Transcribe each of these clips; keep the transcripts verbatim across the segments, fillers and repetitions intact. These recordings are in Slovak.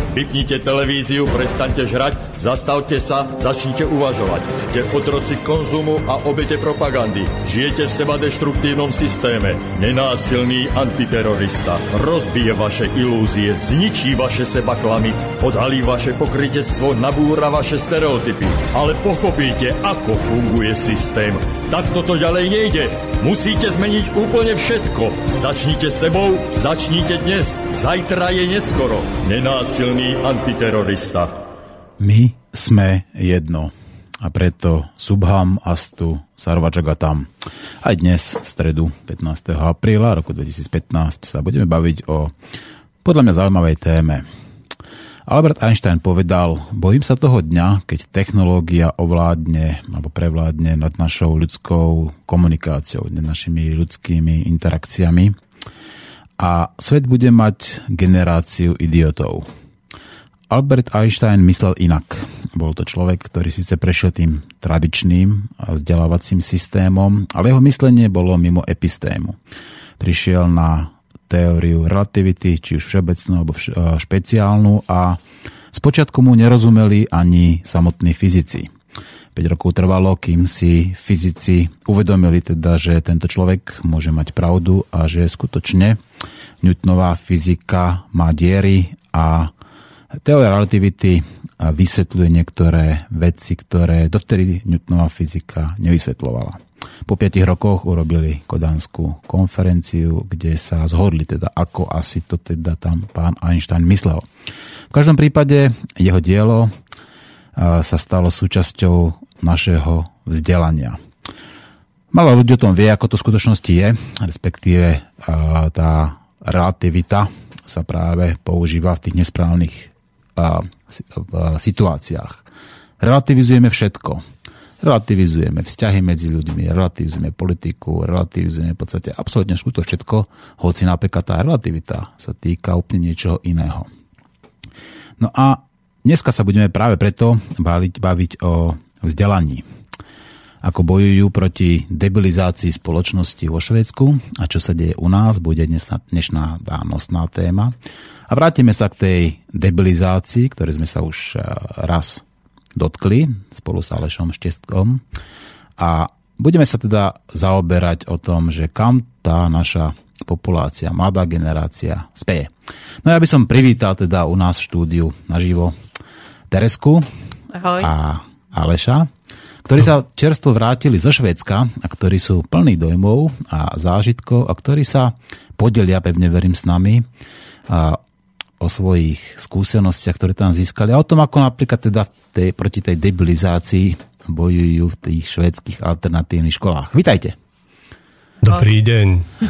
Vypnite televíziu, prestaňte žrať, zastavte sa, začnite uvažovať. Ste otroci konzumu a obete propagandy. Žijete v sebadeštruktívnom systéme. Nenásilný antiterorista rozbije vaše ilúzie, zničí vaše sebaklamy, odhalí vaše pokrytectvo, nabúra vaše stereotypy. Ale pochopíte, ako funguje systém. Takto to ďalej nejde. Musíte zmeniť úplne všetko. Začnite sebou, začnite dnes. Zajtra je neskoro. Nenásilný antiterorista. My sme jedno. A preto Subham Astu Sarvajagatam. Aj dnes, v stredu pätnásteho apríla roku dvetisícpätnásť, sa budeme baviť o podľa mňa zaujímavej téme. Albert Einstein povedal, bojím sa toho dňa, keď technológia ovládne alebo prevládne nad našou ľudskou komunikáciou, nad našimi ľudskými interakciami a svet bude mať generáciu idiotov. Albert Einstein myslel inak. Bol to človek, ktorý síce prešiel tým tradičným vzdelávacím systémom, ale jeho myslenie bolo mimo epistému. Prišiel na teóriu relativity, či už všeobecnú alebo špeciálnu a spočiatku mu nerozumeli ani samotní fyzici. päť rokov trvalo, kým si fyzici uvedomili teda, že tento človek môže mať pravdu a že skutočne Newtonová fyzika má diery a teória relativity vysvetľuje niektoré veci, ktoré dovtedy Newtonová fyzika nevysvetľovala. Po piatich rokoch urobili Kodanskú konferenciu, kde sa zhodli teda, ako asi to teda tam pán Einstein myslel. V každom prípade jeho dielo sa stalo súčasťou našeho vzdelania. Málo ľudí o tom vie, ako to v skutočnosti je, respektíve tá relativita sa práve používa v tých nesprávnych situáciách. Relativizujeme všetko. Relativizujeme vzťahy medzi ľuďmi, relativizujeme politiku, relativizujeme v podstate absolútne všetko, hoci napríklad tá relativita sa týka úplne niečoho iného. No a dneska sa budeme práve preto baviť, baviť o vzdelaní. Ako bojujú proti debilizácii spoločnosti vo Švédsku a čo sa deje u nás, bude dnesná, dnešná nosná téma. A vrátime sa k tej debilizácii, ktoré sme sa už raz dotkli spolu s Alešom Štestkom a budeme sa teda zaoberať o tom, že kam tá naša populácia, mladá generácia speje. No ja by som privítal teda u nás v štúdiu naživo Teresku. Ahoj. A Aleša, ktorí sa čerstvo vrátili zo Švédska a ktorí sú plní dojmov a zážitkov a ktorí sa podelia, pevne verím, s nami a o svojich skúsenostiach, ktoré tam získali a o tom, ako napríklad teda tej, proti tej debilizácii bojujú v tých švédskych alternatívnych školách. Vítajte. Dobrý deň.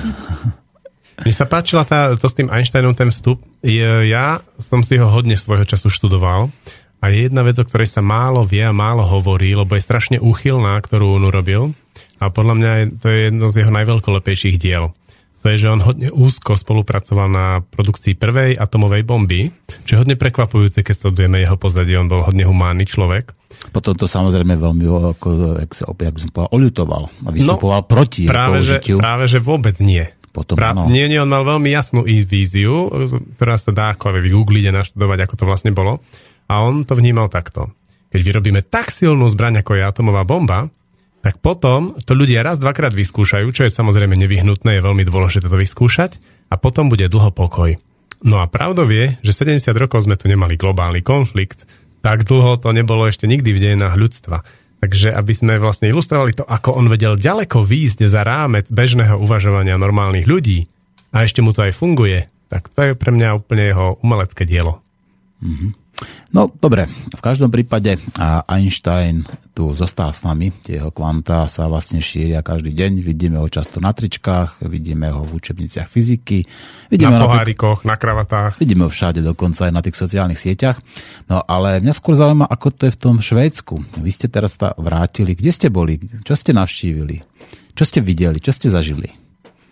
Mne sa páčila tá, to s tým Einsteinom ten vstup. Ja som si ho hodne svojho času študoval a je jedna vec, o ktorej sa málo vie a málo hovorí, lebo je strašne úchylná, ktorú on urobil a podľa mňa je, to je jedno z jeho najveľkolepejších diel. To je, že on hodne úzko spolupracoval na produkcii prvej atomovej bomby, čo je hodne prekvapujúce, keď sledujeme jeho pozadie. On bol hodne humánny človek. Potom to samozrejme veľmi, ako, jak sa opäť, jak by som povedal, oľutoval a vystupoval no, proti práve použitiu. Že, práve, že vôbec nie. Potom, Pra, no. Nie, nie, on mal veľmi jasnú víziu, ktorá sa dá ako vygoogliť a naštudovať, ako to vlastne bolo. A on to vnímal takto. Keď vyrobíme tak silnú zbraň, ako je atomová bomba, tak potom to ľudia raz, dvakrát vyskúšajú, čo je samozrejme nevyhnutné, je veľmi dôležité to vyskúšať a potom bude dlho pokoj. No a pravdou je, že sedemdesiat rokov sme tu nemali globálny konflikt, tak dlho to nebolo ešte nikdy v dejinách ľudstva. Takže aby sme vlastne ilustrovali to, ako on vedel ďaleko výjsť za rámec bežného uvažovania normálnych ľudí a ešte mu to aj funguje, tak to je pre mňa úplne jeho umelecké dielo. Mhm. No, dobre. V každom prípade Einstein tu zostal s nami. Tie jeho kvantá sa vlastne šíria každý deň. Vidíme ho často na tričkách, vidíme ho v učebniciach fyziky. Vidíme na pohárikoch, na kravatách. Vidíme ho všade, dokonca aj na tých sociálnych sieťach. No, ale mňa skôr zaujíma, ako to je v tom Švédsku. Vy ste teraz sa vrátili. Kde ste boli? Čo ste navštívili? Čo ste videli? Čo ste zažili?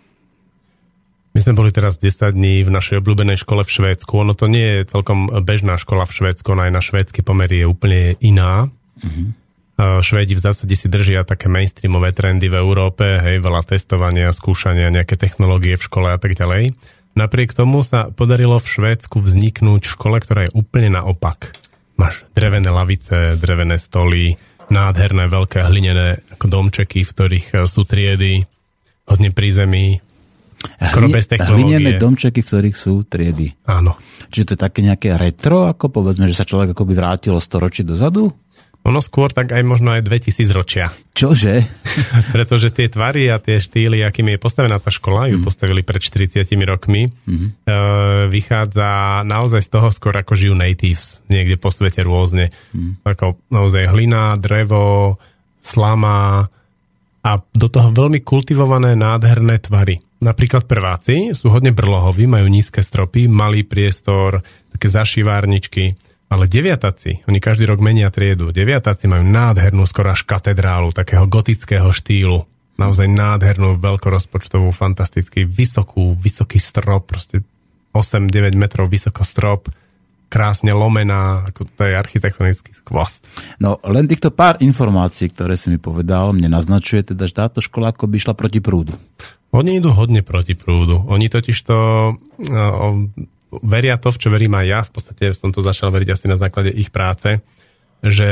My sme boli teraz desať dní v našej obľúbenej škole v Švédsku. Ono to nie je celkom bežná škola v Švédsku, ona aj na švédsky pomery je úplne iná. Mm-hmm. Švédi v zásade si držia také mainstreamové trendy v Európe, hej, veľa testovania, skúšania, nejaké technológie v škole a tak ďalej. Napriek tomu sa podarilo v Švédsku vzniknúť škole, ktorá je úplne naopak. Máš drevené lavice, drevené stoly, nádherné veľké hlinené domčeky, v ktorých sú triedy, hodne prízemí, skoro bez technológie. Hlinené domčeky, v ktorých sú triedy. Áno. Čiže to je také nejaké retro, ako povedzme, že sa človek akoby vrátilo storočí dozadu? Ono skôr tak aj možno aj dvetisíc ročia. Čože? Pretože tie tvary a tie štýly, akými je postavená tá škola, ju mm. postavili pred štyridsiatimi rokmi, mm. e, vychádza naozaj z toho skôr, ako žijú natives, niekde po svete rôzne. Mm. Ako naozaj hlina, drevo, slama a do toho veľmi kultivované nádherné tvary. Napríklad prváci sú hodne brlohoví, majú nízke stropy, malý priestor, také zašivárničky. Ale deviatáci, oni každý rok menia triedu. Deviatáci majú nádhernú, skoro až katedrálu, takého gotického štýlu. Naozaj nádhernú, veľkorozpočtovú, fantasticky vysokú, vysoký strop, proste osem deväť metrov vysoko strop, krásne lomená, ako to je architektonický skvost. No, len týchto pár informácií, ktoré si mi povedal, mne naznačuje teda, že táto škola ako by išla proti prúdu. Oni idú hodne proti prúdu. Oni totižto... No, veria to, v čo verím aj ja, v podstate som to začal veriť asi na základe ich práce, že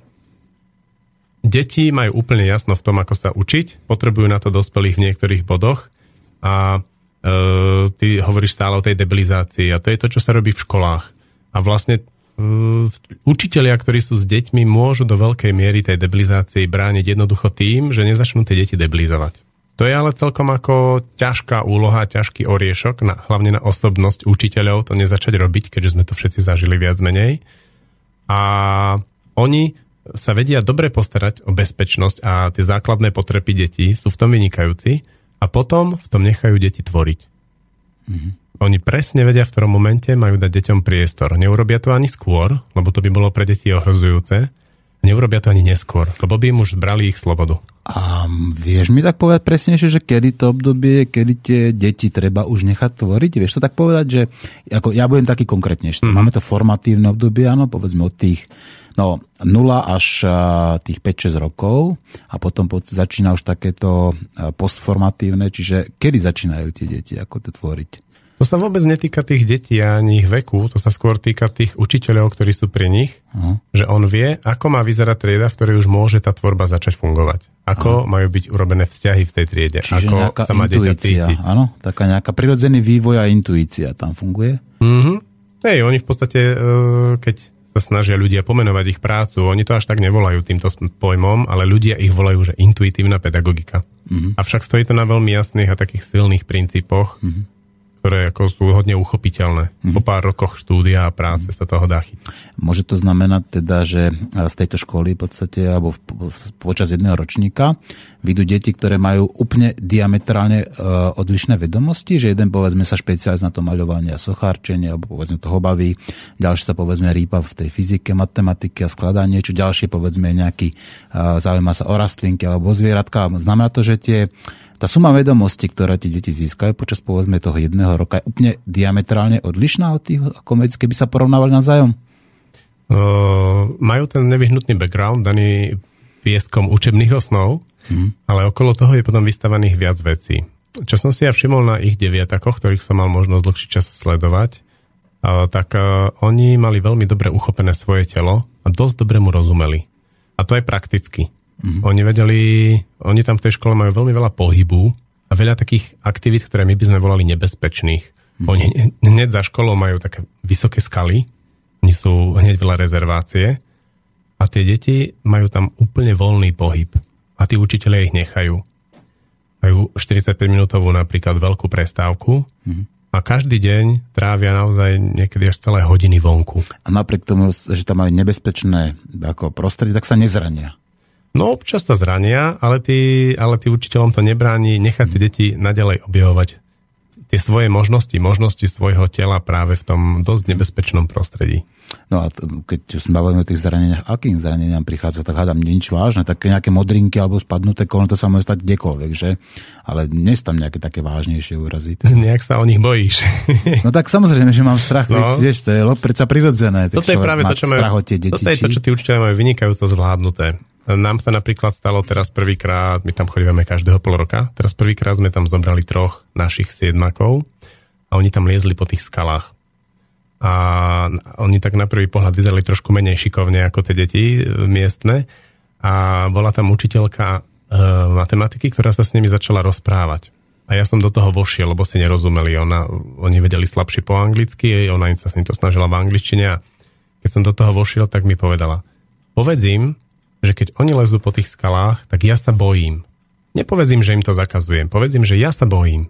deti majú úplne jasno v tom, ako sa učiť, potrebujú na to dospelých v niektorých bodoch a e, ty hovoríš stále o tej debilizácii a to je to, čo sa robí v školách. A vlastne e, učitelia, ktorí sú s deťmi, môžu do veľkej miery tej debilizácii brániť jednoducho tým, že nezačnú tie deti debilizovať. To je ale celkom ako ťažká úloha, ťažký oriešok, na, hlavne na osobnosť učiteľov, to nezačať robiť, keďže sme to všetci zažili viac menej. A oni sa vedia dobre postarať o bezpečnosť a tie základné potreby detí sú v tom vynikajúci a potom v tom nechajú deti tvoriť. Mm-hmm. Oni presne vedia, v ktorom momente majú dať deťom priestor. Neurobia to ani skôr, lebo to by bolo pre deti ohrozujúce. Neurobia to ani neskôr, lebo by im už zbrali ich slobodu. A vieš mi tak povedať presnejšie, že kedy to obdobie, kedy tie deti treba už nechať tvoriť? Vieš to tak povedať, že ako ja budem taký konkrétnejší. Mm-hmm. Máme to formatívne obdobie, áno, povedzme od tých no, nula až tých päť šesť rokov a potom začína už takéto postformatívne, čiže kedy začínajú tie deti, ako to tvoriť? To sa vôbec netýka tých detí ani ich veku, to sa skôr týka tých učiteľov, ktorí sú pri nich, uh-huh. že on vie, ako má vyzerať trieda, v ktorej už môže tá tvorba začať fungovať. Ako uh-huh. majú byť urobené vzťahy v tej triede. Čiže ako sa má dieťa cítiť. Áno, taká nejaká prirodzený vývoj a intuícia tam funguje. Uh-huh. Hej, oni v podstate, keď sa snažia ľudia pomenovať ich prácu, oni to až tak nevolajú týmto pojmom, ale ľudia ich volajú, že intuitívna pedagogika. Uh-huh. Avšak stojí to na veľmi jasných a takých silných princípoch, uh-huh. ktoré ako sú hodne uchopiteľné. Mm-hmm. Po pár rokoch štúdia a práce mm-hmm. sa toho dá chytiť. Môže to znamenať teda, že z tejto školy v podstate, alebo počas jedného ročníka vyjdú deti, ktoré majú úplne diametrálne uh, odlišné vedomosti, že jeden povedzme sa špecializuje na to maľovanie a sochárčenie, alebo povedzme toho baví, ďalší sa povedzme rýpa v tej fyzike, matematike a skladanie, čo ďalšie povedzme nejaký uh, zaujíma sa o rastlinky alebo o zvieratka. Znamená to, že tie tá suma vedomostí, ktoré tie deti získajú počas povedzme toho jedného roka, je úplne diametrálne odlišná od tých, ako keby sa porovnávali navzájom? Uh, majú ten nevyhnutný background daný pieskom učebných osnov, hmm. ale okolo toho je potom vystavaných viac vecí. Čo som si ja všimol na ich deviatakoch, ktorých som mal možnosť dlhší čas sledovať, uh, tak uh, oni mali veľmi dobre uchopené svoje telo a dosť dobre mu rozumeli. A to aj prakticky. Mm. Oni vedeli, oni tam v tej škole majú veľmi veľa pohybu a veľa takých aktivít, ktoré my by sme volali nebezpečných. Mm. Oni hneď za školou majú také vysoké skaly, oni sú hneď veľa rezervácie a tie deti majú tam úplne voľný pohyb a tí učitelia ich nechajú. Majú štyridsaťpäť minútovú napríklad veľkú prestávku mm. a každý deň trávia naozaj niekedy až celé hodiny vonku. A napriek tomu, že tam majú nebezpečné ako prostredie, tak sa nezrania. No občas sa zrania, ale tí, ale tí učiteľom to nebráni nechať tie deti naďalej objavovať tie svoje možnosti, možnosti svojho tela práve v tom dosť nebezpečnom prostredí. No a t- keď sme bavili o tých zraneniach, akým zraneniam prichádza, tak hádam nič vážne, také nejaké modrinky alebo spadnuté koleno, to sa môže stať kdekoľvek, že? Ale nie sú tam nejaké také vážnejšie úrazy. Nejak sa o nich bojíš. No tak samozrejme, že mám strach, no. Vieš, to je predsa prirodzené. Toto je práve to, čo majú, toto je to, čo tí učiteľia majú vynikajúco zvládnuté. Nám sa napríklad stalo teraz prvýkrát, my tam chodíme každého pol roka, teraz prvýkrát sme tam zobrali troch našich siedmakov a oni tam liezli po tých skalách. A oni tak na prvý pohľad vyzerali trošku menej šikovne ako tie deti miestne a bola tam učiteľka e, matematiky, ktorá sa s nimi začala rozprávať. A ja som do toho vošiel, lebo si nerozumeli. Ona, oni vedeli slabšie po anglicky, ona im sa s ním to snažila v angličtine a keď som do toho vošiel, tak mi povedala, povedz im, že keď oni lezú po tých skalách, tak ja sa bojím. Nepovedz im, že im to zakazujem. Povedz im, že ja sa bojím.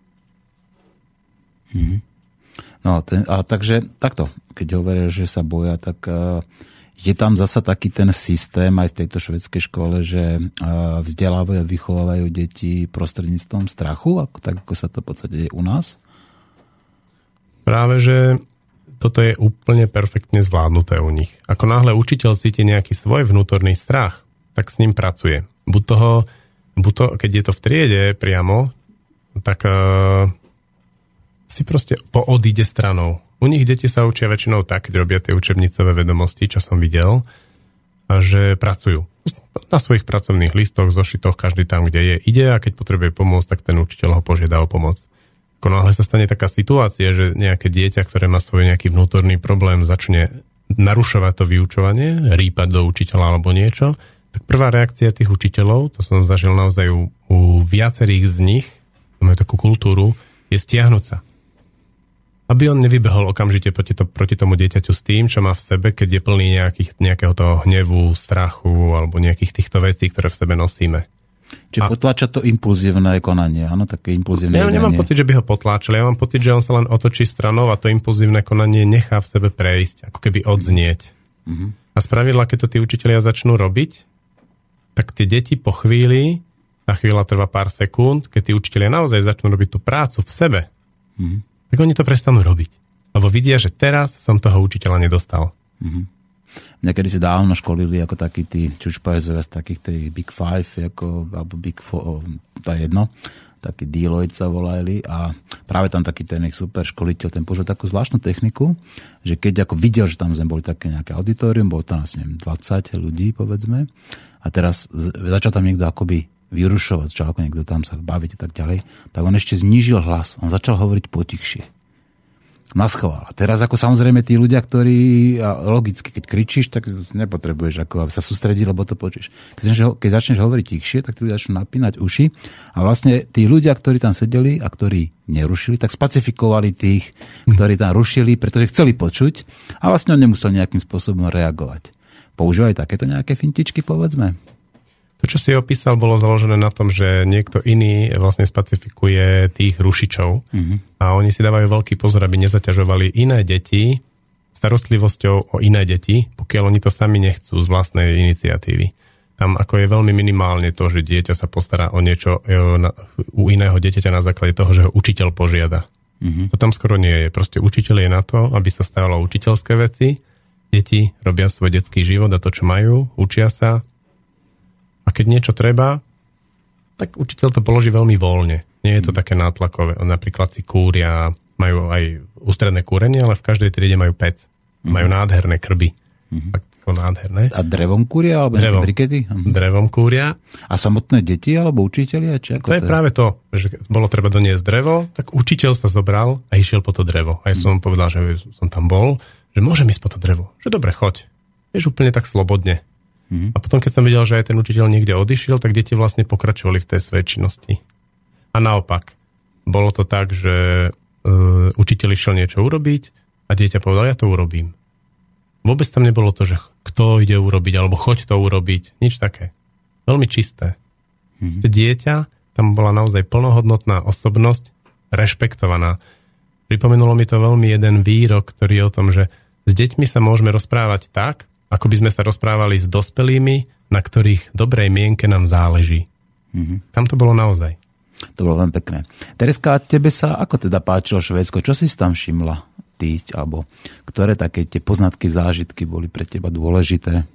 Mhm. No, ten, a takže takto, keď hovoria, že sa boja, tak uh, je tam zasa taký ten systém aj v tejto švédskej škole, že uh, vzdelávajú, vychovávajú deti prostredníctvom strachu, ako, tak ako sa to v podstate je u nás? Práve, že toto je úplne perfektne zvládnuté u nich. Ako náhle učiteľ cíti nejaký svoj vnútorný strach, tak s ním pracuje. Buď toho, buď to, keď je to v triede priamo, tak... Uh, si proste poodíde stranou. U nich deti sa učia väčšinou tak, keď robia tie učebnicové vedomosti, čo som videl, a že pracujú. Na svojich pracovných listoch, zošitoch, každý tam, kde je, ide a keď potrebuje pomôcť, tak ten učiteľ ho požiada o pomoc. Ako náhle sa stane taká situácia, že nejaké dieťa, ktoré má svoj nejaký vnútorný problém, začne narušovať to vyučovanie, rýpať do učiteľa alebo niečo, tak prvá reakcia tých učiteľov, to som zažil naozaj u, u viacerých z nich, majú takú kultúru, je stiahnuť sa. Aby on nevybehol okamžite proti, to, proti tomu dieťaťu s tým, čo má v sebe, keď je plný nejakých, nejakého toho hnevu, strachu alebo nejakých týchto vecí, ktoré v sebe nosíme. Čiže a... potláča to impulzívne konanie, áno, také impulzívne Ja nemám pocit, že by ho potláčali, ja mám pocit, že on sa len otočí stranou a to impulzívne konanie nechá v sebe prejsť, ako keby odznieť. Mm-hmm. A spravidla, keď to tí učitelia začnú robiť, tak tie deti po chvíli, tá chvíľa trvá pár sekúnd, keď tí učitelia naozaj začnú robiť tú prácu v sebe, mm-hmm. tak oni to prestanú robiť. Lebo vidia, že teraz som toho učiteľa nedostal. Mm-hmm. Mňa kedy si dávno školili ako takí tí čučpajzovia z takých tej Big Five, ako, alebo Big Four, to je jedno, takí Deloitte sa volali a práve tam taký ten super školiteľ, ten použil takú zvláštnu techniku, že keď ako videl, že tam boli také nejaké auditorium, bolo tam asi neviem, dvadsať ľudí, povedzme, a teraz začal tam niekto akoby vyrušovať, začal ako niekto tam sa baviť a tak ďalej, tak on ešte znížil hlas. On začal hovoriť potichšie. Naschoval. A teraz ako samozrejme tí ľudia, ktorí, a logicky, keď kričíš, tak nepotrebuješ ako sa sústrediť, lebo to počuješ. Keď, keď začneš hovoriť tichšie, tak tí ľudia začnú napínať uši a vlastne tí ľudia, ktorí tam sedeli a ktorí nerušili, tak spacifikovali tých, ktorí tam rušili, pretože chceli počuť a vlastne on nemusel nejakým spôsobom reagovať. Používajú takéto nejaké fintičky, povedzme? To, čo si opísal, bolo založené na tom, že niekto iný vlastne spacifikuje tých rušičov mm-hmm. a oni si dávajú veľký pozor, aby nezaťažovali iné deti starostlivosťou o iné deti, pokiaľ oni to sami nechcú z vlastnej iniciatívy. Tam ako je veľmi minimálne to, že dieťa sa postará o niečo u iného dieťaťa na základe toho, že ho učiteľ požiada. Mm-hmm. To tam skoro nie je. Proste učiteľ je na to, aby sa staralo o učiteľské veci. Deti robia svoj detský život a to, čo majú, učia sa. A keď niečo treba, tak učiteľ to položí veľmi voľne. Nie je to také nátlakové. Napríklad si kúria, majú aj ústredné kúrenie, ale v každej triede majú pec. Mm-hmm. Majú nádherné krby. Mm-hmm. Ako nádherné. A drevom kúria? Alebo drevom, brikety? Drevom kúria. A samotné deti alebo učitelia? Či ako to je to práve to, že bolo treba doniesť drevo, tak učiteľ sa zobral a išiel po to drevo. A ja som mm-hmm. povedal, že som tam bol, že môžem ísť po to drevo. Že dobre, choď. Vieš, úplne tak slobodne. Mm-hmm. A potom, keď som videl, že aj ten učiteľ niekde odišiel, tak deti vlastne pokračovali v tej svojej činnosti. A naopak, bolo to tak, že e, učiteľ išiel niečo urobiť a dieťa povedal, ja to urobím. Vôbec tam nebolo to, že kto ide urobiť, alebo choď to urobiť. Nič také. Veľmi čisté. Mm-hmm. Dieťa, tam bola naozaj plnohodnotná osobnosť, rešpektovaná. Pripomenulo mi to veľmi jeden výrok, ktorý je o tom, že s deťmi sa môžeme rozprávať tak, ako by sme sa rozprávali s dospelými, na ktorých dobrej mienke nám záleží. Mm-hmm. Tam to bolo naozaj. To bolo veľmi pekné. Tereska, tebe sa ako teda páčilo Švédsko? Čo si tam všimla? Ty, alebo ktoré také tie poznatky, zážitky boli pre teba dôležité?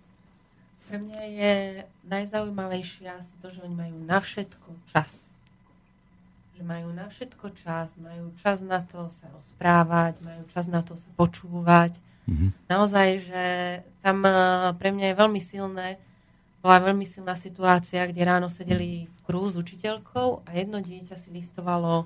Pre mňa je najzaujímavejšie asi to, že oni majú na všetko čas. Že majú na všetko čas, majú čas na to sa rozprávať, majú čas na to sa počúvať. Mm-hmm. Naozaj, že tam pre mňa je veľmi silné, bola veľmi silná situácia, kde ráno sedeli v kruhu s učiteľkou a jedno dieťa si listovalo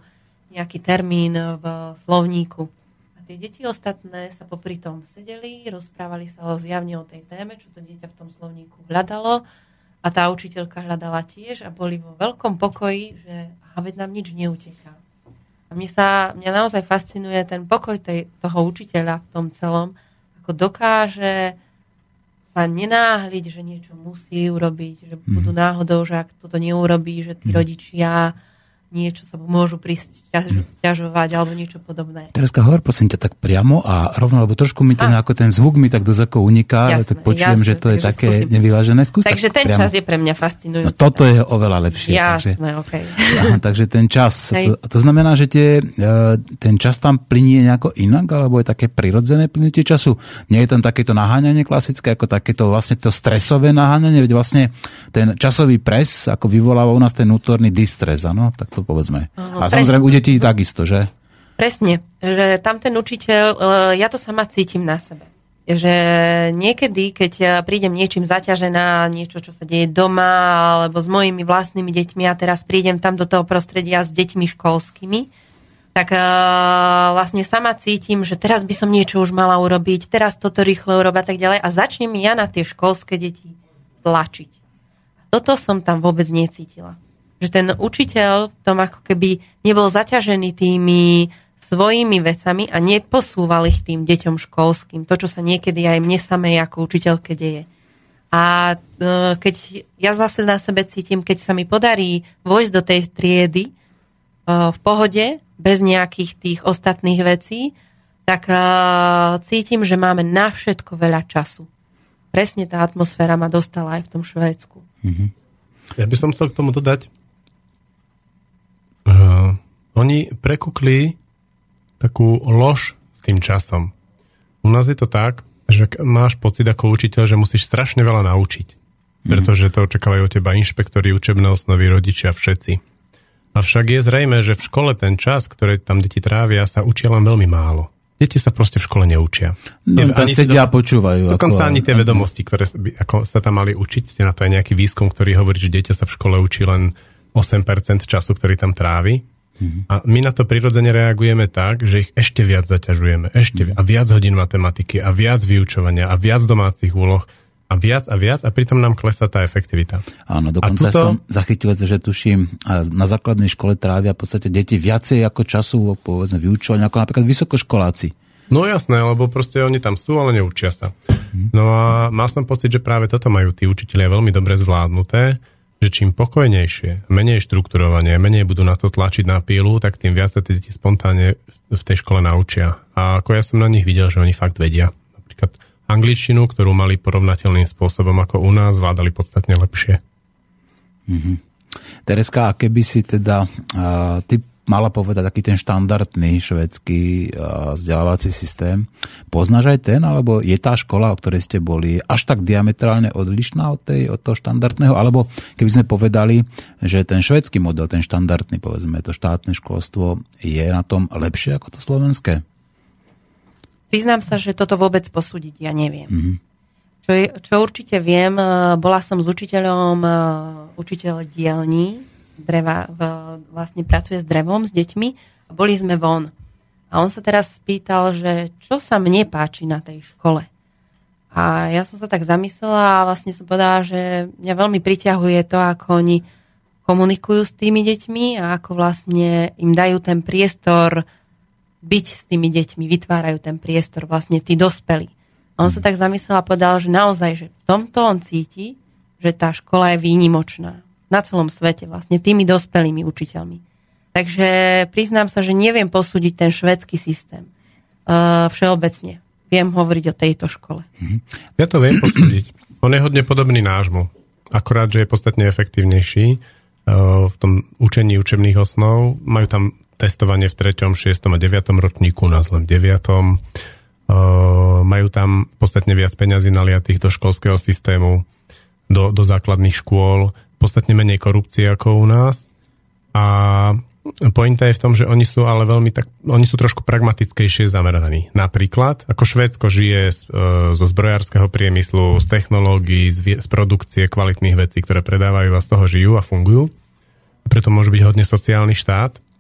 nejaký termín v slovníku. A tie deti ostatné sa popri tom sedeli, rozprávali sa o zjavne o tej téme, čo to dieťa v tom slovníku hľadalo a tá učiteľka hľadala tiež a boli vo veľkom pokoji, že aha, veď nám nič neuteká. A mne sa, mňa naozaj fascinuje ten pokoj tej, toho učiteľa v tom celom, ako dokáže sa nenáhliť, že niečo musí urobiť, že mm. budú náhodou, že ak toto neurobí, že tí mm. rodičia niečo sa môžu prísť sťažovať alebo niečo podobné. Tereska, hovor prosím ťa tak priamo a rovno, lebo trošku mi ten, ako ten zvuk mi tak do zako uniká, jasné, tak počujem, jasné, že to je také skúsim. Nevyvážené. Skús takže ten priamo. Čas je pre mňa fascinujúci. No toto je oveľa lepšie. Jasné, takže, okej. Okay. Takže ten čas, to, to znamená, že tie, ten čas tam plynie nejako inak, alebo je také prirodzené plynutie času? Nie je tam takéto naháňanie klasické, ako takéto vlastne to stresové naháňanie, veď vlastne ten časový pres, ako vyvoláva u nás ten vnútorný distres, áno? Tak to povedzme. Uh, a samozrejme u detí takisto, že? Presne, že tam ten učiteľ, ja to sama cítim na sebe. Že niekedy, keď prídem niečím zaťažená, niečo, čo sa deje doma, alebo s mojimi vlastnými deťmi a teraz prídem tam do toho prostredia s deťmi školskými, tak uh, vlastne sama cítim, že teraz by som niečo už mala urobiť, teraz toto rýchle urobiť a tak ďalej a začnem ja na tie školské deti tlačiť. Toto som tam vôbec necítila. Že ten učiteľ v tom ako keby nebol zaťažený tými svojimi vecami a neposúval ich tým deťom školským. To, čo sa niekedy aj mne samej ako učiteľke deje. A e, keď ja zase na sebe cítim, keď sa mi podarí vojsť do tej triedy e, v pohode, bez nejakých tých ostatných vecí, tak e, cítim, že máme na všetko veľa času. Presne tá atmosféra ma dostala aj v tom Švédsku. Mm-hmm. Ja by som chcel k tomu dodať, Uh, oni prekukli takú lož s tým časom. U nás je to tak, že máš pocit ako učiteľ, že musíš strašne veľa naučiť. Mm. Pretože to očakávajú od teba inšpektori, učebné osnovy, rodičia, všetci. Avšak je zrejme, že v škole ten čas, ktorý tam deti trávia, sa učia len veľmi málo. Deti sa proste v škole neučia. No, ani sedia a počúvajú. Dokonca ako, ani tie vedomosti, ktoré ako sa tam mali učiť. Na to je nejaký výskum, ktorý hovorí, že dieťa sa v škole učí len osem percent času, ktorý tam trávi. Mm-hmm. A my na to prirodzene reagujeme tak, že ich ešte viac zaťažujeme. Ešte mm-hmm. a viac hodín matematiky a viac vyučovania a viac domácich úloh a viac a viac a pritom nám klesá tá efektivita. Áno, dokonca tuto... som zachytil, že tuším, na základnej škole trávia v podstate deti viacej ako času, povedzme, vyučovania, ako napríklad vysokoškoláci. No jasné, lebo proste oni tam sú, ale neučia sa. Mm-hmm. No a mal som pocit, že práve toto majú tí učitelia veľmi dobre zvládnuté, že čím pokojnejšie, menej štrukturovanie, menej budú na to tlačiť na pílu, tak tým viac sa tie deti spontánne v tej škole naučia. A ako ja som na nich videl, že oni fakt vedia. Napríklad angličtinu, ktorú mali porovnateľným spôsobom ako u nás, zvládali podstatne lepšie. Mm-hmm. Tereska, a keby si teda uh, ty mala povedať taký ten štandardný švédsky uh, vzdelávací systém, poznáš aj ten, alebo je tá škola, o ktorej ste boli, až tak diametrálne odlišná od, tej, od toho štandardného, alebo keby sme povedali, že ten švédsky model, ten štandardný, povedzme, to štátne školstvo je na tom lepšie ako to slovenské? Priznám sa, že toto vôbec posúdiť ja neviem. Mm-hmm. Čo, je, čo určite viem, bola som s učiteľom, učiteľ dielní, dreva, v, vlastne pracuje s drevom, s deťmi a boli sme von. A on sa teraz spýtal, že čo sa mne páči na tej škole. A ja som sa tak zamyslela a vlastne som povedala, že mňa veľmi priťahuje to, ako oni komunikujú s tými deťmi a ako vlastne im dajú ten priestor byť s tými deťmi, vytvárajú ten priestor, vlastne tí dospelí. A on sa tak zamyslel a povedal, že naozaj, že v tomto on cíti, že tá škola je výnimočná. Na celom svete, vlastne tými dospelými učiteľmi. Takže priznám sa, že neviem posúdiť ten švédsky systém. Uh, všeobecne. Viem hovoriť o tejto škole. Ja to viem posúdiť. On je hodne podobný nášmu. Akorát, že je podstatne efektívnejší uh, v tom učení učebných osnov. Majú tam testovanie v treťom, šiestom a deviatom ročníku, nás len v deviatom. Uh, majú tam podstatne viac peňazí naliatých do školského systému, do, do základných škôl, podstatne menej korupcie ako u nás. A pointa je v tom, že oni sú ale veľmi tak, oni sú trošku pragmatickejšie zameraní. Napríklad, ako Švédsko žije z, zo zbrojárskeho priemyslu, z technológií, z, z produkcie kvalitných vecí, ktoré predávajú a z toho žijú a fungujú. Preto môže byť hodne sociálny štát.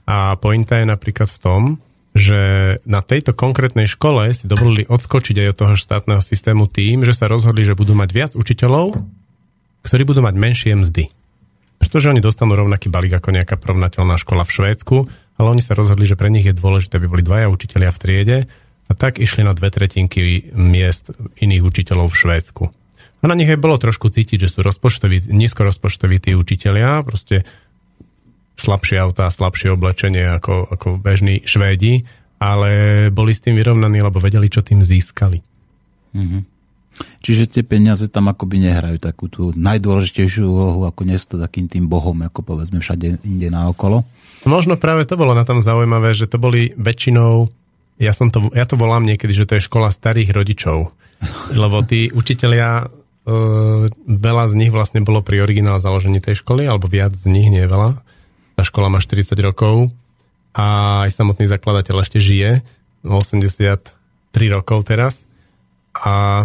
A pointa je napríklad v tom, že na tejto konkrétnej škole si dovolili odskočiť aj od toho štátneho systému tým, že sa rozhodli, že budú mať viac učiteľov, ktorí budú mať menšie mzdy. Pretože oni dostanú rovnaký balík ako nejaká porovnateľná škola v Švédsku, ale oni sa rozhodli, že pre nich je dôležité, aby boli dvaja učitelia v triede a tak išli na dve tretinky miest iných učiteľov v Švédsku. A na nich aj bolo trošku cítiť, že sú rozpočtoví, nízkorozpočtoví tí učitelia, proste slabšie autá, slabšie oblečenie ako, ako bežní Švédi, ale boli s tým vyrovnaní, lebo vedeli, čo tým získali. Mhm. Čiže tie peniaze tam akoby nehrajú takú tú najdôležitejšiu úlohu, ako nie sú to takým tým bohom, ako povedzme všade inde naokolo. Možno práve to bolo na tom zaujímavé, že to boli väčšinou, ja, som to, ja to volám niekedy, že to je škola starých rodičov, lebo tí učitelia, e, veľa z nich vlastne bolo pri originál založení tej školy, alebo viac z nich, nie veľa. Tá škola má štyridsať rokov a aj samotný zakladateľ ešte žije, osemdesiattri rokov teraz. A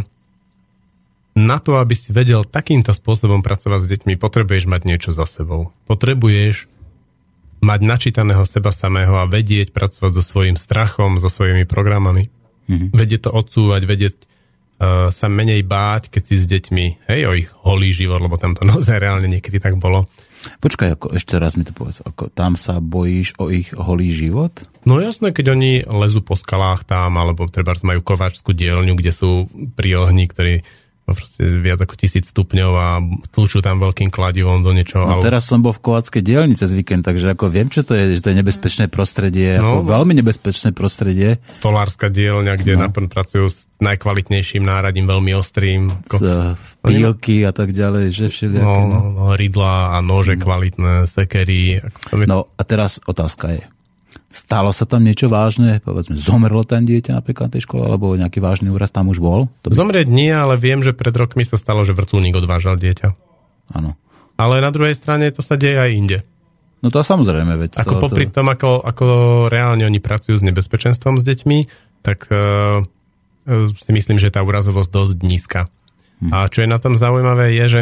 na to, aby si vedel takýmto spôsobom pracovať s deťmi, potrebuješ mať niečo za sebou. Potrebuješ mať načítaného seba samého a vedieť pracovať so svojím strachom, so svojimi programami. Mm-hmm. Vedieť to odsúvať, vedieť uh, sa menej báť, keď si s deťmi, hej, o ich holý život, lebo tam to naozaj reálne niekedy tak bolo. Počkaj, ako, ešte raz mi to povedz, ako, tam sa bojíš o ich holý život? No jasné, keď oni lezú po skalách tam, alebo trebárs majú kováčskú dielňu, kde sú pri ohni, ktorí no proste viac ako tisíc stupňov a tlčú tam veľkým kladivom do niečoho. No ale... teraz som bol v kováckej dielni cez víkend, takže ako viem, čo to je, že to je nebezpečné prostredie, no, ako veľmi nebezpečné prostredie. Stolárska dielňa, kde no. naplň pracujú s najkvalitnejším náradím, veľmi ostrým. Z pílky a tak ďalej, že všelijaké. No, no. no rydla a nože no. kvalitné, sekery. Je... No a teraz otázka je, stalo sa tam niečo vážne? Povedzme, zomrlo tam dieťa napríklad v tej škole, alebo nejaký vážny úraz tam už bol? To by... Zomrieť nie, ale viem, že pred rokmi sa stalo, že vrtuľník odvážal dieťa. Áno. Ale na druhej strane to sa deje aj inde. No to samozrejme. Veď ako to, popri to... tom, ako, ako reálne oni pracujú s nebezpečenstvom s deťmi, tak uh, si myslím, že tá úrazovosť dosť nízka. Hm. A čo je na tom zaujímavé je, že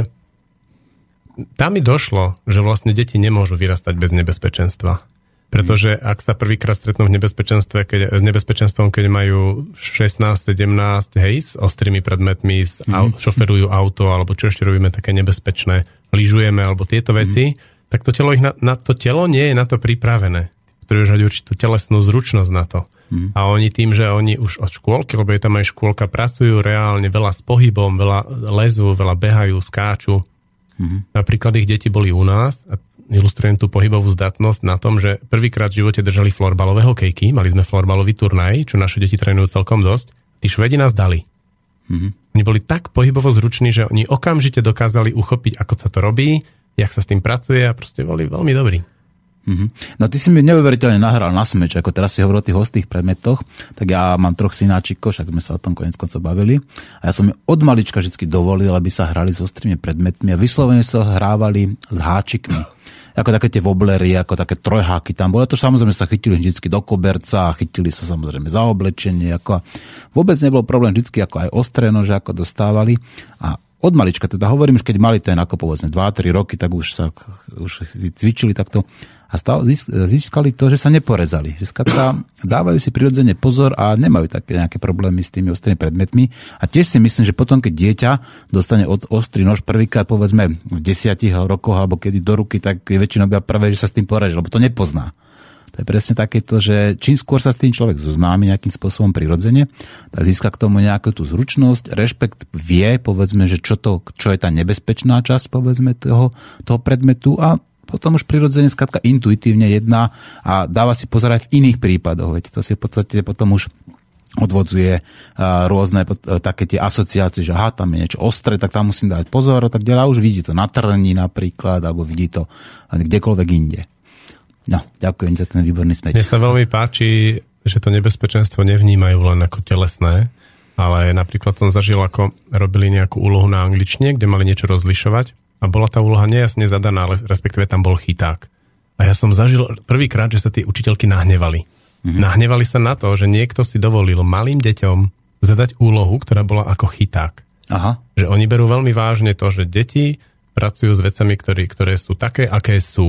tam mi došlo, že vlastne deti nemôžu vyrastať bez nebezpečenstva. Pretože ak sa prvýkrát stretnú v nebezpečenstve, keď, s nebezpečenstvom, keď majú šestnásť sedemnásť, hej, s ostrými predmetmi, s, mm. au, šoferujú auto, alebo čo ešte robíme také nebezpečné, lyžujeme, alebo tieto veci, mm. tak to telo, ich na, na to telo nie je na to pripravené. Potrebuješ mať určitú telesnú zručnosť na to. Mm. A oni tým, že oni už od škôlky, lebo je tam aj škôlka, pracujú reálne veľa s pohybom, veľa lezú, veľa behajú, skáču. Mm. Napríklad ich deti boli u nás a ilustrujem tú pohybovú zdatnosť na tom, že prvýkrát v živote držali florbalové hokejky, mali sme florbalový turnaj, čo naše deti trénujú celkom dosť. Tí Švédi nás dali. Mm-hmm. Oni boli tak pohybovo zruční, že oni okamžite dokázali uchopiť, ako sa to robí, jak sa s tým pracuje a proste boli veľmi dobrí. Mm-hmm. No ty si mi neuveriteľne nahral na smeč, ako teraz si hovoril o tých hostých predmetoch, tak ja mám troch synáčikov, však sme sa o tom konec koncov bavili a ja som mi od malička vždy dovolil, aby sa hrali s ostrými predmetmi a vyslovene sa hrávali s háčikmi. Ako také tie woblery, ako také trojháky tam boli. To samozrejme sa chytili vždycky do koberca a chytili sa samozrejme za oblečenie. Ako vôbec nebol problém vždycky ako aj ostré nože, ako dostávali. A od malička, teda hovorím, už keď mali ten ako povedzme dva tri roky, tak už sa už si cvičili takto a stav, získali to, že sa neporezali. Že skladka dávajú si prirodzene pozor a nemajú také nejaké problémy s tými ostrými predmetmi. A tiež si myslím, že potom, keď dieťa dostane od ostrý nož prvýkrát, povedzme v desiatich rokoch alebo kedy do ruky, tak je väčšinou prvé, že sa s tým poreže, lebo to nepozná. To je presne takéto, že čím skôr sa s tým človek zoznámi nejakým spôsobom prirodzene, tak získa k tomu nejakú tú zručnosť, rešpekt, vie, povedzme, že čo, to, čo je tá nebezpečná časť, povedzme, toho, toho predmetu a potom už prirodzene skladka intuitívne jedná a dáva si pozor aj v iných prípadoch. Veď to si v podstate potom už odvodzuje rôzne také tie asociácie, že aha, tam je niečo ostré, tak tam musím dať pozor a tak ďalej. A už vidí to na trni napríklad, alebo vidí to kdekoľvek inde. No, ďakujem za ten výborný smeč. Mne sa veľmi páči, že to nebezpečenstvo nevnímajú len ako telesné, ale napríklad som zažil, ako robili nejakú úlohu na angličtine, kde mali niečo rozlišovať a bola tá úloha nejasne zadaná, ale respektíve tam bol chyták. A ja som zažil prvýkrát, že sa tie učiteľky nahnevali. Mm-hmm. Nahnevali sa na to, že niekto si dovolil malým deťom zadať úlohu, ktorá bola ako chyták. Aha. Že oni berú veľmi vážne to, že deti pracujú s vecami, ktoré, ktoré sú také, aké sú.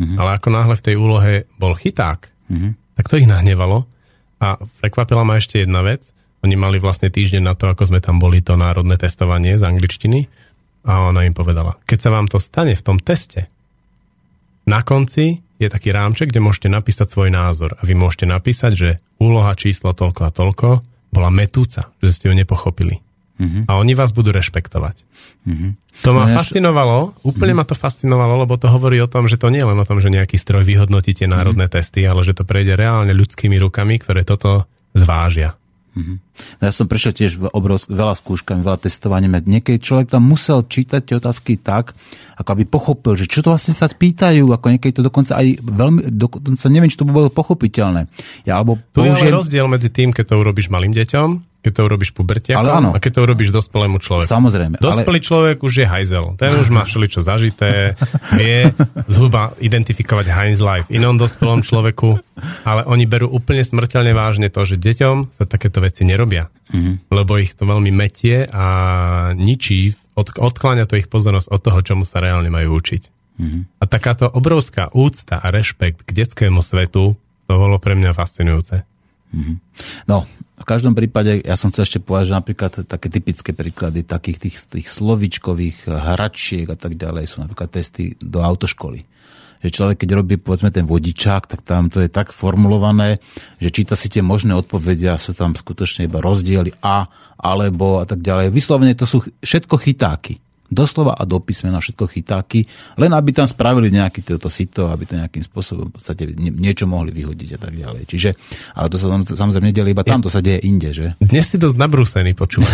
Mm-hmm. Ale ako náhle v tej úlohe bol chyták, mm-hmm. tak to ich nahnevalo. A prekvapila ma ešte jedna vec. Oni mali vlastne týždeň na to, ako sme tam boli, to národné testovanie z angličtiny. A ona im povedala, keď sa vám to stane v tom teste, na konci je taký rámček, kde môžete napísať svoj názor. A vy môžete napísať, že úloha číslo toľko a toľko bola metúca, že ste ju nepochopili. Mm-hmm. A oni vás budú rešpektovať. Mm-hmm. To ma no, fascinovalo, úplne mm-hmm. ma to fascinovalo, lebo to hovorí o tom, že to nie je len o tom, že nejaký stroj vyhodnotí tie národné mm-hmm. testy, ale že to prejde reálne ľudskými rukami, ktoré toto zvážia. Mm-hmm. No ja som prešiel tiež obrovsk- veľa skúškami, veľa testovaním. Niekedy človek tam musel čítať tie otázky tak, ako aby pochopil, že čo to vlastne sa spýtajú, ako niekedy to dokonca aj veľmi, dokonca neviem, či to by bolo pochopiteľné. Ja, alebo tu použijem... je ale rozdiel medzi tým, keď to urobíš malým deťom, keď to urobíš pubertiakom a keď to urobíš dospelému človeku. Samozrejme. Dospelý ale... človek už je hajzel. Ten už má všeličo zažité, vie zhruba identifikovať Heinz Life inom dospelom človeku, ale oni berú úplne smrteľne vážne to, že deťom sa takéto veci nerobia. Mm-hmm. Lebo ich to veľmi metie a ničí, od, odkláňa to ich pozornosť od toho, čomu sa reálne majú učiť. Mm-hmm. A takáto obrovská úcta a rešpekt k detskému svetu, to bolo pre mňa fascinujúce. Mm-hmm. No, v každom prípade, ja som chcel ešte povedať, že napríklad také typické príklady takých tých, tých slovíčkových hračiek a tak ďalej sú napríklad testy do autoškoly. Že človek, keď robí, povedzme, ten vodičák, tak tam to je tak formulované, že číta si tie možné odpovede a sú tam skutočne iba rozdiely a, alebo a tak ďalej. Vyslovene to sú všetko chytáky. Doslova a do písmena všetko chytáky, len aby tam spravili nejaký toto sito, aby to nejakým spôsobom v podstate niečo mohli vyhodiť a tak ďalej. Čiže, ale to sa samozrejme nedeli iba tam, to sa deje inde, že? Dnes si dosť nabrúsený, počúvaj.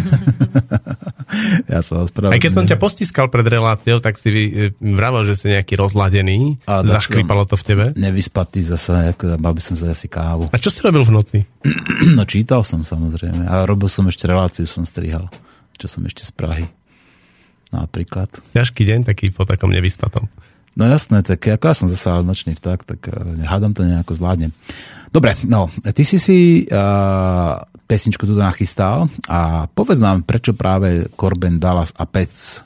Ja som vás pravil. Aj keď som ťa postiskal pred reláciou, tak si vravel, že si nejaký rozladený, zaškripalo to v tebe. Nevyspatý zasa, ako, mal by som sa asi kávu. A čo si robil v noci? No čítal som samozrejme a robil som ešte reláciu, som strihal, čo som ešte z Prahy. Napríklad. Ťažký deň taký po takom nevyspatom. No jasné, tak ako ja som zasa nočný vták, tak hádam to nejako zvládnem. Dobre, no, ty si si uh, pesničku tu nachystal a povedz nám, prečo práve Korben, Dallas a Pec?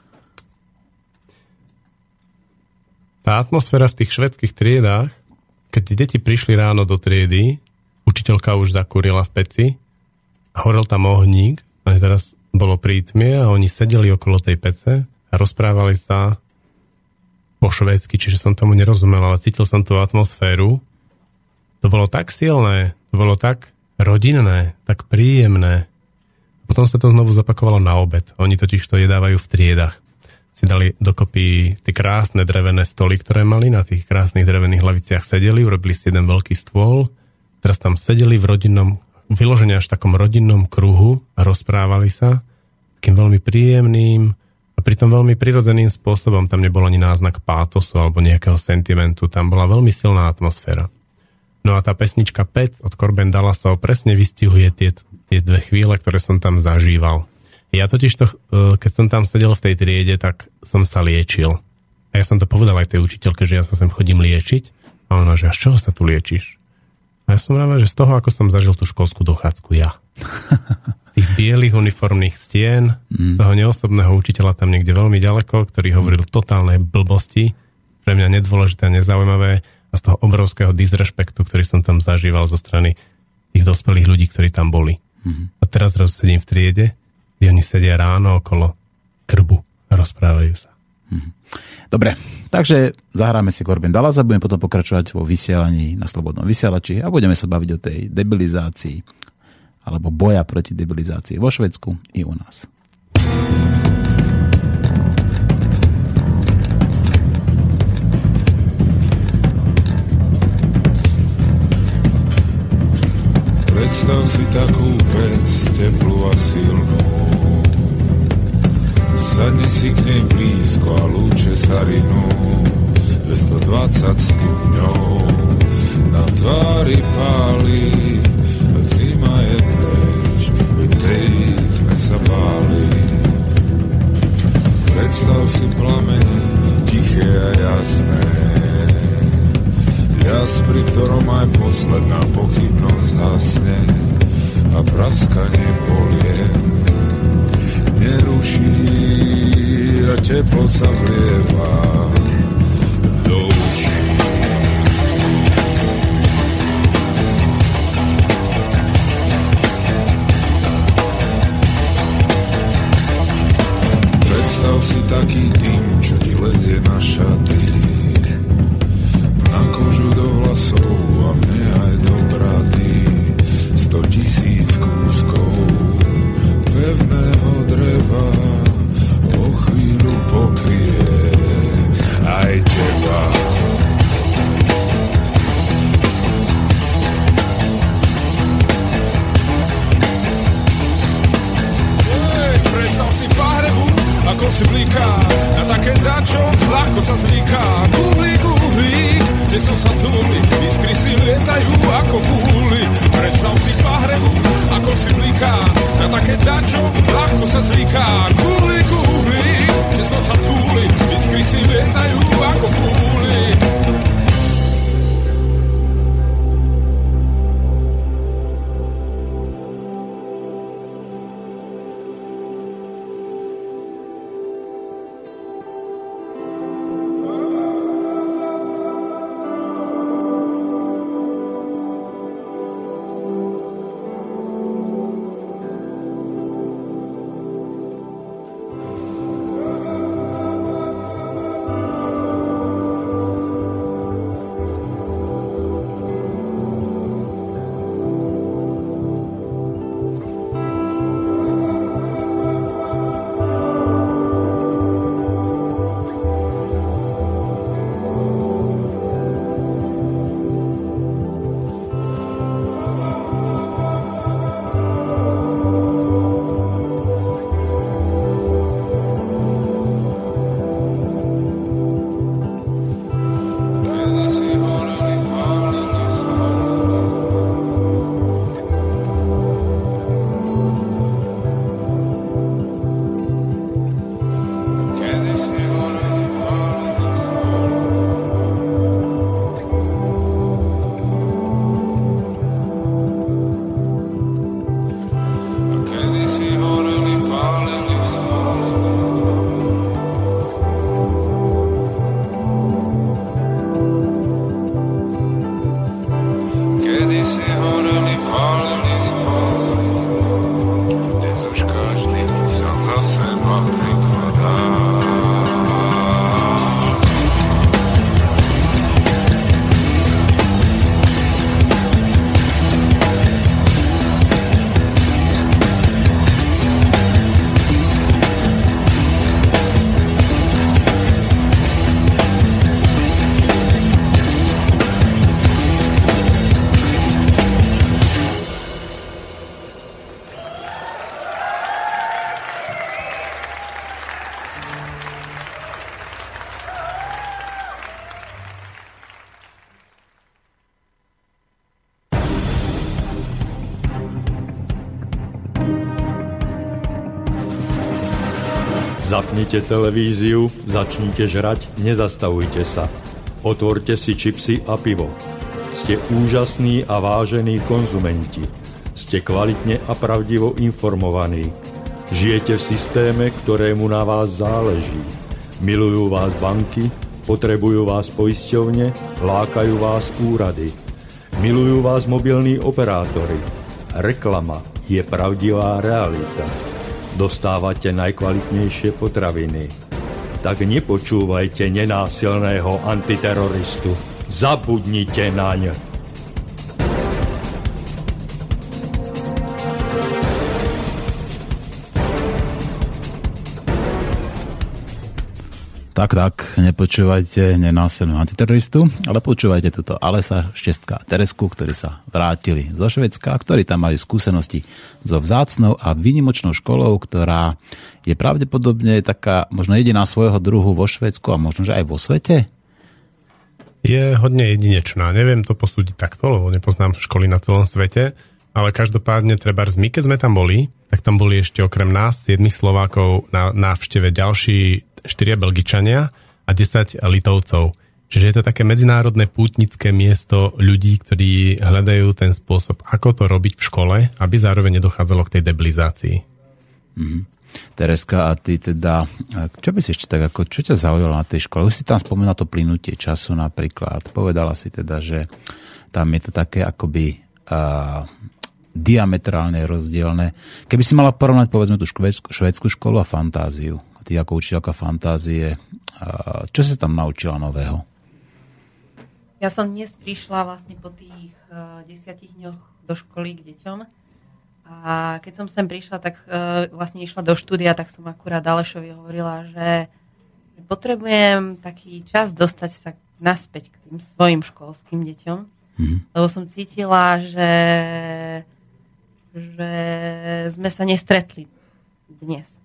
Tá atmosféra v tých švédskych triedách, keď deti prišli ráno do triedy, učiteľka už zakúrila v peci a horel tam ohník a teraz bolo prítmie a oni sedeli okolo tej pece a rozprávali sa po švédsky, čiže som tomu nerozumel, ale cítil som tú atmosféru. To bolo tak silné, to bolo tak rodinné, tak príjemné. Potom sa to znovu zopakovalo na obed. Oni totiž to jedávajú v triedach. Si dali dokopy tie krásne drevené stoly, ktoré mali, na tých krásnych drevených laviciach sedeli, urobili si jeden veľký stôl, teraz tam sedeli v rodinnom vyloženia až v takom rodinnom kruhu a rozprávali sa takým veľmi príjemným a pritom veľmi prirodzeným spôsobom. Tam nebol ani náznak pátosu alebo nejakého sentimentu. Tam bola veľmi silná atmosféra. No a tá pesnička Pec od Korben Dallasa presne vystihuje tie, tie dve chvíle, ktoré som tam zažíval. Ja totiž to, keď som tam sedel v tej triede, tak som sa liečil. A ja som to povedal aj tej učiteľke, že ja sa sem chodím liečiť. A ona, že a z čoho sa tu liečíš? A ja som rád, že z toho, ako som zažil tú školskú dochádzku ja. Z tých bielých uniformných stien, mm. toho neosobného učiteľa tam niekde veľmi ďaleko, ktorý hovoril totálne blbosti, pre mňa nedôležité a nezaujímavé, a z toho obrovského disrešpektu, ktorý som tam zažíval zo strany tých dospelých ľudí, ktorí tam boli. Mm. A teraz zrazu sedím v triede, kde oni sedia ráno okolo krbu a rozprávajú sa. Mm. Dobre, takže zahráme si Korben Dallas a budeme potom pokračovať vo vysielaní na Slobodnom vysielači a budeme sa baviť o tej debilizácii alebo boja proti debilizácii vo Švédsku i u nás. Predstav si takú pec, teplú a silnú. Sadni si k nej blízko a lúče sa rinú dvestodvadsať stupňov. Na tvári páli, zima je preč, veď tej sme sa báli. Predstav si plameny, tiché a jasné, jas, pri ktorom aj posledná pochybnosť hasne a praskanie polien neruší a teplo sa vlieva do uší. si bliká, na také dačo ľahko sa zvyká. Googlík, googlík, kde som sa túli, iskry si lietajú ako kúly. Predstav si pahrebu, ako si bliká, na také dačo ľahko sa zvyká. Googlík, googlík, kde som sa túli, iskry si lietajú ako kúly. Zapnite televíziu, začnite žrať, nezastavujte sa. Otvorte si čipsy a pivo. Ste úžasní a vážení konzumenti. Ste kvalitne a pravdivo informovaní. Žijete v systéme, ktorému na vás záleží. Milujú vás banky, potrebujú vás poisťovne, lákajú vás úrady. Milujú vás mobilní operátori. Reklama je pravdivá realita. Dostávate najkvalitnejšie potraviny. Tak nepočúvajte nenásilného antiteroristu. Zabudnite naň. Tak, tak, nepočúvajte nenásilného antiteroristu, ale počúvajte túto Alesa, Šťestka a Teresku, ktorí sa vrátili zo Švédska, ktorí tam majú skúsenosti so vzácnou a výnimočnou školou, ktorá je pravdepodobne taká možno jediná svojho druhu vo Švédsku a možno, že aj vo svete? Je hodne jedinečná. Neviem to posúdiť takto, lebo nepoznám školy na celom svete, ale každopádne trebárs my, keď sme tam boli, tak tam boli ešte okrem nás siedmich Slovákov na návšteve ďalší štyria Belgičania a desať Litovcov. Čiže je to také medzinárodné pútnické miesto ľudí, ktorí hľadajú ten spôsob, ako to robiť v škole, aby zároveň nedochádzalo k tej debilizácii. Mm. Tereska, a ty teda, čo by si ešte tak, ako, čo ťa zaujalo na tej škole? Už si tam spomínala to plynutie času napríklad. Povedala si teda, že tam je to také akoby uh, diametrálne rozdielne. Keby si mala porovnať, povedzme, tú švédsku, švédsku školu a fantáziu, ty ako učiteľka fantázie, čo si tam naučila nového? Ja som dnes prišla vlastne po tých uh, desiatich dňoch do školy k deťom a keď som sem prišla, tak uh, vlastne išla do štúdia, tak som akurát Alešovi hovorila, že potrebujem taký čas dostať sa naspäť k tým svojim školským deťom, mm-hmm. lebo som cítila, že, že sme sa nestretli dnes.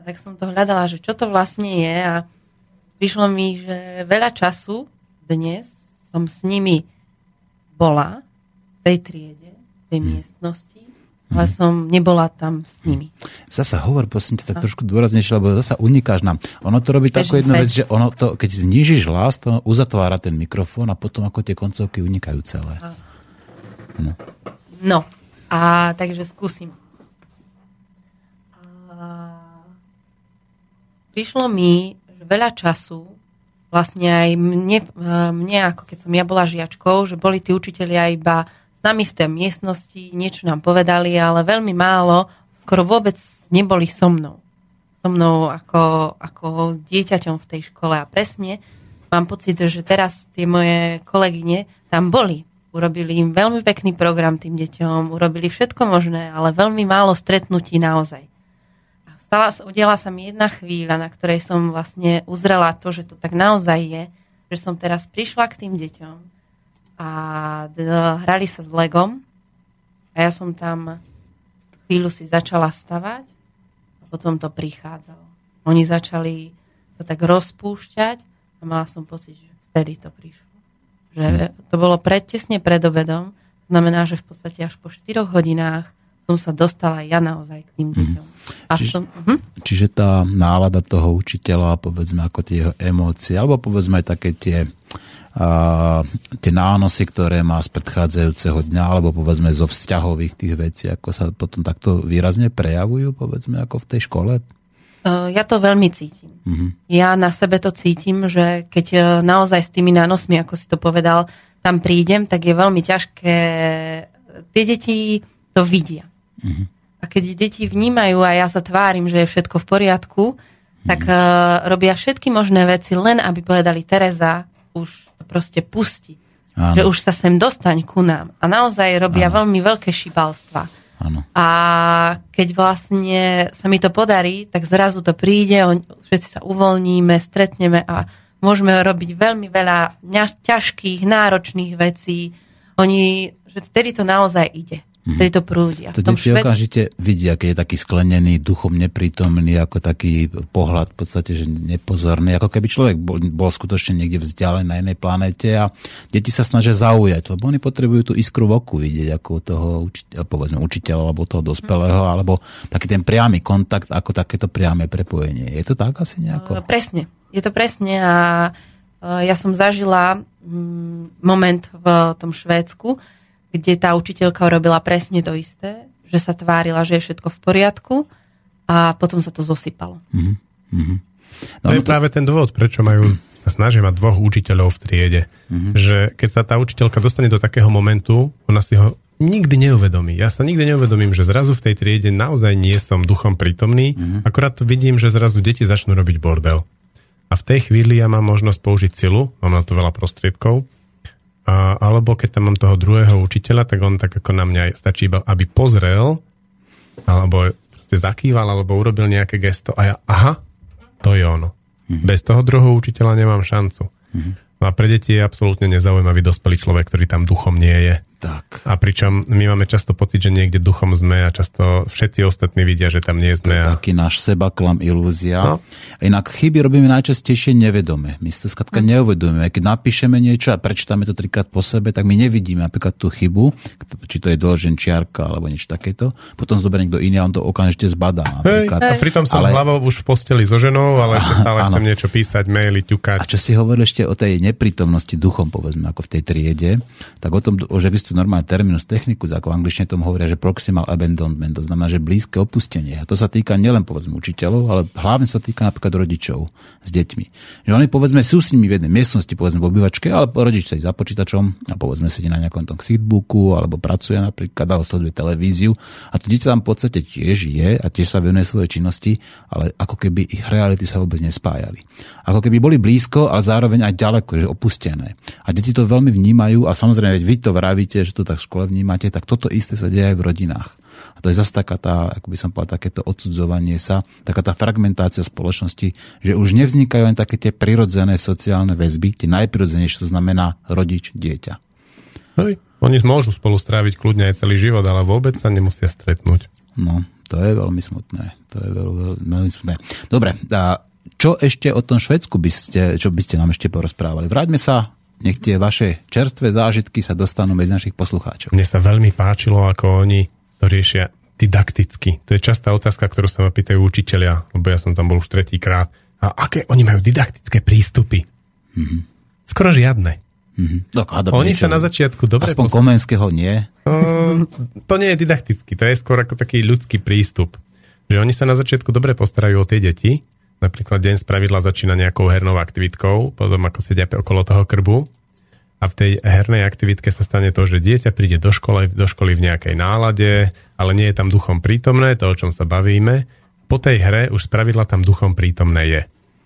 A tak som to hľadala, že čo to vlastne je a prišlo mi, že veľa času dnes som s nimi bola v tej triede, v tej hmm. miestnosti, ale hmm. som nebola tam s nimi. Zasa hovor, prosím ťa, tak no. trošku dôraznejšie, lebo zasa unikáš nám. Ono to robí takú jednu vec, že ono to, keď znížiš hlas, to uzatvára ten mikrofón a potom ako tie koncovky unikajú celé. No. No, a takže skúsim. A prišlo mi že veľa času, vlastne aj mne, mne, ako keď som ja bola žiačkou, že boli tí učitelia iba s nami v tej miestnosti, niečo nám povedali, ale veľmi málo, skoro vôbec neboli so mnou. So mnou ako, ako dieťaťom v tej škole. A presne mám pocit, že teraz tie moje kolegyne tam boli. Urobili im veľmi pekný program tým deťom, urobili všetko možné, ale veľmi málo stretnutí naozaj. A stala, udiala sa mi jedna chvíľa, na ktorej som vlastne uzrela to, že to tak naozaj je, že som teraz prišla k tým deťom a d- hrali sa s Legom a ja som tam chvíľu si začala stavať a potom to prichádzalo. Oni začali sa tak rozpúšťať a mala som pocit, že vtedy to prišlo. Že to bolo pred, tesne pred obedom, znamená, že v podstate až po štyroch hodinách som sa dostala ja naozaj k tým deťom. A čiže, som, hm? čiže tá nálada toho učiteľa, povedzme ako tie jeho emócie, alebo povedzme aj také tie a tie nánosy, ktoré má z predchádzajúceho dňa, alebo povedzme zo vzťahových tých vecí, ako sa potom takto výrazne prejavujú, povedzme ako v tej škole? Ja to veľmi cítim. Uh-huh. Ja na sebe to cítim, že keď naozaj s tými nánosmi, ako si to povedal, tam prídem, tak je veľmi ťažké. Tie deti to vidia. Uh-huh. A keď deti vnímajú a ja sa tvárim, že je všetko v poriadku, uh-huh. tak uh, robia všetky možné veci, len aby povedali Tereza, už to proste pusti. Áno. Že už sa sem dostaň ku nám. A naozaj robia Áno. veľmi veľké šibalstva. Áno. A keď vlastne sa mi to podarí, tak zrazu to príde, on, všetci sa uvoľníme, stretneme a môžeme robiť veľmi veľa ťažkých, náročných vecí. Oni, že vtedy to naozaj ide. Vtedy to prúdi. A to deti šved... okamžite vidia, keď je taký sklenený, duchom neprítomný, ako taký pohľad v podstate, že nepozorný, ako keby človek bol, bol skutočne niekde vzdialený na inej planéte a deti sa snažia zaujať, lebo oni potrebujú tú iskru v oku vidieť, ako toho učiteľa, povedzme učiteľa, alebo toho dospelého, hmm. alebo taký ten priamy kontakt, ako takéto priame prepojenie. Je to tak asi nejako? Presne. Je to presne a ja som zažila moment v tom Švédsku, kde tá učiteľka robila presne to isté, že sa tvárila, že je všetko v poriadku a potom sa to zosypalo. Mm-hmm. No, to je to... práve ten dôvod, prečo majú, sa snažia mať dvoch učiteľov v triede. Mm-hmm. Že keď sa tá učiteľka dostane do takého momentu, ona si ho nikdy neuvedomí. Ja sa nikdy neuvedomím, že zrazu v tej triede naozaj nie som duchom prítomný, mm-hmm. akorát vidím, že zrazu deti začnú robiť bordel. A v tej chvíli ja mám možnosť použiť silu, mám na to veľa prostriedkov. A, alebo keď tam mám toho druhého učiteľa, tak on tak ako na mňa stačí iba, aby pozrel, alebo proste zakýval, alebo urobil nejaké gesto a ja, aha, to je ono. Mm-hmm. Bez toho druhého učiteľa nemám šancu. Mm-hmm. No a pre deti je absolútne nezaujímavý dospelý človek, ktorý tam duchom nie je. Tak. A pričom my máme často pocit, že niekde duchom sme a často všetci ostatní vidia, že tam nie sme. To je a... taký náš sebaklam, ilúzia. No. Inak chyby robíme najčastejšie nevedome. My si to skrátka hm. neuvedomíme. Keď napíšeme niečo a prečítame to trikrát po sebe, tak my nevidíme napríklad tú chybu, či to je doložen čiarka alebo niečo takéto. Potom zoberie niekto iný a on to okamžite zbadá. Hej, a pritom som ale... hlavou už v posteli so ženou, ale ešte stále chcem niečo písať, maily, ťukať. A čo si hovoril ešte o tej neprítomnosti duchom, povedzme, ako v tej triede, tak o tom, že existuje normálny terminus technicus, ako v angličtine tomu hovoria, že proximal abandonment, to znamená, že blízke opustenie. A to sa týka nielen, povedzme, učiteľov, ale hlavne sa týka napríklad rodičov s deťmi. Že oni, povedzme, sú s nimi v jednej miestnosti, povedzme, v obývačke, ale rodič sedí za počítačom a povedzme sedí na nejakom tom xitbooku alebo pracuje napríklad, alebo sleduje televíziu a to dieťa tam v podstate tiež je a tiež sa venuje svojej činnosti, ale ako keby ich reality sa vôbec nespájali. Ako keby boli blízko, ale zároveň aj ďaleko, že opustené. A deti to veľmi vnímajú a samozrejme, vy to vravíte, že to tak v škole vnímate, tak toto isté sa deje aj v rodinách. A to je zase taká tá, ako by som povedal, takéto odsudzovanie sa, taká tá fragmentácia spoločnosti, že už nevznikajú len také tie prirodzené sociálne väzby, tie najprirodzenejšie, to znamená rodič, dieťa. Hej, oni môžu spolu stráviť kľudne aj celý život, ale vôbec sa nemusia stretnúť. No, To je veľmi smutné. To je veľmi, veľmi, veľmi smutné. Dobre, a čo ešte o tom Švédsku by ste, čo by ste nám ešte porozprávali? Vráťme sa, nech tie vaše čerstvé zážitky sa dostanú medzi našich poslucháčov. Mne sa veľmi páčilo, ako oni to riešia didakticky. To je častá otázka, ktorú sa ma pýtajú učitelia, lebo ja som tam bol už tretíkrát. A aké oni majú didaktické prístupy? Mm-hmm. Skoro žiadne. Mm-hmm. No, oni sa na začiatku dobre... Aspoň postav... Komenského nie. Uh, to nie je didaktický, to je skôr ako taký ľudský prístup. Že oni sa na začiatku dobre postarajú o tie deti. Napríklad deň spravidla začína nejakou hernou aktivitkou, potom ako sedia okolo toho krbu. A v tej hernej aktivitke sa stane to, že dieťa príde do školy, do školy v nejakej nálade, ale nie je tam duchom prítomné, to, o čom sa bavíme. Po tej hre už spravidla tam duchom prítomné je.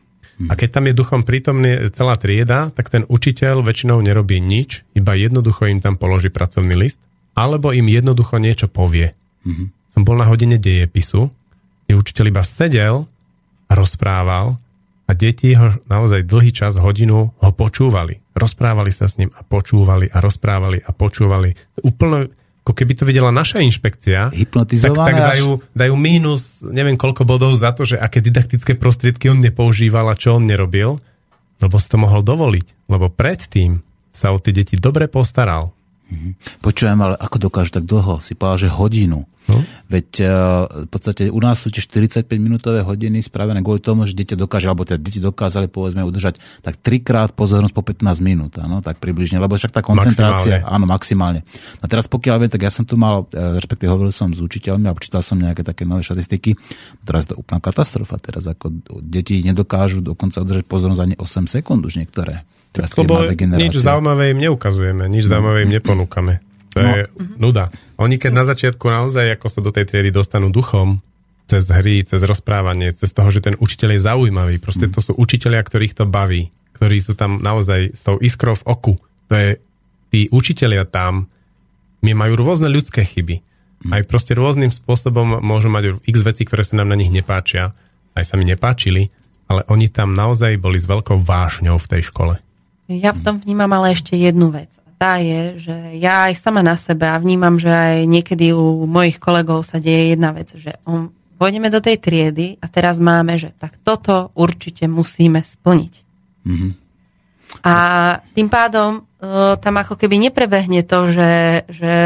A keď tam je duchom prítomný celá trieda, tak ten učiteľ väčšinou nerobí nič, iba jednoducho im tam položí pracovný list, alebo im jednoducho niečo povie. Mm-hmm. Som bol na hodine dejepisu, kde učiteľ iba sedel a rozprával a deti ho naozaj dlhý čas, hodinu, ho počúvali. Rozprávali sa s ním a počúvali a rozprávali a počúvali. Úplne, ako keby to videla naša inšpekcia, tak, tak dajú, dajú mínus neviem koľko bodov za to, že aké didaktické prostriedky on nepoužíval a čo on nerobil, lebo si to mohol dovoliť. Lebo predtým sa o tie deti dobre postaral. Mm-hmm. Počujem, ale ako dokáže tak dlho? Si povedal, že hodinu. No? Veď uh, v podstate u nás sú tie štyridsaťpäť minútové hodiny spravené kvôli tomu, že deti dokáže, alebo teda deti dokázali povedzme udržať tak trikrát pozornosť po pätnásť minút, áno, tak približne, lebo však tá koncentrácia, maximálne. Áno, maximálne. No teraz pokiaľ viem, tak ja som tu mal, respektíve hovoril som s učiteľmi a čítal som nejaké také nové štatistiky. Teraz je to úplná katastrofa, teraz ako deti nedokážu dokonca udržať pozornosť ani osem sekúnd už niektoré. Teraz lebo nič zaujímavé im neukazujeme, nič zaujímavé im neponúkame. To no. je nuda. Oni keď na začiatku naozaj, ako sa do tej triedy dostanú duchom, cez hry, cez rozprávanie, cez toho, že ten učiteľ je zaujímavý. Proste to sú učitelia, ktorých to baví, ktorí sú tam naozaj s tou iskrou v oku. To je, tí učitelia tam majú rôzne ľudské chyby. Aj proste rôznym spôsobom môžu mať x veci, ktoré sa nám na nich nepáčia. Aj sa mi nepáčili, ale oni tam naozaj boli s veľkou vášňou v tej škole. Ja v tom vnímam ale ešte jednu vec. Tá je, že ja aj sama na sebe a vnímam, že aj niekedy u mojich kolegov sa deje jedna vec, že on, pôjdeme do tej triedy a teraz máme, že tak toto určite musíme splniť. Mm-hmm. A tým pádom uh, tam ako keby neprebehne to, že, že,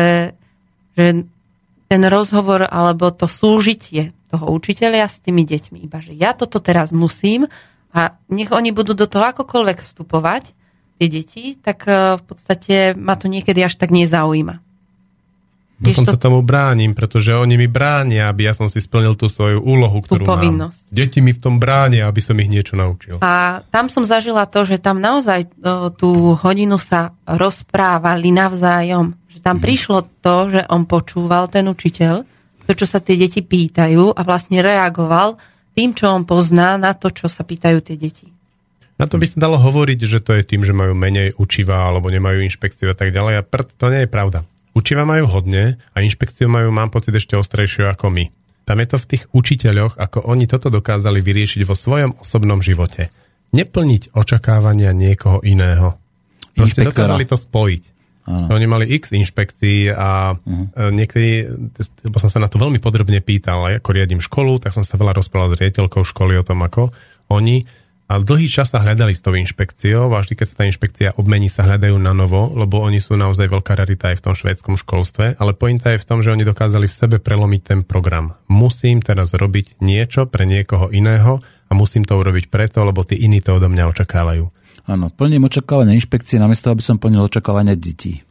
že ten rozhovor alebo to súžitie toho učiteľa s tými deťmi. Iba, že ja toto teraz musím a nech oni budú do toho akokoľvek vstupovať, tie deti, tak v podstate ma to niekedy až tak nezaujíma. Dokonca to... tomu bránim, pretože oni mi bránia, aby ja som si splnil tú svoju úlohu, ktorú tú povinnosť. Mám. Deti mi v tom bránia, aby som ich niečo naučil. A tam som zažila to, že tam naozaj tú hodinu sa rozprávali navzájom. Že tam hmm. prišlo to, že on počúval ten učiteľ, to, čo sa tie deti pýtajú a vlastne reagoval tým, čo on pozná na to, čo sa pýtajú tie deti. Na to by sa dalo hovoriť, že to je tým, že majú menej učiva alebo nemajú inšpekciu a tak ďalej. A prd, to nie je pravda. Učiva majú hodne a inšpekciu majú, mám pocit, ešte ostrejšiu ako my. Tam je to v tých učiteľoch, ako oni toto dokázali vyriešiť vo svojom osobnom živote. Neplniť očakávania niekoho iného. Proste dokázali to spojiť. Ano. Oni mali x inšpekcií a uh-huh. niekedy, lebo som sa na to veľmi podrobne pýtal, aj ako riadím školu, tak som sa veľa rozprával s riaditeľkou školy o tom, ako oni a dlhý čas sa hľadali s tou inšpekciou a vždy, keď sa tá inšpekcia obmení, sa hľadajú na novo, lebo oni sú naozaj veľká rarita aj v tom švédskom školstve, ale pointa je v tom, že oni dokázali v sebe prelomiť ten program. Musím teraz robiť niečo pre niekoho iného a musím to urobiť preto, lebo tí iní to odo mňa očakávajú. Áno, plním očakávania inšpekcie namiesto, aby som plnil očakávania detí.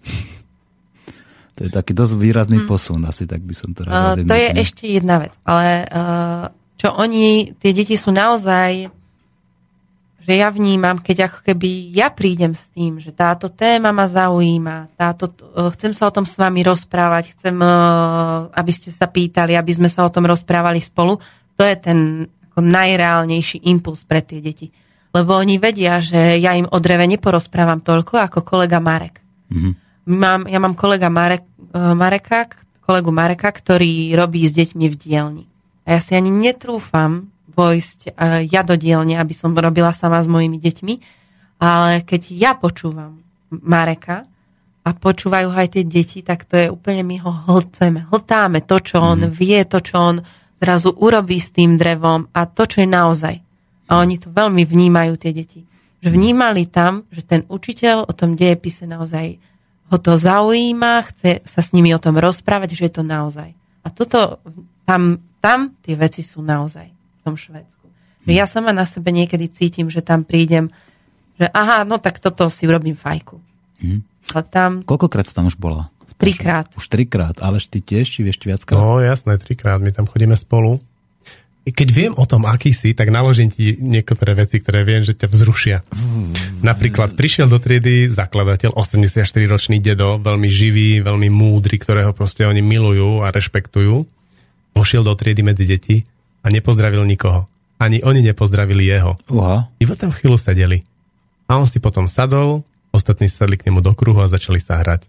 To je taký dosť výrazný hmm. posun, asi tak by som to raz uh, To je ešte jedna vec, ale uh, čo oni, tie deti sú naozaj, že ja vnímam, keď ako keby ja prídem s tým, že táto téma ma zaujíma, táto, uh, chcem sa o tom s vami rozprávať, chcem, uh, aby ste sa pýtali, aby sme sa o tom rozprávali spolu, to je ten ako najreálnejší impuls pre tie deti. Lebo oni vedia, že ja im o dreve neporozprávam toľko ako kolega Marek. Mm-hmm. Mám, ja mám kolega Marek, Mareka, kolegu Mareka, ktorý robí s deťmi v dielni. A ja si ani netrúfam vojsť ja do dielne, aby som robila sama s mojimi deťmi, ale keď ja počúvam Mareka a a počúvajú aj tie deti, tak to je úplne, my ho hlceme. Hltáme to, čo on mm. vie, to, čo on zrazu urobí s tým drevom a to, čo je naozaj. A oni to veľmi vnímajú, tie deti. Že vnímali tam, že ten učiteľ o tom dejepise naozaj ho to zaujíma, chce sa s nimi o tom rozprávať, že je to naozaj. A toto, tam, tam tie veci sú naozaj v tom Švédsku. Že ja sama na sebe niekedy cítim, že tam prídem, že aha, no tak toto si urobím fajku. Mm. A tam... Koľkokrát si tam už bola? Trikrát. Už trikrát, ale ty tiež, či vieš viackrát? No jasné, trikrát, my tam chodíme spolu. Keď viem o tom, aký si, tak naložím ti niektoré veci, ktoré viem, že ťa vzrušia. Mm. Napríklad prišiel do triedy zakladateľ, osemdesiatštyriročný dedo, veľmi živý, veľmi múdry, ktorého proste oni milujú a rešpektujú. Pošiel do triedy medzi deti a nepozdravil nikoho. Ani oni nepozdravili jeho. Uha. Iba tam chvíľu sedeli. A on si potom sadol, ostatní sadli k nemu do kruhu a začali sa hrať.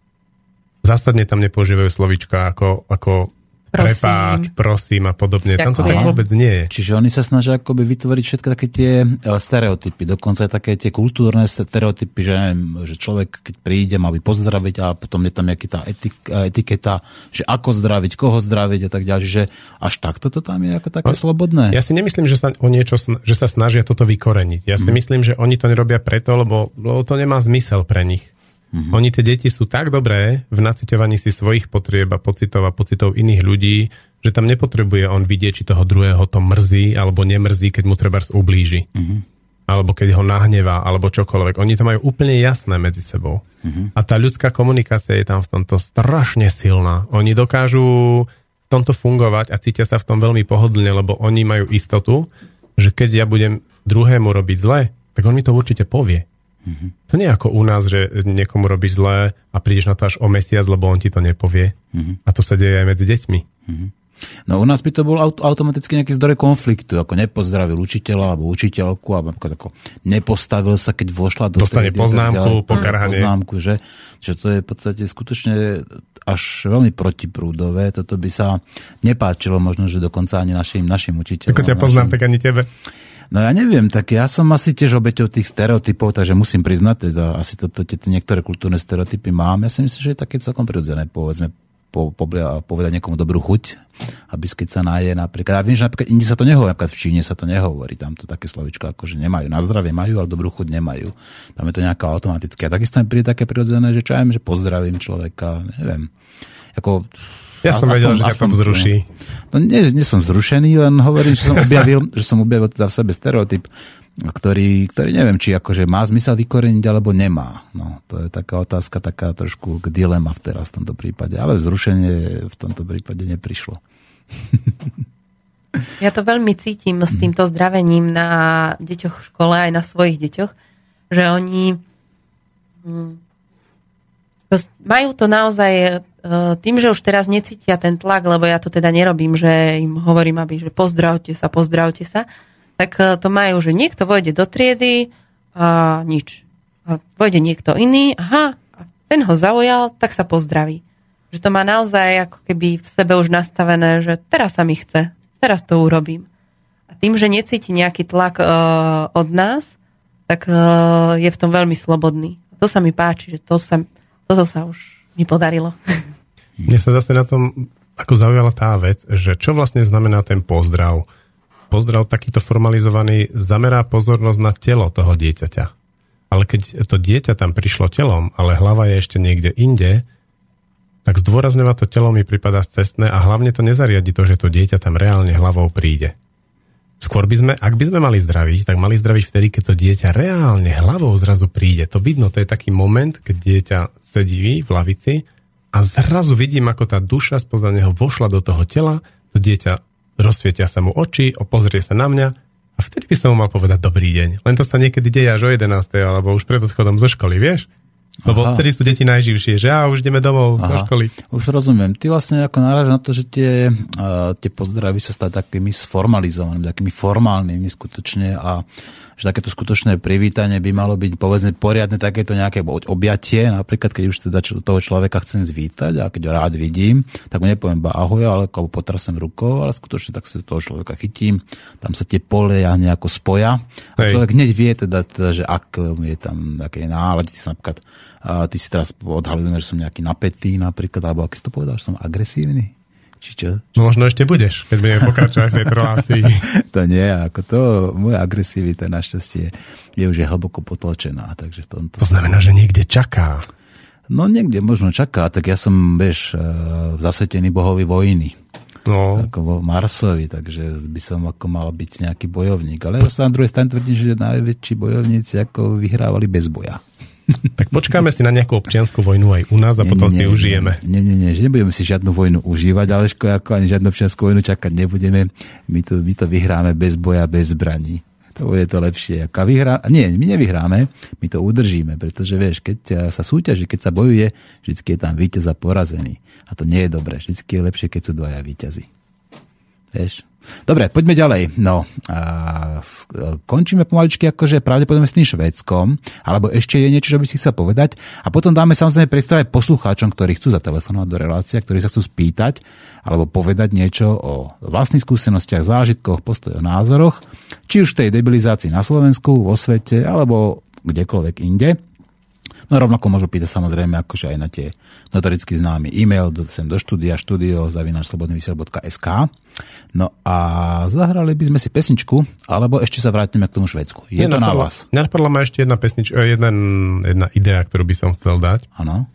Zásadne tam nepoužívajú slovíčka ako, ako prepáč, prosím a podobne. Ďakujem. Tam to tak vôbec nie je. Čiže oni sa snažia akoby vytvoriť všetky také tie stereotypy, dokonca aj také tie kultúrne stereotypy, že, neviem, že človek, keď príde, má by pozdraviť a potom je tam nejaká tá etik, etiketa, že ako zdraviť, koho zdraviť a tak ďalej, že až takto to tam je ako také no, slobodné. Ja si nemyslím, že sa o niečo, že sa snažia toto vykoreniť. Ja si mm. myslím, že oni to nerobia preto, lebo, lebo to nemá zmysel pre nich. Mm-hmm. Oni, tie deti, sú tak dobré v naciťovaní si svojich potrieb a pocitov a pocitov iných ľudí, že tam nepotrebuje on vidieť, či toho druhého to mrzí alebo nemrzí, keď mu trebárs ublíži. Mm-hmm. Alebo keď ho nahnevá, alebo čokoľvek. Oni to majú úplne jasné medzi sebou. Mm-hmm. A tá ľudská komunikácia je tam v tomto strašne silná. Oni dokážu v tomto fungovať a cítia sa v tom veľmi pohodlne, lebo oni majú istotu, že keď ja budem druhému robiť zle, tak on mi to určite povie. Mm-hmm. To nie je ako u nás, že niekomu robíš zlé a prídeš na to až o mesiac, lebo on ti to nepovie. Mm-hmm. A to sa deje aj medzi deťmi. Mm-hmm. No u nás by to bol aut- automaticky nejaký zdroj konfliktu, ako nepozdravil učiteľa alebo učiteľku, alebo ako nepostavil sa, keď vošla do dostane triedy, poznámku, pokarhanie. Poznámku, že, že to je v podstate skutočne až veľmi protiprúdové. Toto by sa nepáčilo možno, že dokonca ani našim, našim učiteľom. Ako ťa poznám, tak ani tebe. No ja neviem, tak ja som asi tiež obeťou tých stereotypov, takže musím priznať, teda asi toto, tieto niektoré kultúrne stereotypy mám. Ja si myslím, že je také celkom prirodzené, povedzme, po, po, povedať niekomu dobrú chuť, aby keď sa náje napríklad. A viem, že napríklad inde sa to nehovorí, napríklad v Číne sa to nehovorí, tam to také slovičko ako, že nemajú. Na zdravie majú, ale dobrú chuť nemajú. Tam je to nejaká automatické. A takisto mi príde také prirodzené, že čo aj, že pozdravím človeka, neviem. Ako... Ja som aspoň, vedel, že ťa to vzruší. No, nie, nie som vzrušený, len hovorím, že som objavil, že som objavil teda v sebe stereotyp, ktorý, ktorý neviem, či akože má zmysel vykoreniť, alebo nemá. No, to je taká otázka, taká trošku dilema v teraz v tomto prípade. Ale vzrušenie v tomto prípade neprišlo. Ja to veľmi cítim s týmto zdravením na deťoch v škole, aj na svojich deťoch, že oni majú to naozaj tým, že už teraz necítia ten tlak, lebo ja to teda nerobím, že im hovorím, aby, že pozdravte sa, pozdravte sa, tak to majú, že niekto vojde do triedy a nič. A vojde niekto iný, aha, a ten ho zaujal, tak sa pozdraví. Že to má naozaj ako keby v sebe už nastavené, že teraz sa mi chce, teraz to urobím. A tým, že necíti nejaký tlak uh, od nás, tak uh, je v tom veľmi slobodný. A to sa mi páči, že to sa, toto sa už mi podarilo. Mne sa zase na tom ako zaujala tá vec, že čo vlastne znamená ten pozdrav. Pozdrav takýto formalizovaný zamerá pozornosť na telo toho dieťaťa. Ale keď to dieťa tam prišlo telom, ale hlava je ešte niekde inde, tak zdôrazňovať to telo mi prípada cestné a hlavne to nezariadi to, že to dieťa tam reálne hlavou príde. Skôr by sme, ak by sme mali zdraviť, tak mali zdraviť vtedy, keď to dieťa reálne hlavou zrazu príde. To vidno, to je taký moment, keď dieťa sedí v lavici a zrazu vidím, ako tá duša spoza neho vošla do toho tela, to dieťa rozsvietia sa mu oči, pozrie sa na mňa a vtedy by som mu mal povedať dobrý deň. Len to sa niekedy deje až o jedenástej alebo už pred odchodom zo školy, vieš? Lebo vtedy sú deti najživšie, že a už ideme domov Aha. zo školy. Už rozumiem. Ty vlastne ako narážaš na to, že tie, uh, tie pozdravy sa stali takými sformalizovanými, takými formálnymi skutočne a že takéto skutočné privítanie by malo byť povedzme poriadne takéto nejaké objatie, napríklad keď už teda toho človeka chcem zvítať a keď ho rád vidím, tak mu nepoviem ba ahoj, ale alebo potrasem rukou, ale skutočne tak si toho človeka chytím, tam sa tie polia nejako spoja a Hej. človek hneď vie teda, teda, že ak je tam také nálade, napríklad A ty si teraz odhalil, že som nejaký napätý napríklad, alebo aký si to povedal, že som agresívny? Či čo? No možno ešte budeš, keď budeme pokračovať v tejto relácii. To nie, ako to, moja agresivita našťastie je už je hlboko potlačená. Takže v tomto... To znamená, že niekde čaká. No niekde možno čaká, tak ja som, vieš, zasvetený bohovi vojny. No. Ako vo Marsovi, takže by som ako mal byť nejaký bojovník. Ale ja sa na druhej strane tvrdím, že najväčší bojovníci ako vyhrávali bez boja. Tak počkáme si na nejakú občiansku vojnu aj u nás a nie, potom nie, si nie, užijeme. Nie, nie, nie, že nebudeme si žiadnu vojnu užívať, ale ako ani žiadnu občiansku vojnu čakať nebudeme. My to, my to vyhráme bez boja, bez zbraní. To je to lepšie. Ako vyhrá... Nie, my nevyhráme, my to udržíme, pretože vieš, keď sa súťaží, keď sa bojuje, vždycky je tam víťaz a porazený. A to nie je dobré. Vždycky je lepšie, keď sú dvaja víťazi. Vieš? Dobre, poďme ďalej. No, a končíme pomaličky akože pravdepodobne s tým Švédskom, alebo ešte je niečo, čo by si chcel povedať. A potom dáme samozrejme priestor aj poslucháčom, ktorí chcú zatelefonovať do relácie, ktorí sa chcú spýtať, alebo povedať niečo o vlastných skúsenostiach, zážitkoch, postojoch, názoroch, či už v tej debilizácii na Slovensku, vo svete, alebo kdekoľvek inde. No rovnako môžu pýtať samozrejme akože aj na tie notoricky známy e-mail do, sem do štúdia studio zavináč slobodný vysielač bodka es ká. No a zahrali by sme si pesničku, alebo ešte sa vrátime k tomu Švédsku. Je, je to napadla, na vás. Napadla ma ešte jedna pesnička, jedna, jedna idea, ktorú by som chcel dať. Áno.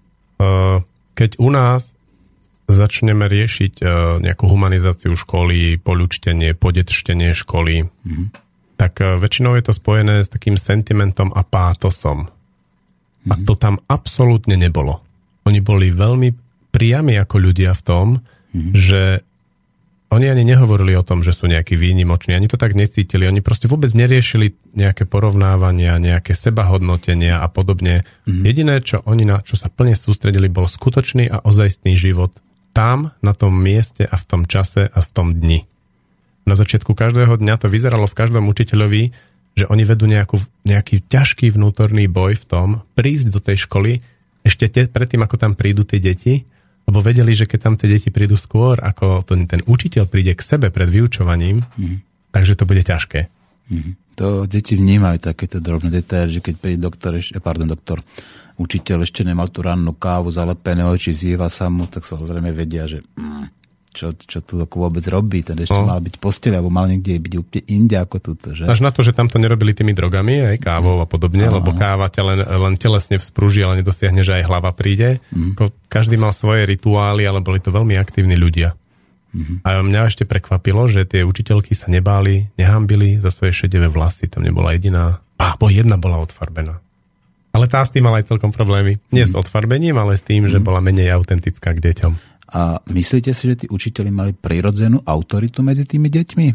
Keď u nás začneme riešiť nejakú humanizáciu školy, poľučtenie, podetštenie školy, mm-hmm. tak väčšinou je to spojené s takým sentimentom a pátosom. A to tam absolútne nebolo. Oni boli veľmi priami ako ľudia v tom, mm-hmm. že oni ani nehovorili o tom, že sú nejakí výnimoční. Ani to tak necítili. Oni proste vôbec neriešili nejaké porovnávania, nejaké sebahodnotenia a podobne. Mm-hmm. Jediné, čo oni na čo sa plne sústredili, bol skutočný a ozajstný život tam, na tom mieste a v tom čase a v tom dni. Na začiatku každého dňa to vyzeralo v každom učiteľovi, že oni vedú nejakú, nejaký ťažký vnútorný boj v tom, prísť do tej školy ešte te, predtým, ako tam prídu tie deti, lebo vedeli, že keď tam tie deti prídu skôr, ako ten, ten učiteľ príde k sebe pred vyučovaním, mm-hmm. takže to bude ťažké. Mm-hmm. To deti vnímajú takéto drobné detaily, že keď príde doktor, pardon, doktor, učiteľ ešte nemal tú rannú kávu zalepeného, či zjeva sa mu, tak samozrejme vedia, že... Mm, Čo, čo tu vôbec robí, ten ešte no. mal byť posteľ, alebo mal niekde byť úplne inde ako tuto, že? Až na to, že tam to nerobili tými drogami, aj kávou a podobne, no, lebo no. káva ťa len, len telesne vzprúži, ale nedosiahne, že aj hlava príde. Mm. Každý mal svoje rituály, ale boli to veľmi aktívni ľudia. Mm-hmm. A mňa ešte prekvapilo, že tie učiteľky sa nebáli, nehambili za svoje šedivé vlasy, tam nebola jediná, a bo jedna bola odfarbená. Ale tá s tým mala aj celkom problémy. Nie mm. s odfarbením, ale s tým, mm. že bola menej autentická k deťom. A myslíte si, že tí učiteľi mali prirodzenú autoritu medzi tými deťmi?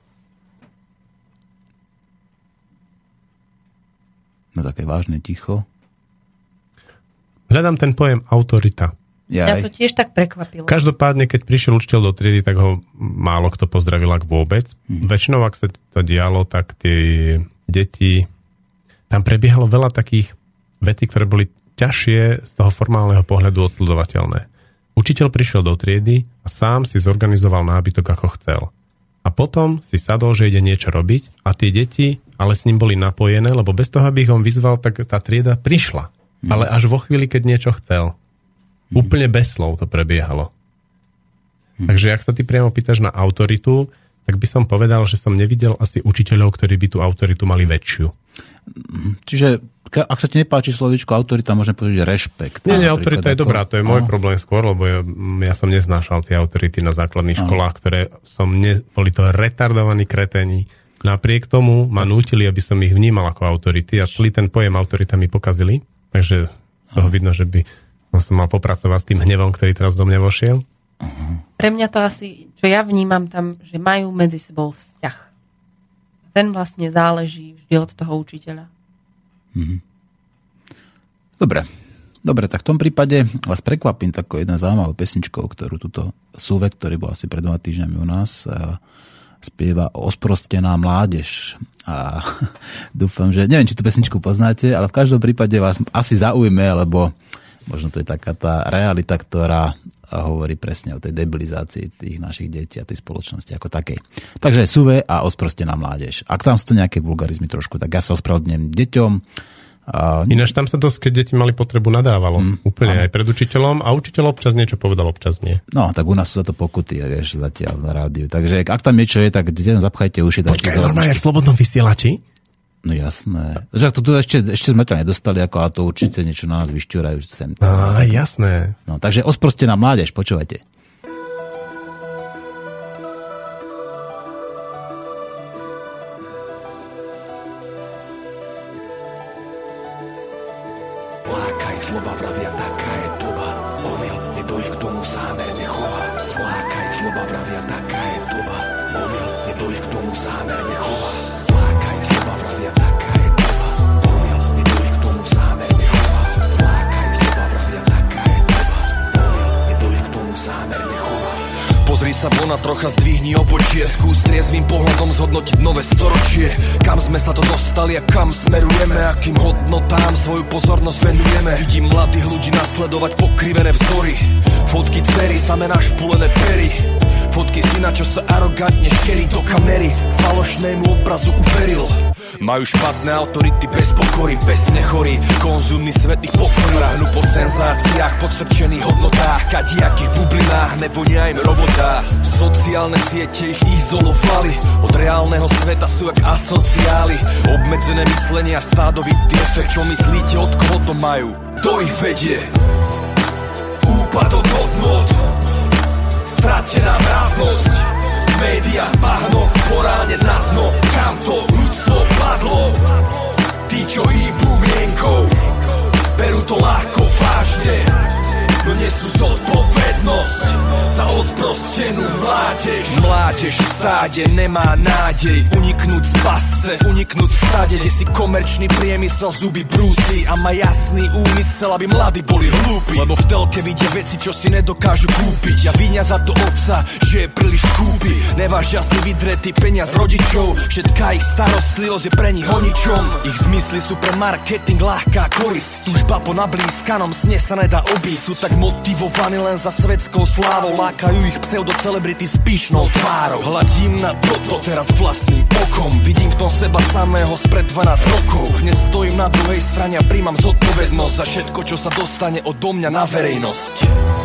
No také vážne ticho. Hľadám ten pojem autorita. Ja to tiež tak prekvapilo. Každopádne, keď prišiel učiteľ do triedy, tak ho málo kto pozdravil, ak vôbec. Hmm. Väčšinou, ak sa to dialo, tak tie deti... Tam prebiehalo veľa takých vecí, ktoré boli ťažšie z toho formálneho pohľadu odsledovateľné. Učiteľ prišiel do triedy a sám si zorganizoval nábytok, ako chcel. A potom si sadol, že ide niečo robiť a tie deti ale s ním boli napojené, lebo bez toho, aby ich on vyzval, tak tá trieda prišla. Mm. Ale až vo chvíli, keď niečo chcel. Mm. Úplne bez slov to prebiehalo. Mm. Takže ak sa ty priamo pýtaš na autoritu, tak by som povedal, že som nevidel asi učiteľov, ktorí by tú autoritu mali väčšiu. Čiže ak sa ti nepáči slovíčko autorita, môžeme povedať rešpekt. Nie, nie, autorita je dobrá, to je môj problém skôr, lebo ja, ja som neznášal tie autority na základných Aha. školách, ktoré som ne, boli to retardovaní kreténi. Napriek tomu ma nútili, aby som ich vnímal ako autority a celý ten pojem autorita mi pokazili, takže toho vidno, že by som mal popracovať s tým hnevom, ktorý teraz do mňa vošiel. Aha. Pre mňa to asi, čo ja vnímam tam, že majú medzi sebou vzťah. Ten vlastne záleží vždy od toho učiteľa. Mhm. Dobre. Dobre, tak v tom prípade vás prekvapím takou jedna zaujímavou pesničkou, ktorú tuto Súvek, ktorý bol asi pred dvoma týždňami u nás, spieva Osprostená mládež. A dúfam, že neviem, či tú pesničku poznáte, ale v každom prípade vás asi zaujme, lebo možno to je taká tá realita, ktorá hovorí presne o tej debilizácii tých našich detí a tej spoločnosti ako takej. Takže Suve a Osprostená mládež. Ak tam sú to nejaké vulgarizmy trošku, tak ja sa ospravedlňujem deťom A... Ináč tam sa dosť, keď deti mali potrebu, nadávalo. Mm, úplne áno. Aj pred učiteľom a učiteľ občas niečo povedal, občas nie. No, tak u nás sú za to pokuty, vieš, zatiaľ na rádiu. Takže ak tam niečo je, tak deťom zapchajte uši. Počkaj, normálne v slobodnom vysielači? No jasné. Že to tu ešte, ešte sme to nedostali, ako, a to určite niečo na nás vyšťurajú sem. Á, jasné. No, takže osprostená mládež, počúvajte. Slova vravia, taká je doba. Omyl, nedoj k tomu zámerne chová. Lákaj, slova vravia, taká je doba. Omyl, nedoj k tomu zámerne chová. Lákaj, slova vravia, taká je doba. Omyl, nedoj k tomu zámerne chová. Lákaj, slova vravia, taká je doba. Omyl, nedoj k tomu zámerne chová. Pozri sa von a trocha zdvihni obočie. Skús triezvým pohľadom zhodnotiť nové storočie. Kam sme sa to dostali a kam smerujeme, akým hodnotám svoju pozornosť venujeme. Vidím mladých ľudí nasledovať pokrivené vzory. Fotky dcery, samé našpulené pery. Fotky syna, čo sa arogantne škerí do kamery. Falošnému obrazu uveril. Majú špatné autority bez pokory, bez nechorí. Konzumný svet ich pokorí. Ráhnu po senzáciách, podstrčených hodnotách, kadiakých bublinách, nevonia im robotá. Sociálne siete ich izolovali. Od reálneho sveta sú jak asociály. Obmedzené myslenie a stádovitý efekt. Čo myslíte, od koho to majú? Kto ich vedie? Úpadok hodnot, stratená mravnosť. V médiách bahno, morálne na dno. Kam to ľudstvo padlo? Tí, čo hýbu mienkou, berú to ľahko vážne, no nesú zodpovednosť za osprostenú mládež. Mládež v stáde nemá nádej uniknúť z pasce, uniknúť v stáde, kde si komerčný priemysel zuby brúsi a má jasný úmysel, aby mladí boli hlúpi, lebo v telke vidia veci, čo si nedokážu kúpiť. A vinia za to otca, že je príliš skúpy. Nevážia si vydretý peniaz rodičov, všetká ich starostlivosť je pre nich o ničom. Ich zmysly sú pre marketing ľahká korisť. Túžba po nablískanom sne sa nedá obísť. Sú tak motivovaní len za svetskou slávou, lákajú ich pseudocelebrity s pyšnou tvárou. Hladím na toto teraz vlastným okom, vidím v tom seba samého spred dvanásť rokov. Dnes stojím na druhej strane a príjmam zodpovednosť za všetko, čo sa dostane odo mňa na verejnosť.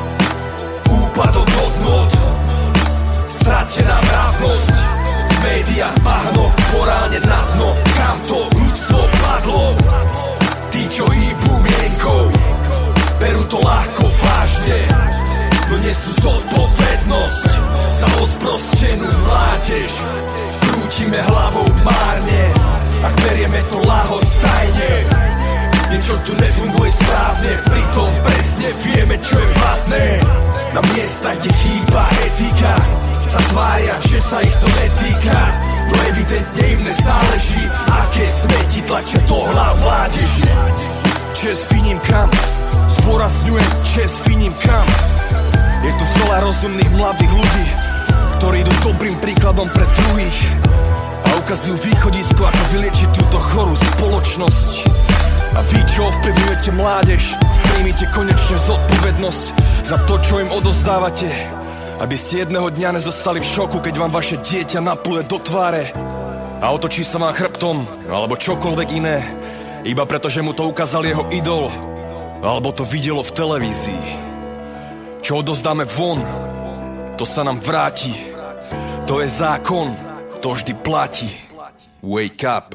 Úpadok hodnot, stratená mravnosť. V médiách bahno, morálne na dno. Kam to ľudstvo padlo? Tí, čo hýbu mienkou, berú to ľahko vážne, no nesú zodpovednosť za osprostenú mládež. Krútime hlavou márne, ak berieme to ľahostajne. Niečo tu nefunguje správne, pritom presne vieme, čo je platné. Na miestach, kde chýba etika, sa tvária, že sa ich to netýka, no evidentne im nezáleží, aké smeti tlačia do hlav mládeži. Čest výnimkám, zdôrazňujem čest výnimkám. Je tu veľa rozumných mladých ľudí, ktorí idú dobrým príkladom pre druhých a ukazujú východisko, ako vyliečiť túto chorú spoločnosť. A vy, čo ovplyvňujete mládež, príjmite konečne zodpovednosť za to, čo im odozdávate, aby ste jedného dňa nezostali v šoku, keď vám vaše dieťa napluje do tváre a otočí sa vám chrbtom alebo čokoľvek iné, iba preto, že mu to ukázal jeho idol alebo to videlo v televízii. Čo odozdáme von, to sa nám vráti. To je zákon, to vždy platí. Wake up.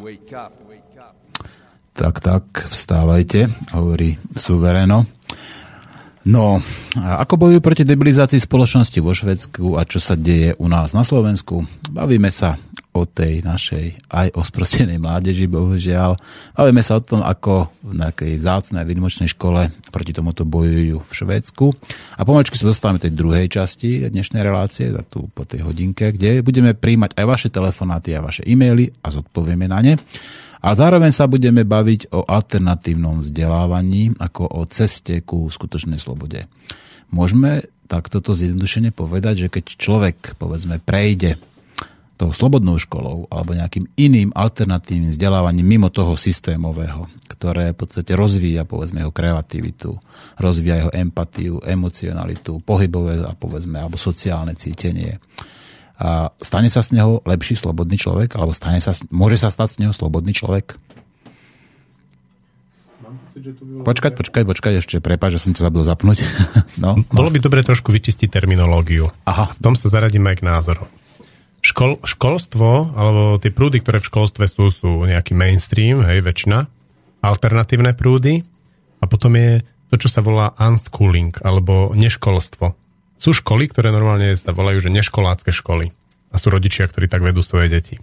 Tak, tak, vstávajte, hovorí Suvereno. No, a ako bojujú proti debilizácii spoločnosti vo Švédsku a čo sa deje u nás na Slovensku? Bavíme sa o tej našej aj osprostenej mládeži, bohužiaľ. Bavíme sa o tom, ako v nejakej vzácnej výnimočnej škole proti tomuto bojujú v Švédsku. A pomaličky sa dostávame tej druhej časti dnešnej relácie, za tu po tej hodinke, kde budeme prijímať aj vaše telefonáty a vaše e-maily a zodpovieme na ne. A zároveň sa budeme baviť o alternatívnom vzdelávaní ako o ceste ku skutočnej slobode. Môžeme takto zjednodušene povedať, že keď človek, povedzme, prejde tou slobodnou školou alebo nejakým iným alternatívnym vzdelávaním mimo toho systémového, ktoré v podstate rozvíja, povedzme, jeho kreativitu, rozvíja jeho empatiu, emocionalitu, pohybové a povedzme, alebo sociálne cítenie, a stane sa z neho lepší slobodný človek, alebo stane sa, môže sa stať z neho slobodný človek? Počkať, počkať, počkať, ešte prepáč, že som ťa zabudol zapnúť. No, Bolo by dobre trošku vyčistiť terminológiu. Aha. V tom sa zaradíme aj k názoru. Škol, školstvo, alebo tie prúdy, ktoré v školstve sú, sú nejaký mainstream, hej, väčšina, alternatívne prúdy a potom je to, čo sa volá unschooling, alebo neškolstvo. Sú školy, ktoré normálne sa volajú, že neškolácké školy. A sú rodičia, ktorí tak vedú svoje deti.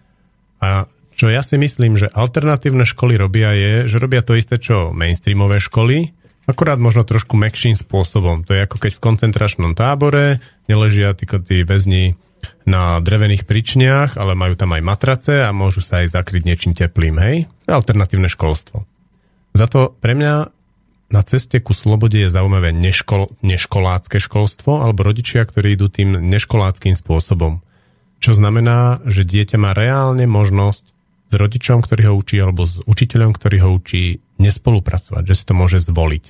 A čo ja si myslím, že alternatívne školy robia je, že robia to isté, čo mainstreamové školy, akurát možno trošku mäkším spôsobom. To je ako keď v koncentračnom tábore neležia tí, tí väzni na drevených pričniach, ale majú tam aj matrace a môžu sa aj zakryť niečím teplým, hej? Alternatívne školstvo. Za to pre mňa na ceste ku slobode je zaujímavé neškol, neškolácké školstvo alebo rodičia, ktorí idú tým neškoláckým spôsobom. Čo znamená, že dieťa má reálne možnosť s rodičom, ktorý ho učí, alebo s učiteľom, ktorý ho učí, nespolupracovať, že si to môže zvoliť.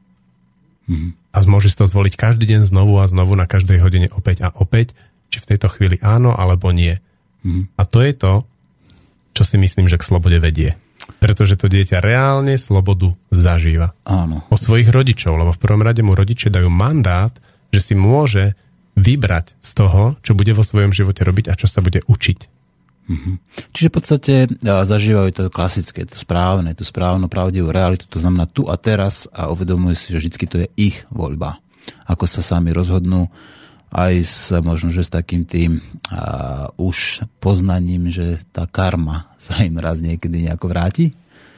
Mm. A môže si to zvoliť každý deň znovu a znovu na každej hodine opäť a opäť, či v tejto chvíli áno, alebo nie. Mm. A to je to, čo si myslím, že k slobode vedie. Pretože to dieťa reálne slobodu zažíva. Áno. Od svojich rodičov, lebo v prvom rade mu rodičia dajú mandát, že si môže vybrať z toho, čo bude vo svojom živote robiť a čo sa bude učiť. Mm-hmm. Čiže v podstate zažívajú to klasické, to správne, tú správnu, pravdivú realitu, to znamená tu a teraz a uvedomujú si, že vždy to je ich voľba. Ako sa sami rozhodnú, aj s, možno, že s takým tým a, už poznaním, že tá karma sa im raz niekedy nejako vráti?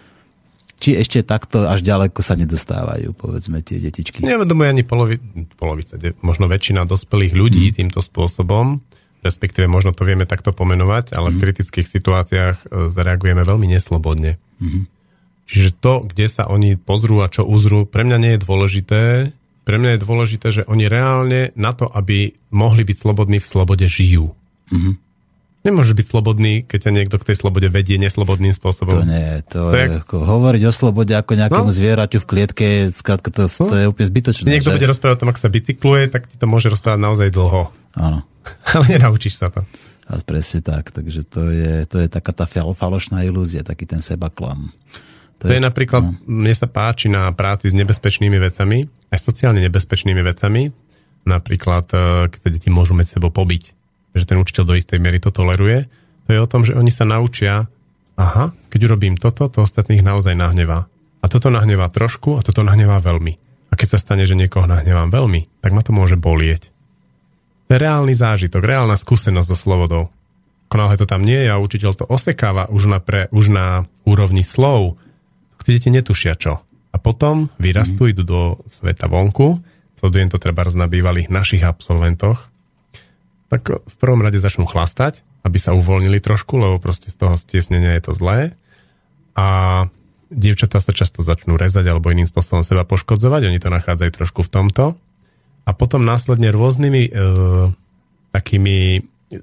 Či ešte takto až ďaleko sa nedostávajú, povedzme, tie detičky? Nevedomuje ani polovi, polovica, možno väčšina dospelých ľudí mm. týmto spôsobom, respektíve možno to vieme takto pomenovať, ale mm. v kritických situáciách zareagujeme veľmi neslobodne. Mm. Čiže to, kde sa oni pozrú a čo uzrú, pre mňa nie je dôležité. Pre mňa je dôležité, že oni reálne na to, aby mohli byť slobodní, v slobode žijú. Mm-hmm. Nemôžeš byť slobodný, keď ťa niekto k tej slobode vedie neslobodným spôsobom. To nie, to, to je ako hovoriť o slobode ako nejakému no? zvieraťu v klietke, skrátka to, no? to je úplne zbytočné. Niekto že? bude rozprávať o tom, ako sa bicykluje, tak ti to môže rozprávať naozaj dlho. Áno. Ale nenaučíš sa to. A presne tak, takže to je, to je taká tá falošná ilúzia, taký ten sebaklam. To, to je, je napríklad, no. mne sa páči na práci s nebezpečnými vecami, aj sociálne nebezpečnými vecami, napríklad, keď sa deti môžu medzi sebou pobiť, že ten učiteľ do istej miery to toleruje, to je o tom, že oni sa naučia, aha, keď urobím toto, to ostatných naozaj nahnevá. A toto nahnevá trošku a toto nahnevá veľmi. A keď sa stane, že niekoho nahnevám veľmi, tak ma to môže bolieť. To je reálny zážitok, reálna skúsenosť so slobodou. Konáhle to tam nie je a učiteľ to osekáva už na, pre, už na úrovni slov. Tí deti netušia čo. A potom vyrastú, mm. idú do sveta vonku, sledujem to treba na bývalých našich absolventoch, tak v prvom rade začnú chlastať, aby sa uvoľnili trošku, lebo proste z toho stiesnenia je to zlé. A dievčatá sa často začnú rezať alebo iným spôsobom seba poškodzovať, oni to nachádzajú trošku v tomto. A potom následne rôznymi e, takými e,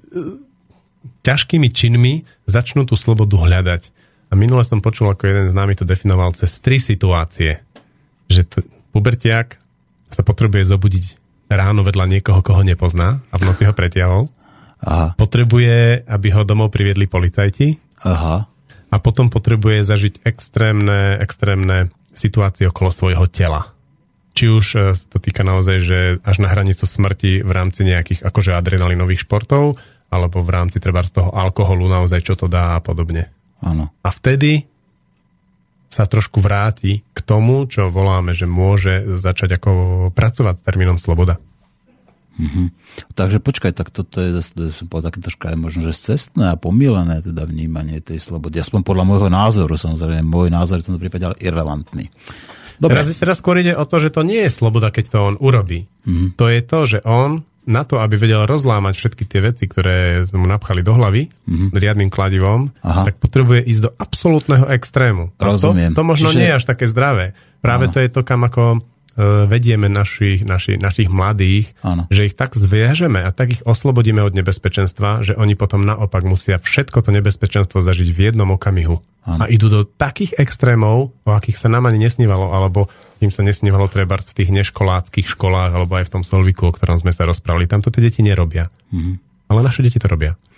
ťažkými činmi začnú tú slobodu hľadať. A minule som počul, ako jeden z nami to definoval cez tri situácie. Že t- pubertiak sa potrebuje zobudiť ráno vedľa niekoho, koho nepozná a v noci ho pretiahol. Aha. Potrebuje, aby ho domov priviedli policajti. Aha. A potom potrebuje zažiť extrémne, extrémne situácie okolo svojho tela. Či už to týka naozaj, že až na hranicu smrti v rámci nejakých akože adrenalinových športov, alebo v rámci treba z toho alkoholu naozaj, čo to dá a podobne. Áno. A vtedy sa trošku vráti k tomu, čo voláme, že môže začať ako pracovať s termínom sloboda. Mm-hmm. Takže počkaj, tak toto je, som povedal, také troška aj možno, že cestné a pomílené teda vnímanie tej slobody. Aspoň podľa môjho názoru, samozrejme, môj názor v tomto prípade ale irrelevantný. Dobre. Teraz, teraz skôr ide o to, že to nie je sloboda, keď to on urobí. Mm-hmm. To je to, že on na to, aby vedel rozlámať všetky tie veci, ktoré sme mu napchali do hlavy mm-hmm. riadnym kladivom, Aha. tak potrebuje ísť do absolútneho extrému. Rozumiem. To, to možno Čiže... nie je až také zdravé. Práve Áno. to je to, kam ako uh, vedieme našich, naši, našich mladých, Áno. že ich tak zviažeme a tak ich oslobodíme od nebezpečenstva, že oni potom naopak musia všetko to nebezpečenstvo zažiť v jednom okamihu. Áno. A idú do takých extrémov, o akých sa nám ani nesnívalo, alebo im sa nesnívalo trebárs v tých neškoláckých školách, alebo aj v tom Solviku, o ktorom sme sa rozprávali. Tam to tie deti nerobia. Mm-hmm. Ale naše deti to robia.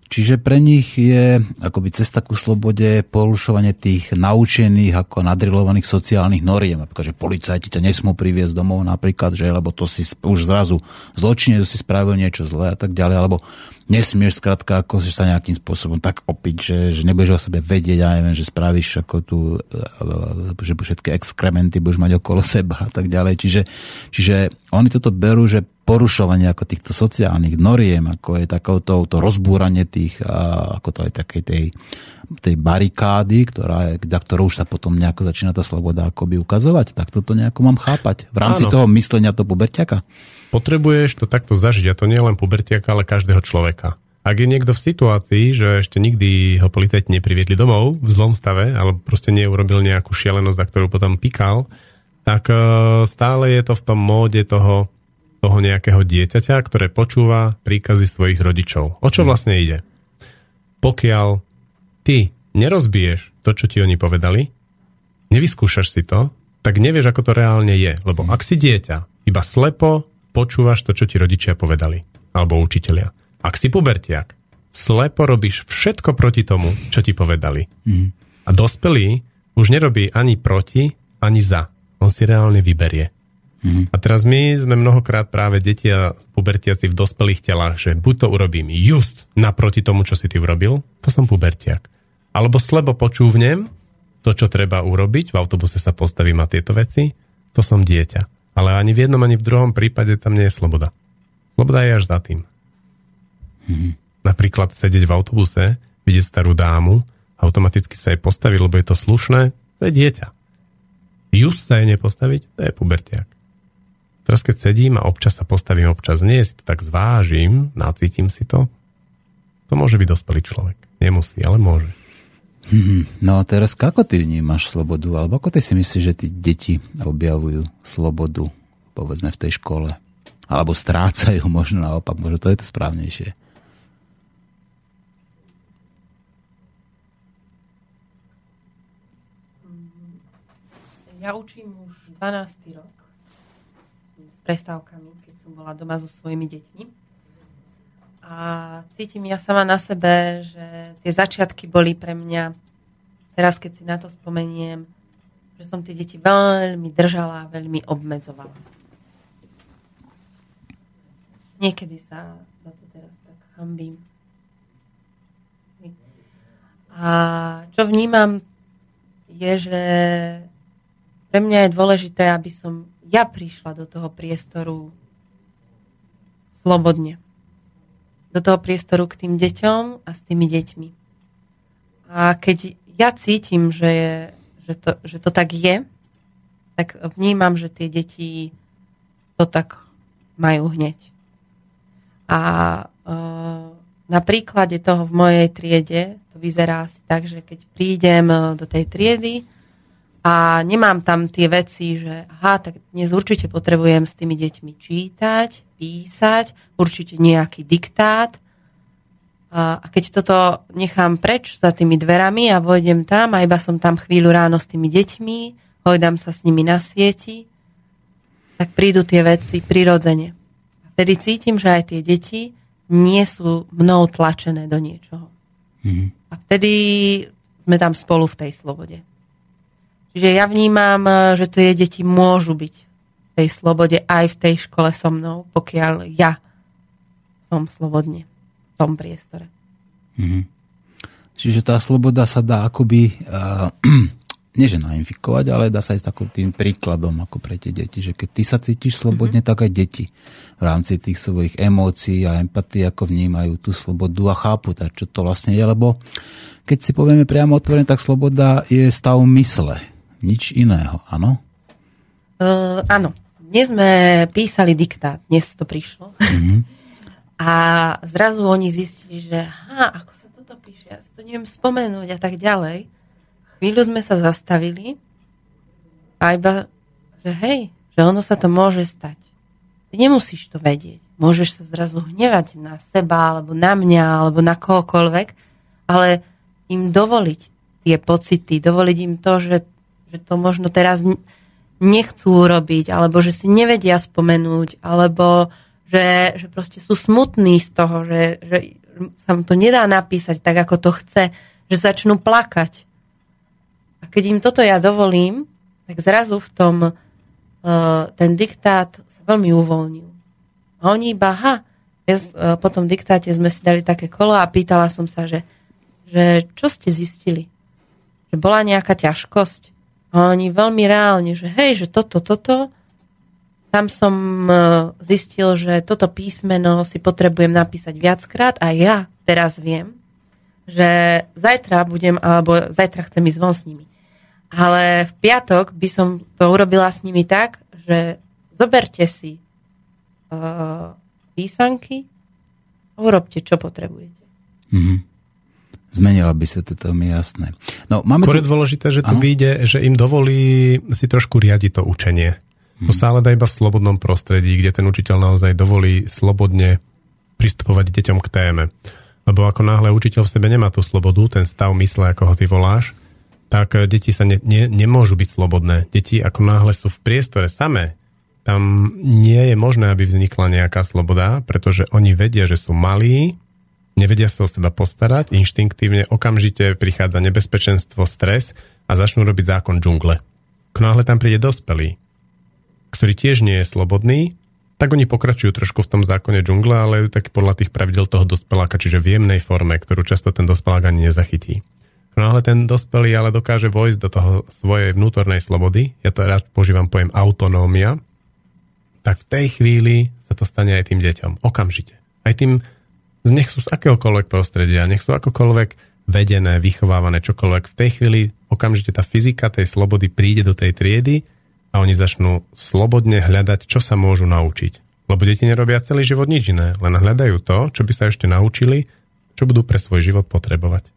Čiže pre nich je akoby cesta ku slobode porušovanie tých naučených ako nadrilovaných sociálnych noriem. Napríklad, že policajti ťa nesmú priviesť domov napríklad, že lebo to si už zrazu zločine, že si spravil niečo zlé a tak ďalej, alebo nesmieš skrátka ako sa nejakým spôsobom tak opiť, že, že nebudeš o sebe vedieť, ja neviem, že spravíš ako tu, že všetky exkrementy budeš mať okolo seba a tak ďalej. Čiže, čiže oni toto berú, že porušovanie ako týchto sociálnych noriem, ako je takéto to rozbúranie tých, ako to je takej tej, tej barikády, ktorá je, na ktorú už sa potom nejako začína tá sloboda akoby ukazovať. Tak toto nejako mám chápať v rámci Áno. toho myslenia toho puberťaka. Potrebuješ to takto zažiť, a to nie len puberťaka, ale každého človeka. Ak je niekto v situácii, že ešte nikdy ho policajti nepriviedli domov v zlom stave, alebo proste neurobil nejakú šialenosť, za ktorú potom pikal, tak stále je to v tom móde toho toho nejakého dieťaťa, ktoré počúva príkazy svojich rodičov. O čo vlastne ide? Pokiaľ ty nerozbiješ to, čo ti oni povedali, nevyskúšaš si to, tak nevieš, ako to reálne je. Lebo ak si dieťa, iba slepo počúvaš to, čo ti rodičia povedali. Alebo učitelia. Ak si pubertiak, slepo robíš všetko proti tomu, čo ti povedali. Mm. A dospelý už nerobí ani proti, ani za. On si reálne vyberie. Mm. A teraz my sme mnohokrát práve deti a pubertiaci v dospelých telách, že buď to urobím just naproti tomu, čo si ty urobil, to som pubertiak. Alebo slebo počúvnem to, čo treba urobiť, v autobuse sa postavím a tieto veci, to som dieťa. Ale ani v jednom, ani v druhom prípade tam nie je sloboda. Sloboda je až za tým. Mm. Napríklad sedieť v autobuse, vidieť starú dámu, automaticky sa jej postaviť, lebo je to slušné, to je dieťa. Just sa jej nepostaviť, to je pubertiak. Teraz keď sedím a občas sa postavím, občas nie, si to tak zvážim, nacítim si to, to môže byť dospelý človek. Nemusí, ale môže. No a teraz ako ty vnímaš slobodu? Alebo ako ty si myslíš, že tí deti objavujú slobodu, povedzme v tej škole? Alebo strácajú možno naopak, možno to je to správnejšie. Ja učím už dvanásty rok. Prestávkami, keď som bola doma so svojimi deťmi. A cítim ja sama na sebe, že tie začiatky boli pre mňa, teraz keď si na to spomeniem, že som tie deti veľmi držala, veľmi obmedzovala. Niekedy sa za to teraz tak hanbím. A čo vnímam, je, že pre mňa je dôležité, aby som ja prišla do toho priestoru slobodne. Do toho priestoru k tým deťom a s tými deťmi. A keď ja cítim, že, je, že, to, že to tak je, tak vnímam, že tie deti to tak majú hneď. A e, na príklade toho v mojej triede to vyzerá asi tak, že keď prídem do tej triedy a nemám tam tie veci, že aha, tak dnes určite potrebujem s tými deťmi čítať, písať, určite nejaký diktát. A keď toto nechám preč za tými dverami a vojdem tam a iba som tam chvíľu ráno s tými deťmi, hojdám sa s nimi na sieti, tak prídu tie veci prirodzene. A vtedy cítim, že aj tie deti nie sú mnou tlačené do niečoho. Mm. A vtedy sme tam spolu v tej slobode. Čiže ja vnímam, že tie deti môžu byť v tej slobode aj v tej škole so mnou, pokiaľ ja som slobodne v tom priestore. Mm-hmm. Čiže tá sloboda sa dá akoby, uh, nie že nainfikovať, ale dá sa ísť takým tým príkladom ako pre tie deti, že keď ty sa cítiš slobodne, mm-hmm. tak aj deti v rámci tých svojich emócií a empatie ako vnímajú tú slobodu a chápu, tak čo to vlastne je, lebo keď si povieme priamo otvorene, tak sloboda je stav mysle. Nič iného, áno? Uh, áno. Dnes sme písali diktát. Dnes to prišlo. Mm-hmm. A zrazu oni zistili, že aha, ako sa toto píše, ja si to neviem spomenúť a tak ďalej. Chvíľu sme sa zastavili a iba, že hej, že ono sa to môže stať. Ty nemusíš to vedieť. Môžeš sa zrazu hnevať na seba, alebo na mňa, alebo na kohokoľvek, ale im dovoliť tie pocity, dovoliť im to, že že to možno teraz nechcú robiť, alebo že si nevedia spomenúť, alebo že, že proste sú smutní z toho, že, že, sa mu to nedá napísať tak, ako to chce, že začnú plakať. A keď im toto ja dovolím, tak zrazu v tom uh, ten diktát sa veľmi uvoľnil. A oni iba, ha, ja, uh, po tom diktáte sme si dali také kolo a pýtala som sa, že, že čo ste zistili? Že bola nejaká ťažkosť? A oni veľmi reálne, že hej, že toto, toto, tam som uh, zistil, že toto písmeno si potrebujem napísať viackrát a ja teraz viem, že zajtra budem, alebo zajtra chcem ísť von s nimi. Ale v piatok by som to urobila s nimi tak, že zoberte si uh, písanky a urobte, čo potrebujete. Mm-hmm. Zmenila by sa toto, mi jasné. No, máme Skôr tu... je dôležité, že tu ano? vyjde, že im dovolí si trošku riadiť to učenie. Mm. To sa ale dá iba v slobodnom prostredí, kde ten učiteľ naozaj dovolí slobodne pristupovať deťom k téme. Lebo ako náhle učiteľ v sebe nemá tú slobodu, ten stav mysle, ako ho ty voláš, tak deti sa ne, ne, nemôžu byť slobodné. Deti ako náhle sú v priestore samé, tam nie je možné, aby vznikla nejaká sloboda, pretože oni vedia, že sú malí, nevedia sa o seba postarať, inštinktívne okamžite prichádza nebezpečenstvo, stres a začnú robiť zákon džungle. Ako náhle tam príde dospelý, ktorý tiež nie je slobodný, tak oni pokračujú trošku v tom zákone džungle, ale tak podľa tých pravidel toho dospeláka, čiže v jemnej forme, ktorú často ten dospelák ani nezachytí. No ale ten dospelý ale dokáže vojsť do toho svojej vnútornej slobody, ja to rád používam pojem autonómia, tak v tej chvíli sa to stane aj tým deťom. Okamžite. Aj tým, nech sú z akéhokoľvek prostredia, nech sú akokoľvek vedené, vychovávané, čokoľvek. V tej chvíli okamžite tá fyzika tej slobody príde do tej triedy a oni začnú slobodne hľadať, čo sa môžu naučiť. Lebo deti nerobia celý život nič iné, len hľadajú to, čo by sa ešte naučili, čo budú pre svoj život potrebovať.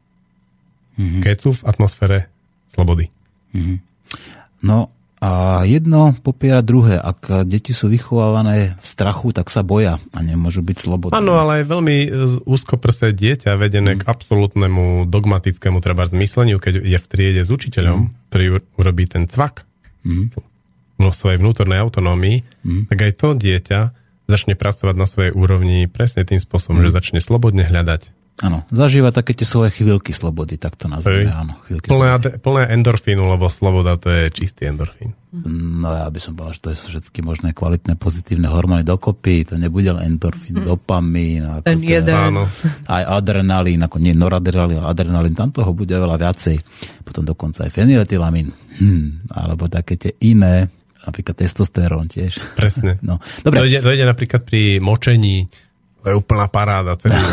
Mm-hmm. Keď sú v atmosfére slobody. Mm-hmm. No a jedno popiera druhé. Ak deti sú vychovávané v strachu, tak sa boja a nemôžu byť slobodné. Áno, ale aj veľmi úzkoprsé dieťa vedené mm. k absolútnemu dogmatickému treba zmysleniu, keď je v triede s učiteľom, mm. ktorý urobí ten cvak mm. vo svojej vnútornej autonómii, mm. tak aj to dieťa začne pracovať na svojej úrovni presne tým spôsobom, mm. že začne slobodne hľadať. Áno, zažíva také tie svoje chvíľky slobody, tak to nazveme. Áno, chvíľky plné, slobody. Plné endorfínu, lebo sloboda to je čistý endorfín. No ja by som povedal, že to sú všetky možné kvalitné pozitívne hormóny dokopy, to nebude len endorfín, mm. dopamín, ako ten jeden. Áno. Aj adrenalín, ako nie noradrenalín, ale adrenalín, tam toho bude veľa viacej. Potom dokonca aj fenyletylamín, hm, alebo také tie iné, napríklad testosterón tiež. Presne. No, dobre. To ide, to ide napríklad pri močení. To je úplná paráda.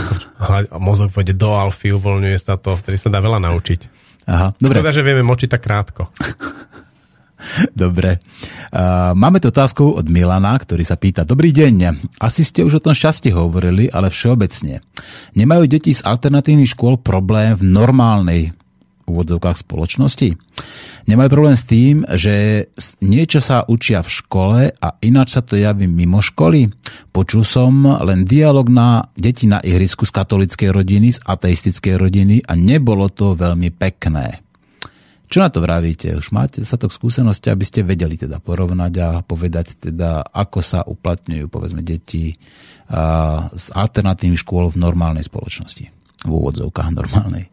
A mozog pôjde do alfy, uvoľňuje sa to, vtedy sa dá veľa naučiť. Aha, dobre. Škoda, že vieme močiť tak krátko. Dobre. Uh, máme tu otázku od Milana, ktorý sa pýta: Dobrý deň, asi ste už o tom šťastie hovorili, ale všeobecne. Nemajú deti z alternatívnych škôl problém v normálnej úvodzovkách spoločnosti? Nemajú problém s tým, že niečo sa učia v škole a ináč sa to javí mimo školy? Počul som len dialog na deti na ihrisku z katolíckej rodiny, z ateistickej rodiny a nebolo to veľmi pekné. Čo na to vravíte? Už máte sa to k skúsenosti, aby ste vedeli teda porovnať a povedať teda, ako sa uplatňujú, povedzme, deti z alternatívnych škôl v normálnej spoločnosti. V úvodzovkách normálnej.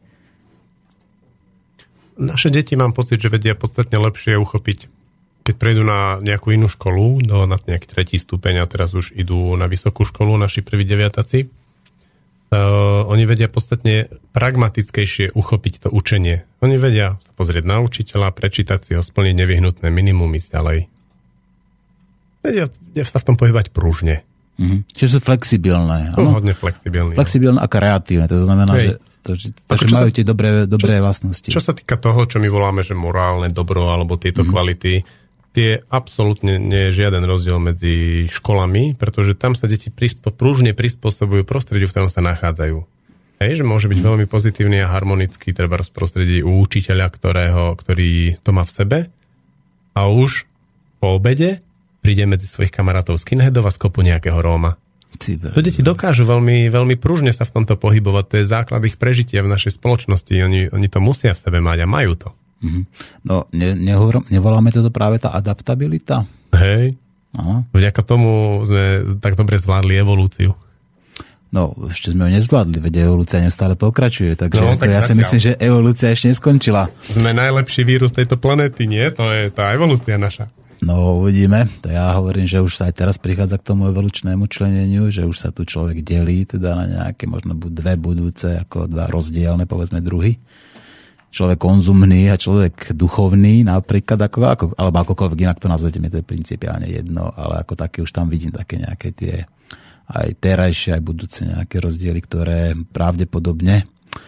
Naše deti, mám pocit, že vedia podstatne lepšie uchopiť, keď prejdú na nejakú inú školu, do, na nejaký tretí stupeň a teraz už idú na vysokú školu, naši prví deviataci. Uh, oni vedia podstatne pragmatickejšie uchopiť to učenie. Oni vedia sa pozrieť na učiteľa, prečítať si ho, splniť nevyhnutné minimum, ísť ďalej. Vedia, vedia sa v tom pohybať pružne. Mm-hmm. Čiže sú flexibilné. Sú hodne flexibilné. Flexibilné a kreatívne, to znamená, Hej. že To, takže majú tie dobré, dobré čo, vlastnosti. Čo sa týka toho, čo my voláme, že morálne dobro alebo tieto mm-hmm. kvality, tie absolútne nie je žiaden rozdiel medzi školami, pretože tam sa deti prispo, prúžne prispôsobujú prostrediu, v ktorom sa nachádzajú. Hej, že môže byť mm-hmm. veľmi pozitívny a harmonický treba z prostredí u učiteľa, ktorého, ktorý to má v sebe a už po obede príde medzi svojich kamarátov skinheadov a skopu nejakého Róma. To deti dokážu veľmi, veľmi pružne sa v tomto pohybovať. To je základ ich prežitia v našej spoločnosti. Oni, oni to musia v sebe mať a majú to. Mm-hmm. No, ne, nehovor, nevoláme to práve tá adaptabilita? Hej. Aha. Vďaka tomu sme tak dobre zvládli evolúciu. No, ešte sme ho nezvládli, veď evolúcia neustále pokračuje, takže no, tak ja si myslím, že evolúcia ešte neskončila. Sme najlepší vírus tejto planéty, nie? To je tá evolúcia naša. No, uvidíme. To ja hovorím, že už sa aj teraz prichádza k tomu evolučnému členeniu, že už sa tu človek delí teda na nejaké možno dve budúce, ako dva rozdielne, povedzme, druhy. Človek konzumný a človek duchovný napríklad, ako, ako, alebo akokoľvek inak to nazvete, mi to je principiálne jedno, ale ako také už tam vidím také nejaké tie aj terajšie, aj budúce nejaké rozdiely, ktoré pravdepodobne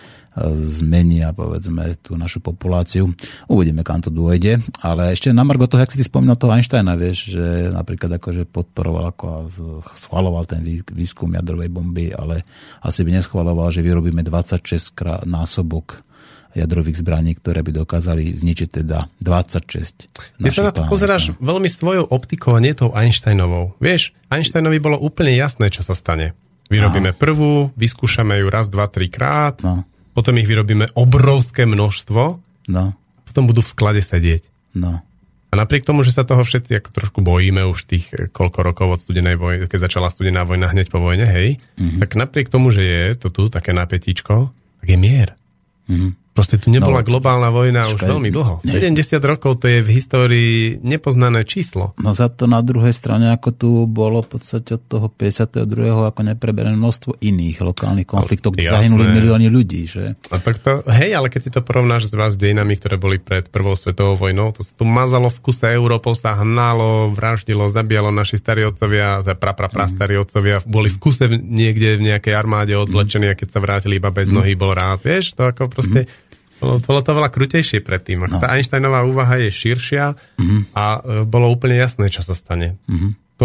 zmenia, povedzme, tú našu populáciu. Uvidíme, kam to dôjde, ale ešte na margo toho, jak si ty spomínal toho Einsteina, vieš, že napríklad akože podporoval, ako schvaľoval ten výskum jadrovej bomby, ale asi by neschvaľoval, že vyrobíme dvadsaťšesť násobok jadrových zbraní, ktoré by dokázali zničiť teda dvadsaťšesť. Ty sa na to pozeráš veľmi svojou optikou a nie tou Einsteinovou. Vieš, Einsteinovi bolo úplne jasné, čo sa stane. Vyrobíme no. prvú, vyskúšame ju raz, dva, tri krát, no. potom ich vyrobíme obrovské množstvo, no. potom budú v sklade sedieť. No. A napriek tomu, že sa toho všetci ako trošku bojíme už tých koľko rokov od studenej vojny, keď začala studená vojna hneď po vojne, hej, mm-hmm. tak napriek tomu, že je to tu také napätíčko, tak je mier. Mm-hmm. Proste tu nebola no, globálna vojna už veľmi dlho. Nie. sedemdesiat rokov to je v histórii nepoznané číslo. No za to na druhej strane, ako tu bolo v podstate od toho päťdesiateho druhého ako nepreberené množstvo iných lokálnych konfliktov, kde zahynuli milióny ľudí, že? A tak to, hej, ale keď si to porovnáš s vás dejinami, ktoré boli pred prvou svetovou vojnou, to sa tu mazalo v kuse, Európou sa hnalo, vraždilo, zabíjalo naši starí otcovia, pra, pra, pra, starí otcovia, boli v kuse niekde v nejakej armáde odlečení a keď sa vrátili iba bez nohy, bol rád, vieš, to ako proste Bolo, bolo to veľa krutejšie predtým. No. Tá Einsteinová úvaha je širšia mm-hmm. a bolo úplne jasné, čo sa stane. Mm-hmm. To,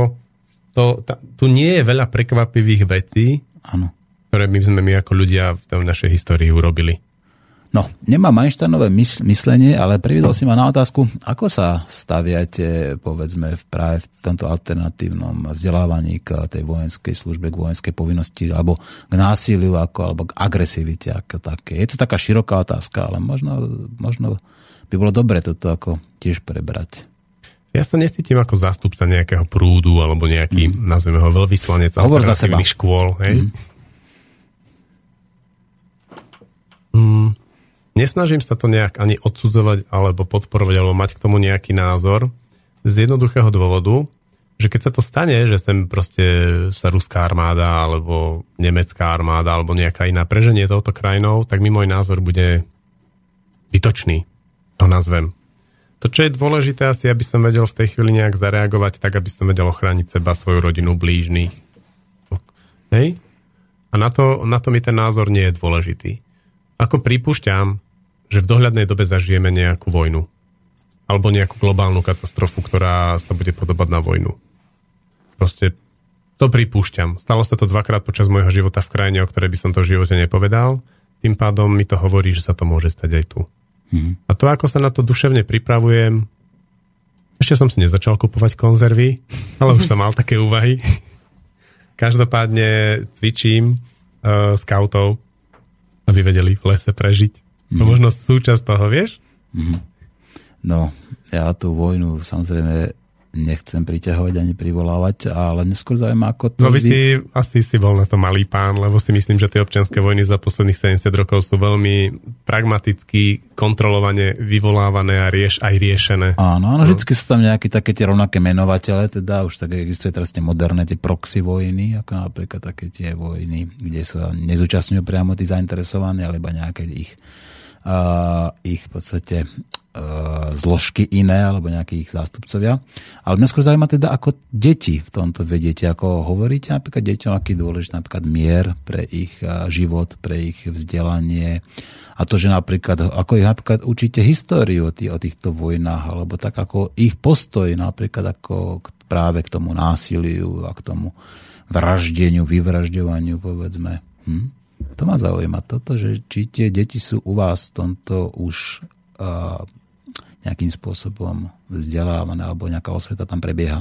to, ta, tu nie je veľa prekvapivých vecí, ano. ktoré by sme my ako ľudia v tej našej histórii urobili. No, nemám Einsteinové mysl- myslenie, ale priviedol si ma na otázku, ako sa staviate, povedzme, v práve v tomto alternatívnom vzdelávaní k tej vojenskej službe, k vojenskej povinnosti, alebo k násiliu, ako, alebo k agresivite, ako také. Je to taká široká otázka, ale možno, možno by bolo dobre toto ako tiež prebrať. Ja sa necítim ako zástupca nejakého prúdu, alebo nejaký, mm. nazveme ho, veľvyslanec alternatívnych škôl. Hej? Mm. Mm. Nesnažím sa to nejak ani odsudzovať alebo podporovať, alebo mať k tomu nejaký názor z jednoduchého dôvodu, že keď sa to stane, že sem proste sa ruská armáda alebo nemecká armáda alebo nejaká iná preženie touto krajinou, tak mi môj názor bude vytočný. To nazvem. To, čo je dôležité asi, aby som vedel v tej chvíli nejak zareagovať, tak aby som vedel ochrániť seba, svoju rodinu, blížnych. Hej? A na to, na to mi ten názor nie je dôležitý. Ako pripúšťam, že v dohľadnej dobe zažijeme nejakú vojnu. Alebo nejakú globálnu katastrofu, ktorá sa bude podobať na vojnu. Proste to pripúšťam. Stalo sa to dvakrát počas môjho života v krajine, o ktorej by som to v živote nepovedal. Tým pádom mi to hovorí, že sa to môže stať aj tu. Mm. A to, ako sa na to duševne pripravujem, ešte som si nezačal kupovať konzervy, ale už som mal také úvahy. Každopádne cvičím uh, skautov, aby vedeli v lese prežiť. To mm. možno súčasť toho, vieš? Mm. No, ja tú vojnu samozrejme nechcem priťahovať ani privolávať, ale neskôr zaujíma, ako to... No vy si, asi si bol na to malý pán, lebo si myslím, že tie občianske vojny za posledných sedemdesiat rokov sú veľmi pragmaticky, kontrolovane vyvolávané a rieš, aj riešené. Áno, áno, no. Vždycky sú tam nejaké také tie rovnaké menovatele, teda už tak existuje teraz tie moderné, tie proxy vojny, ako napríklad také tie vojny, kde sa nezúčastňujú priamo tí zainteresovaní, alebo nejaké ich Uh, ich v podstate uh, zložky iné, alebo nejakí ich zástupcovia. Ale mňa skôr zaujíma teda, ako deti v tomto vedete, ako hovoríte napríklad deťom, aký je dôležitý napríklad mier pre ich uh, život, pre ich vzdelanie a to, že napríklad, ako ich napríklad učíte históriu o, tý, o týchto vojnách, alebo tak ako ich postoj napríklad ako práve k tomu násiliu a k tomu vraždeniu, vyvražďovaniu, povedzme. Hm? To ma zaujíma toto, že či tie deti sú u vás v tomto už uh, nejakým spôsobom vzdelávané, alebo nejaká osveta tam prebieha.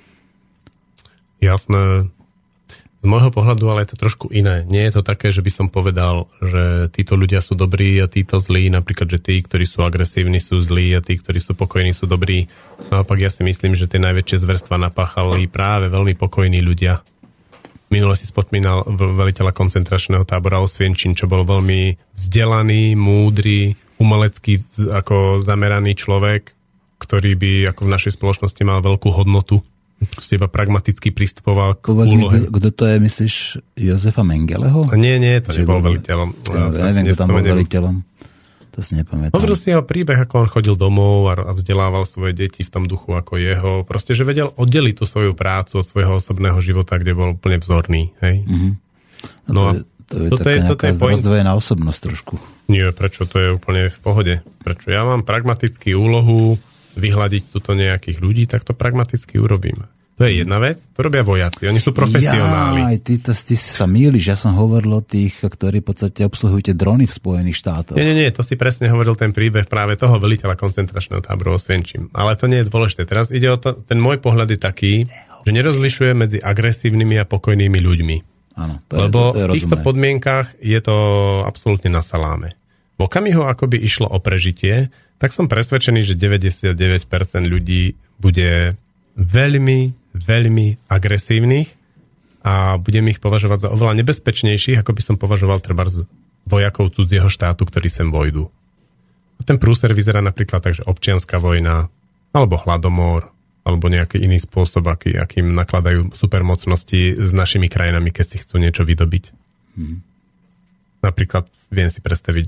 Jasné. Z môjho pohľadu, ale je to trošku iné. Nie je to také, že by som povedal, že títo ľudia sú dobrí a títo zlí, napríklad, že tí, ktorí sú agresívni, sú zlí a tí, ktorí sú pokojní, sú dobrí. Naopak ja si myslím, že tie najväčšie zverstva napáchali práve veľmi pokojní ľudia. Minule si spomínal veliteľa koncentračného tábora Osvienčim, čo bol veľmi vzdelaný, múdry, umelecký ako zameraný človek, ktorý by ako v našej spoločnosti mal veľkú hodnotu. Z teba pragmaticky pristupoval k Povedz úlohe. Mi, kto to je, myslíš, Jozefa Mengeleho? Nie, nie, to nebol veliteľom. Ja, ja neviem, kto tam bol veliteľom. To si nepamätám. Hovoril si jeho príbeh, ako on chodil domov a vzdelával svoje deti v tom duchu ako jeho. Proste, že vedel oddeliť tú svoju prácu od svojho osobného života, kde bol úplne vzorný. Hej? Mm-hmm. No, no to je, to je taká je, nejaká rozdvojená osobnosť trošku. Nie, prečo? To je úplne v pohode. Prečo? Ja mám pragmatický úlohu vyhľadiť tuto nejakých ľudí, tak to pragmaticky urobím. To je jedna vec, to robia vojaci, oni sú profesionáli. Ja, ty, to, ty sa mýliš, ja som hovoril o tých, ktorí v podstate obsluhujú tie drony v Spojených štátoch. Nie, nie, nie, to si presne hovoril ten príbeh práve toho veliteľa koncentračného táboru Osvienčim. Ale to nie je dôležité. Teraz ide o to, ten môj pohľad je taký, že nerozlišuje medzi agresívnymi a pokojnými ľuďmi. Áno, to Lebo je, to je v týchto podmienkach je to absolútne na saláme. V okamihu akoby išlo o prežitie, tak som presvedčený, že deväťdesiatdeväť percent ľudí bude veľmi veľmi agresívnych a budem ich považovať za oveľa nebezpečnejších, ako by som považoval treba z vojakov cudzieho štátu, ktorí sem vojdu. A ten prúser vyzerá napríklad tak, že občianska vojna, alebo hladomor, alebo nejaký iný spôsob, aký, akým nakladajú supermocnosti s našimi krajinami, keď si chcú niečo vydobiť. Hmm. Napríklad viem si predstaviť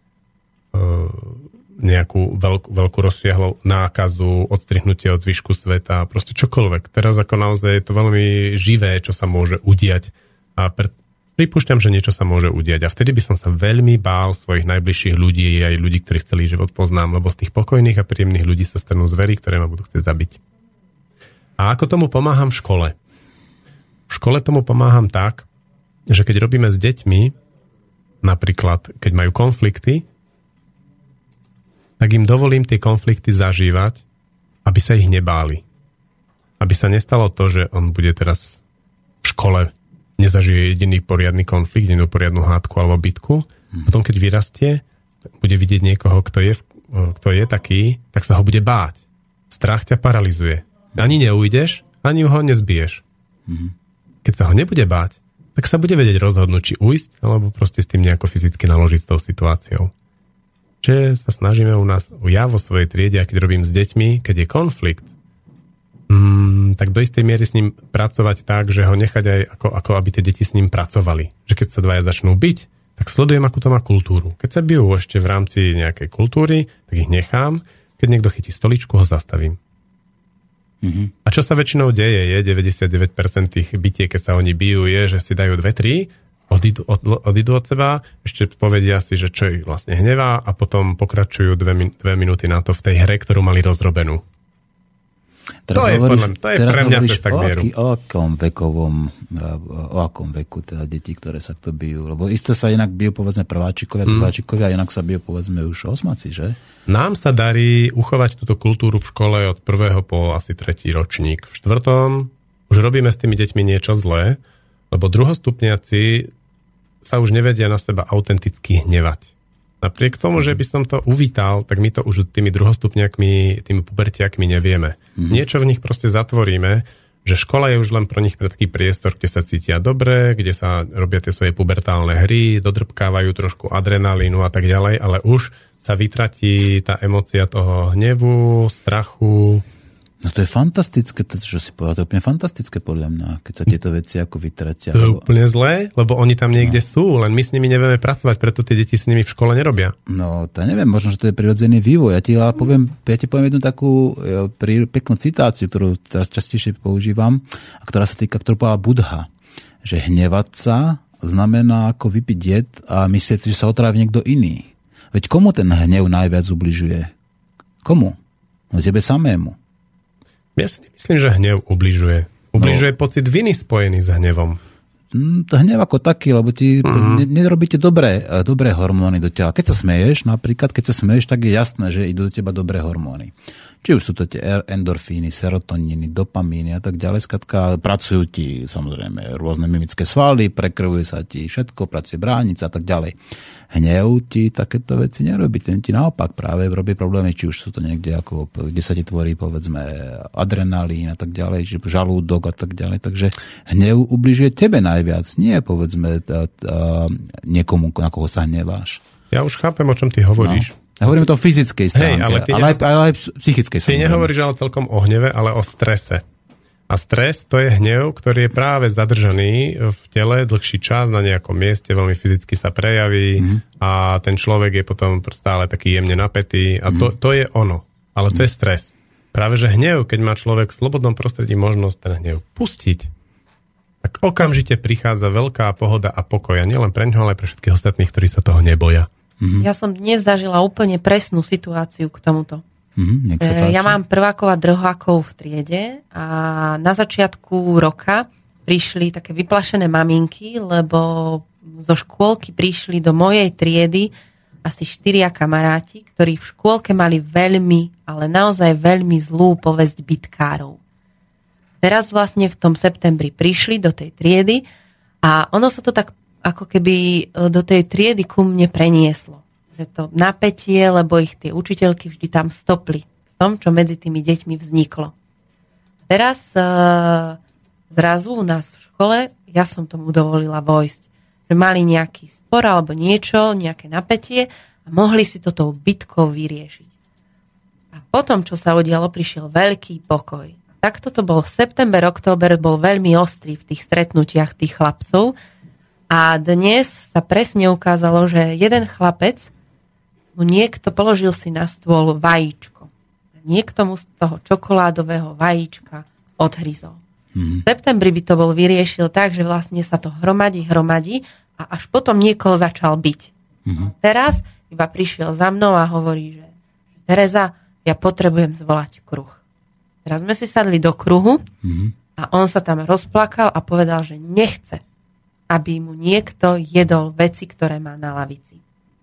uh, nejakú veľkú, veľkú rozsiahlu nákazu, odstrihnutie od zvyšku sveta, proste čokoľvek. Teraz ako naozaj je to veľmi živé, čo sa môže udiať. A pre, pripúšťam, že niečo sa môže udiať. A vtedy by som sa veľmi bál svojich najbližších ľudí, aj ľudí, ktorých celý život poznám, lebo z tých pokojných a príjemných ľudí sa stanú zvery, ktoré ma budú chcieť zabiť. A ako tomu pomáham v škole? V škole tomu pomáham tak, že keď robíme s deťmi, napríklad, keď majú konflikty, tak im dovolím tie konflikty zažívať, aby sa ich nebáli. Aby sa nestalo to, že on bude teraz v škole, nezažije jediný poriadny konflikt, jedinú poriadnu hádku alebo bitku. Hmm. Potom, keď vyrastie, bude vidieť niekoho, kto je, kto je taký, tak sa ho bude báť. Strach ťa paralizuje. Ani neujdeš, ani ho nezbiješ. Hmm. Keď sa ho nebude báť, tak sa bude vedieť rozhodnúť, či ujsť, alebo proste s tým nejako fyzicky naložiť s tou situáciou. Čiže sa snažíme u nás, ja vo svojej triede, a keď robím s deťmi, keď je konflikt, mm, tak do istej miery s ním pracovať tak, že ho nechať aj ako, ako aby tie deti s ním pracovali. Že keď sa dvaja začnú byť, tak sledujem, akú to má kultúru. Keď sa bijú ešte v rámci nejakej kultúry, tak ich nechám. Keď niekto chytí stoličku, ho zastavím. Mm-hmm. A čo sa väčšinou deje, je deväťdesiatdeväť percent tých bitiek, keď sa oni bijú, je, že si dajú dve, tri, Odídu od, odídu od seba, ešte povedia si, že čo ich vlastne hnevá a potom pokračujú dve, min, dve minúty na to v tej hre, ktorú mali rozrobenú. Teraz to, hovoríš, je podľa, to je pre mňa cesta k mieru. O akom vekovom, o akom veku teda deti, ktoré sa to bijú? Lebo isto sa inak bijú povedzme prváčikovia, druháčikovia, a inak sa bijú povedzme už osmaci, že? Nám sa darí uchovať túto kultúru v škole od prvého po asi tretí ročník. V štvrtom už robíme s tými deťmi niečo zlé, lebo druhostupniaci sa už nevedia na seba autenticky hnevať. Napriek tomu, že by som to uvítal, tak my to už tými druhostupňakmi, tými pubertiakmi nevieme. Mm-hmm. Niečo v nich proste zatvoríme, že škola je už len pre nich pre taký priestor, kde sa cítia dobre, kde sa robia tie svoje pubertálne hry, dodrbkávajú trošku adrenalínu a tak ďalej, ale už sa vytratí tá emócia toho hnevu, strachu. No to je fantastické, to, čo si povedal, to je úplne fantastické podľa mňa, keď sa tieto veci ako vytratia. To je lebo... úplne zlé, lebo oni tam niekde no. sú, len my s nimi nevieme pracovať, preto tie deti s nimi v škole nerobia. No, to neviem, možno, že to je prirodzený vývoj. Ja ti, ja poviem, ja ti poviem jednu takú ja, pri, peknú citáciu, ktorú teraz častejšie používam, a ktorá sa týka, ktorú povedal Budha, že hnevať sa znamená ako vypiť jed a myslieť si, že sa otrávi niekto iný. Veď komu ten hnev najviac ubližuje? Komu? No tebe samému. Ja si nemyslím, že hnev ubližuje. Ubližuje no. pocit viny spojený s hnevom. Mm, to hnev ako taký, lebo ti mm-hmm. ne, nerobíte dobré, dobré hormóny do tela. Keď sa smeješ, napríklad, keď sa smeješ, tak je jasné, že idú do teba dobré hormóny. Či už sú to tie endorfíny, serotoniny, dopamíny a tak ďalej. Skladka, pracujú ti samozrejme rôzne mimické svaly, prekrvuje sa ti všetko, pracuje bránica a tak ďalej. Hnev ti takéto veci nerobí, ten ti naopak práve robí problémy, či už sú to niekde, ako, kde sa ti tvorí povedzme adrenalín a tak ďalej, či žalúdok a tak ďalej. Takže hnev ubližuje tebe najviac, nie povedzme tá, tá, niekomu, na koho sa hneváš. Ja už chápem, o čom ty hovoríš. No. Ja hovorím o tom fyzickej stránke, Hej, ale, ale, neho... aj, ale aj psychickej. Ty nehovoríš ale celkom o hneve, ale o strese. A stres to je hnev, ktorý je práve zadržaný v tele dlhší čas na nejakom mieste, veľmi fyzicky sa prejaví mm. a ten človek je potom stále taký jemne napätý a to, to je ono. Ale to je stres. Práve že hnev, keď má človek v slobodnom prostredí možnosť ten hnev pustiť, tak okamžite prichádza veľká pohoda a pokoj. A nielen pre ňoho, ale pre všetkých ostatných, ktorí sa toho neboja. Mm-hmm. Ja som dnes zažila úplne presnú situáciu k tomuto. Mm-hmm, ja mám prvákov a druhákov v triede a na začiatku roka prišli také vyplašené maminky, lebo zo škôlky prišli do mojej triedy asi štyria kamaráti, ktorí v škôlke mali veľmi, ale naozaj veľmi zlú povesť bitkárov. Teraz vlastne v tom septembri prišli do tej triedy a ono sa to tak ako keby do tej triedy ku mne prenieslo. Že to napätie, lebo ich tie učiteľky vždy tam stopli v tom, čo medzi tými deťmi vzniklo. Teraz e, zrazu u nás v škole, ja som tomu dovolila vojsť, že mali nejaký spor alebo niečo, nejaké napätie a mohli si to tou bitkou vyriešiť. A potom, čo sa udialo, prišiel veľký pokoj. Takto to bol september, október, bol veľmi ostrý v tých stretnutiach tých chlapcov a dnes sa presne ukázalo, že jeden chlapec mu niekto položil si na stôl vajíčko. Niekto mu z toho čokoládového vajíčka odhryzol. Hmm. V septembri by to bol vyriešil tak, že vlastne sa to hromadí, hromadí a až potom niekoho začal byť. Hmm. Teraz iba prišiel za mnou a hovorí, že Tereza, ja potrebujem zvolať kruh. Teraz sme si sadli do kruhu hmm. a on sa tam rozplakal a povedal, že nechce, aby mu niekto jedol veci, ktoré má na lavici.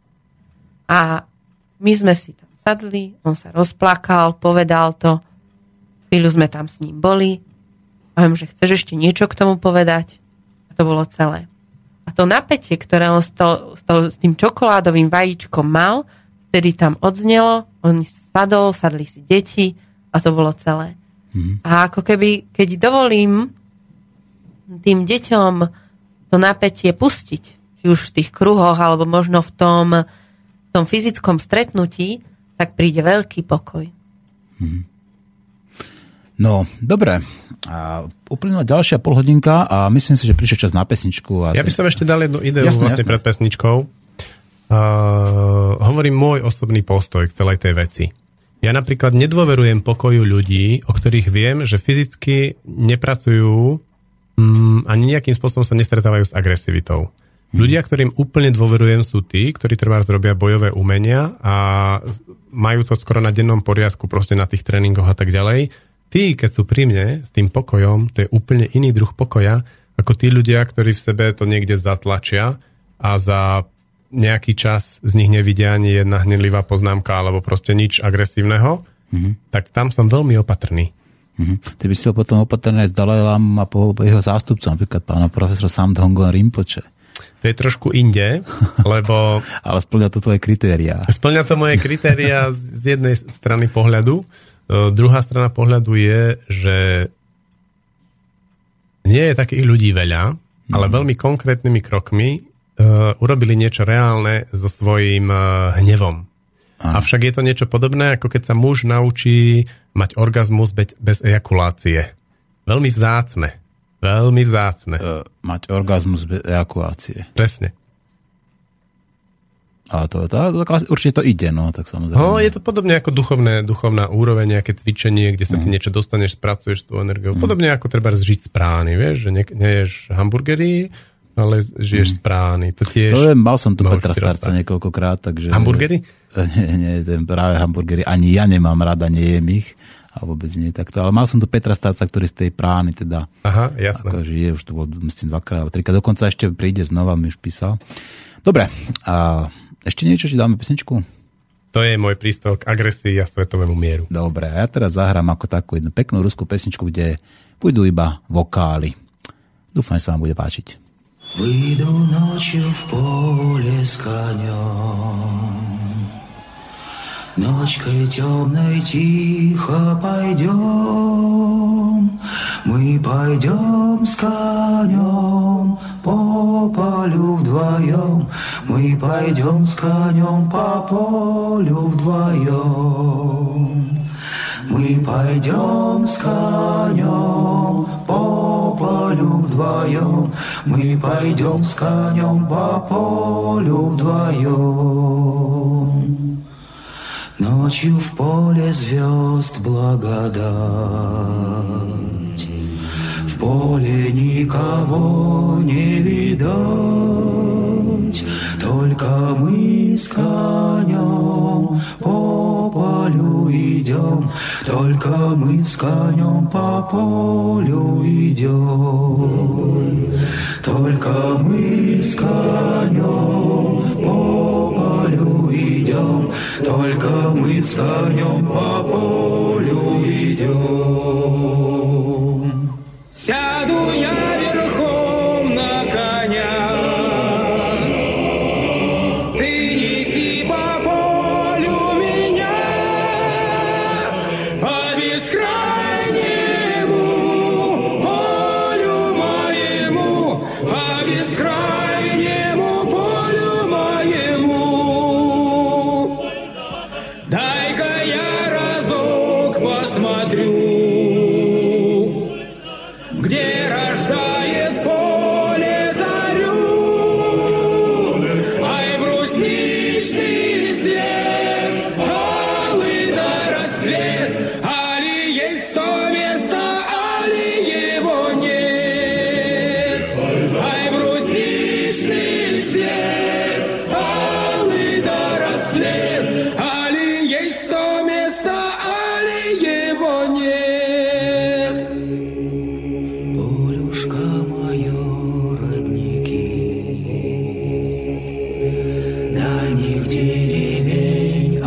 A my sme si tam sadli, on sa rozplakal, povedal to, chvíľu sme tam s ním boli, a viem, že chceš ešte niečo k tomu povedať? A to bolo celé. A to napätie, ktoré on s, to, s, to, s tým čokoládovým vajíčkom mal, vtedy tam odznelo, on sadol, sadli si deti a to bolo celé. Mm. A ako keby, keď dovolím tým deťom to napätie pustiť, či už v tých kruhoch, alebo možno v tom v tom fyzickom stretnutí, tak príde veľký pokoj. Hmm. No, dobre. A uplynula ďalšia polhodinka a myslím si, že prišiel čas na pesničku. A ja by som ešte dal jednu ideu jasne, vlastne jasne. pred pesničkou. Uh, hovorím môj osobný postoj k celej tej veci. Ja napríklad nedôverujem pokoju ľudí, o ktorých viem, že fyzicky nepracujú um, ani nejakým spôsobom sa nestretávajú s agresivitou. Ľudia, ktorým úplne dôverujem, sú tí, ktorí treba robia bojové umenia a majú to skoro na dennom poriadku proste na tých tréningoch a tak ďalej. Tí, keď sú pri mne s tým pokojom, to je úplne iný druh pokoja, ako tí ľudia, ktorí v sebe to niekde zatlačia a za nejaký čas z nich nevidia ani jedna hnedlivá poznámka alebo proste nič agresívneho, mm-hmm. tak tam som veľmi opatrný. Mm-hmm. Ty by si bol potom opatrný aj s Dalajlámom a po jeho zástupcom, napríklad pána profesora Samdhongon Rinpoche. To je trošku inde, lebo... Ale spĺňa to tvoje kritériá. Spĺňa to moje kritériá z jednej strany pohľadu. Druhá strana pohľadu je, že nie je takých ľudí veľa, mm. ale veľmi konkrétnymi krokmi uh, urobili niečo reálne so svojím uh, hnevom. Aha. Avšak je to niečo podobné, ako keď sa muž naučí mať orgazmus bez, bez ejakulácie. Veľmi vzácne. Veľmi vzácne. Uh, mať orgazmus bez ejakulácie. Presne. A to, to, to, to určite to ide, no, tak samozrejme. No, je to podobne ako duchovné, duchovná úroveň, nejaké cvičenie, kde sa ty mm. niečo dostaneš, spracuješ tú energiu. Mm. Podobne ako treba žiť z prány, vieš, že ne, neješ hamburgery, ale žiješ mm. z prány. To tiež... To je, mal som tu Petra Starca niekoľkokrát, takže... Hamburgery? Nie, nie, ten práve hamburgery. Ani ja nemám rada, nejem ich. A vôbec nie takto. Ale mal som tu Petra Starca, ktorý z tej prány teda... Aha, jasné. Ako žije, už to bolo, myslím, dvakrát, alebo trikrát. Dokonca ešte príde znova, mi už písal. Dobre, a ešte niečo, či dáme pesničku? To je môj príspevok k agresii a svetovému mieru. Dobre, a ja teraz zahrám ako takú jednu peknú ruskú pesničku, kde pôjdu iba vokály. Dúfam, že sa vám bude páčiť. Выйду ночью в поле с конем, ночкой темной тихо пойдем, мы пойдем с конем по полю вдвоем, мы пойдем с конем по полю вдвоем, мы пойдем с конем по полю вдвоем, мы пойдем с конем по полю вдвоем. Ночью в поле звезд благодать, в поле никого не видать, только мы с конем по полю идем, только мы с конем по полю идем, только мы с конем по полю идем, только мы с конем по полю идем. Сяду я верхом на коня, ты неси по полю меня, по бескрайнему полю моему, по бескрайнему полю моему. Дай-ка я разок посмотрю, где рождает поле зарю. Ай, брусничный свет, алый да рассвет, али есть то место, али его нет. Ай, брусничный свет, алый да рассвет, али есть то место, али его нет. Полюшка мое, родники, дальних деревень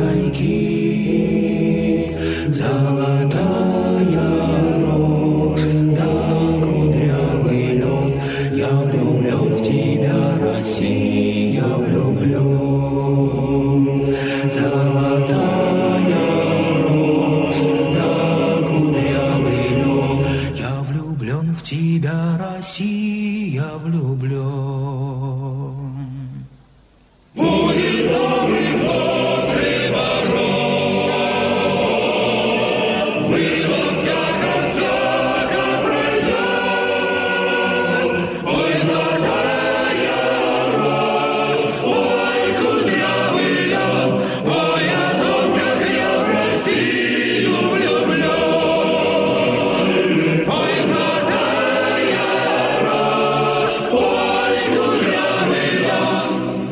огоньки, золотая рожь, да кудрявый лед. Я влюблен в тебя, Россия, влюблен. Золотая рожь, да кудрявый лед. Я влюблен в тебя, Россия, влюблен. Будет добрый год, хлебород, было всяко-всяко пройдет. Ой, золотая рожь, ой, кудрявый лед, ой, о том, как я в Россию влюблен. Ой, золотая рожь, ой, кудрявый лед.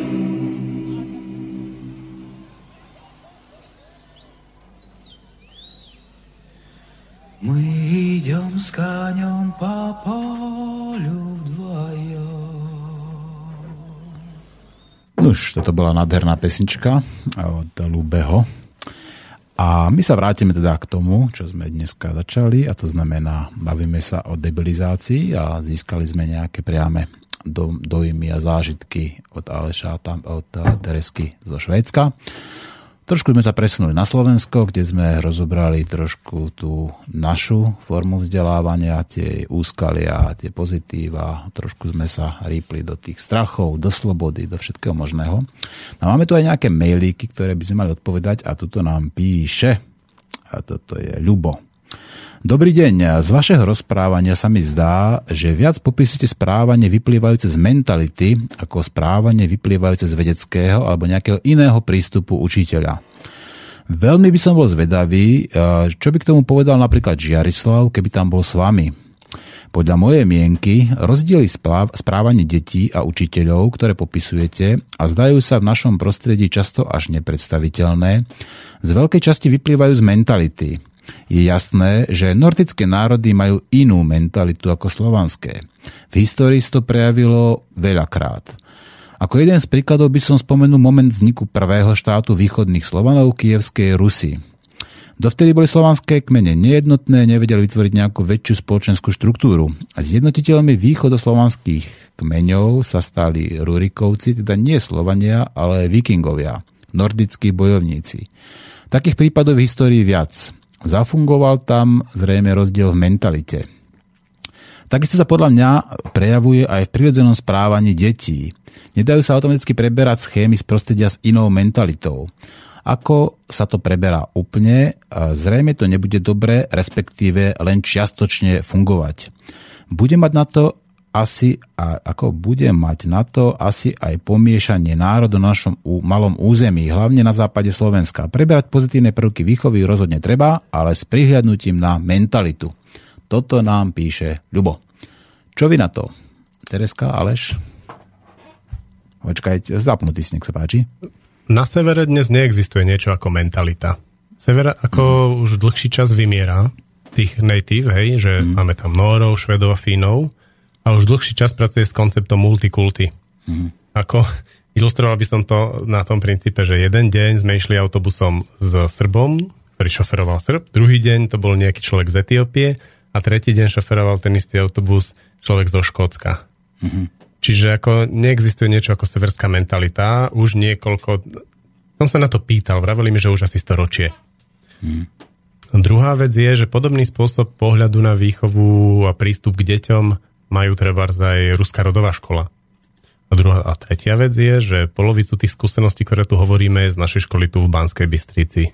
Мы идем с конем по полю вдвоем. Nuž, toto bola nádherná pesnička od Lubeho. A my sa vrátime teda k tomu, čo sme dneska začali, a to znamená, bavíme sa o debilizácii a získali sme nejaké priame do, dojmy a zážitky od Aleša, tam, od Teresky zo Švédska. Trošku sme sa presunuli na Slovensko, kde sme rozobrali trošku tú našu formu vzdelávania, tie úskalia, tie pozitíva. Trošku sme sa rýpli do tých strachov, do slobody, do všetkého možného. A máme tu aj nejaké mailíky, ktoré by sme mali odpovedať, a tuto nám píše, a toto je Ľubo. Dobrý deň, z vašeho rozprávania sa mi zdá, že viac popisujete správanie vyplývajúce z mentality ako správanie vyplývajúce z vedeckého alebo nejakého iného prístupu učiteľa. Veľmi by som bol zvedavý, čo by k tomu povedal napríklad Žiarislav, keby tam bol s vami. Podľa mojej mienky rozdiely správanie detí a učiteľov, ktoré popisujete a zdajú sa v našom prostredí často až nepredstaviteľné, z veľkej časti vyplývajú z mentality. Je jasné, že nordické národy majú inú mentalitu ako slovanské. V histórii to prejavilo veľakrát. Ako jeden z príkladov by som spomenul moment vzniku prvého štátu východných Slovanov, Kyjevskej Rusy. Dovtedy boli slovanské kmene nejednotné, nevedeli vytvoriť nejakú väčšiu spoločenskú štruktúru. A zjednotiteľmi východoslovanských kmeňov sa stali Rurikovci, teda nie Slovania, ale Vikingovia, nordickí bojovníci. Takých prípadov v histórii viac. Zafungoval tam zrejme rozdiel v mentalite. Takisto sa podľa mňa prejavuje aj v prirodzenom správaní detí. Nedajú sa automaticky preberať schémy z prostredia s inou mentalitou. Ako sa to preberá úplne, zrejme to nebude dobre, respektíve len čiastočne fungovať. Bude mať na to asi, a ako bude mať na to asi aj pomiešanie národov na našom malom území, hlavne na západe Slovenska. Preberať pozitívne prvky výchovy rozhodne treba, ale s prihľadnutím na mentalitu. Toto nám píše Ľubo. Čo vy na to? Tereska, Aleš? Počkajte, zapnutý si, nech sa páči. Na severe dnes neexistuje niečo ako mentalita. Sever ako mm. už dlhší čas vymiera tých native, hej, že mm. máme tam Nórov, Švedov a Fínov a už dlhší čas pracuje s konceptom multikulty. Mm. Ako ilustroval by som to na tom princípe, že jeden deň sme išli autobusom s Srbom, ktorý šoferoval Srb, druhý deň to bol nejaký človek z Etiópie a tretí deň šoferoval ten istý autobus človek zo Škótska. Mm. Čiže ako neexistuje niečo ako severská mentalita. Už niekoľko... Som sa na to pýtal, vraveli mi, že už asi storočie. Hmm. Druhá vec je, že podobný spôsob pohľadu na výchovu a prístup k deťom majú trebárs aj ruská rodová škola. A druhá a tretia vec je, že polovicu tých skúseností, ktoré tu hovoríme, je z našej školy tu v Banskej Bystrici.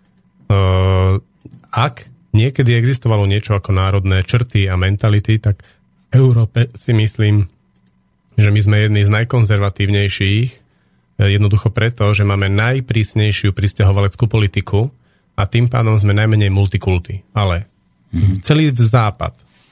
Uh, ak niekedy existovalo niečo ako národné črty a mentality, tak v Európe si myslím, že my sme jedni z najkonzervatívnejších, jednoducho preto, že máme najprísnejšiu prisťahovaleckú politiku a tým pádom sme najmenej multikulty. Ale mm-hmm. celý západ,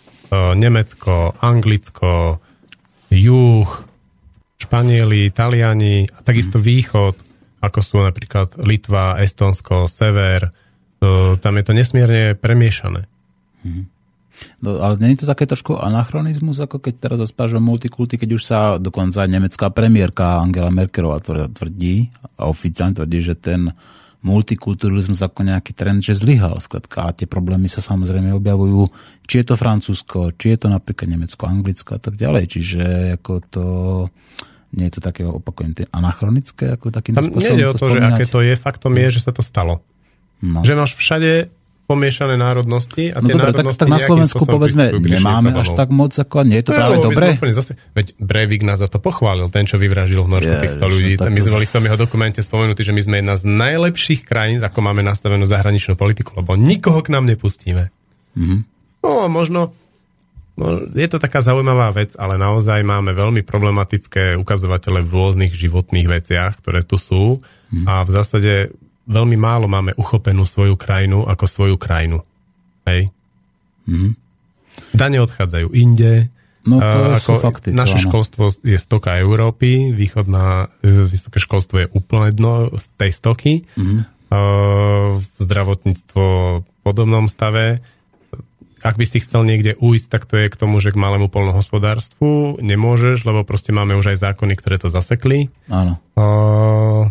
Nemecko, Anglicko, juh, Španieli, Taliani a takisto mm-hmm. východ, ako sú napríklad Litva, Estonsko, sever, tam je to nesmierne premiešané. Mm-hmm. No, ale nie je to také trošku anachronizmus, ako keď teraz rozprávaš o multikulty, keď už sa dokonca aj nemecká premiérka Angela Merkelová tvrdí, a oficiálne tvrdí, že ten multikulturalizmus ako nejaký trend, že zlyhal. Skladka, a tie problémy sa samozrejme objavujú, či je to Francúzsko, či je to napríklad Nemecko, Anglicko a tak ďalej. Čiže ako to... Nie je to také, opakujem, anachronické, ako takým tam spôsobom to nejde o to, spomínať? Že aké to je, faktom je, že sa to stalo. No. Že máš všade pomiešané národnosti a tie no dobre, národnosti tak, tak na Slovensku povedzme nemáme až tak moc, ako nie je to no, práve dobre? Zase, veď Breivik nás za to pochválil, ten, čo vyvražil v Norsku tých sto ľudí. My sme boli v tom jeho dokumente spomenutí, že my sme jedna z najlepších krajín, ako máme nastavenú zahraničnú politiku, lebo nikoho k nám nepustíme. Mm-hmm. No možno no, je to taká zaujímavá vec, ale naozaj máme veľmi problematické ukazovatele v rôznych životných veciach, ktoré tu sú mm-hmm. a v zásade veľmi málo máme uchopenú svoju krajinu ako svoju krajinu. Hej? Mm-hmm. Dane odchádzajú inde. No to a, ako sú fakty. Naše áno. školstvo je stoka Európy, východná vysoké školstvo je úplne dno z tej stoky. Mm-hmm. A, zdravotníctvo v podobnom stave. Ak by si chcel niekde ujsť, tak to je k tomu, že k malému poľnohospodárstvu nemôžeš, lebo proste máme už aj zákony, ktoré to zasekli. Áno. A,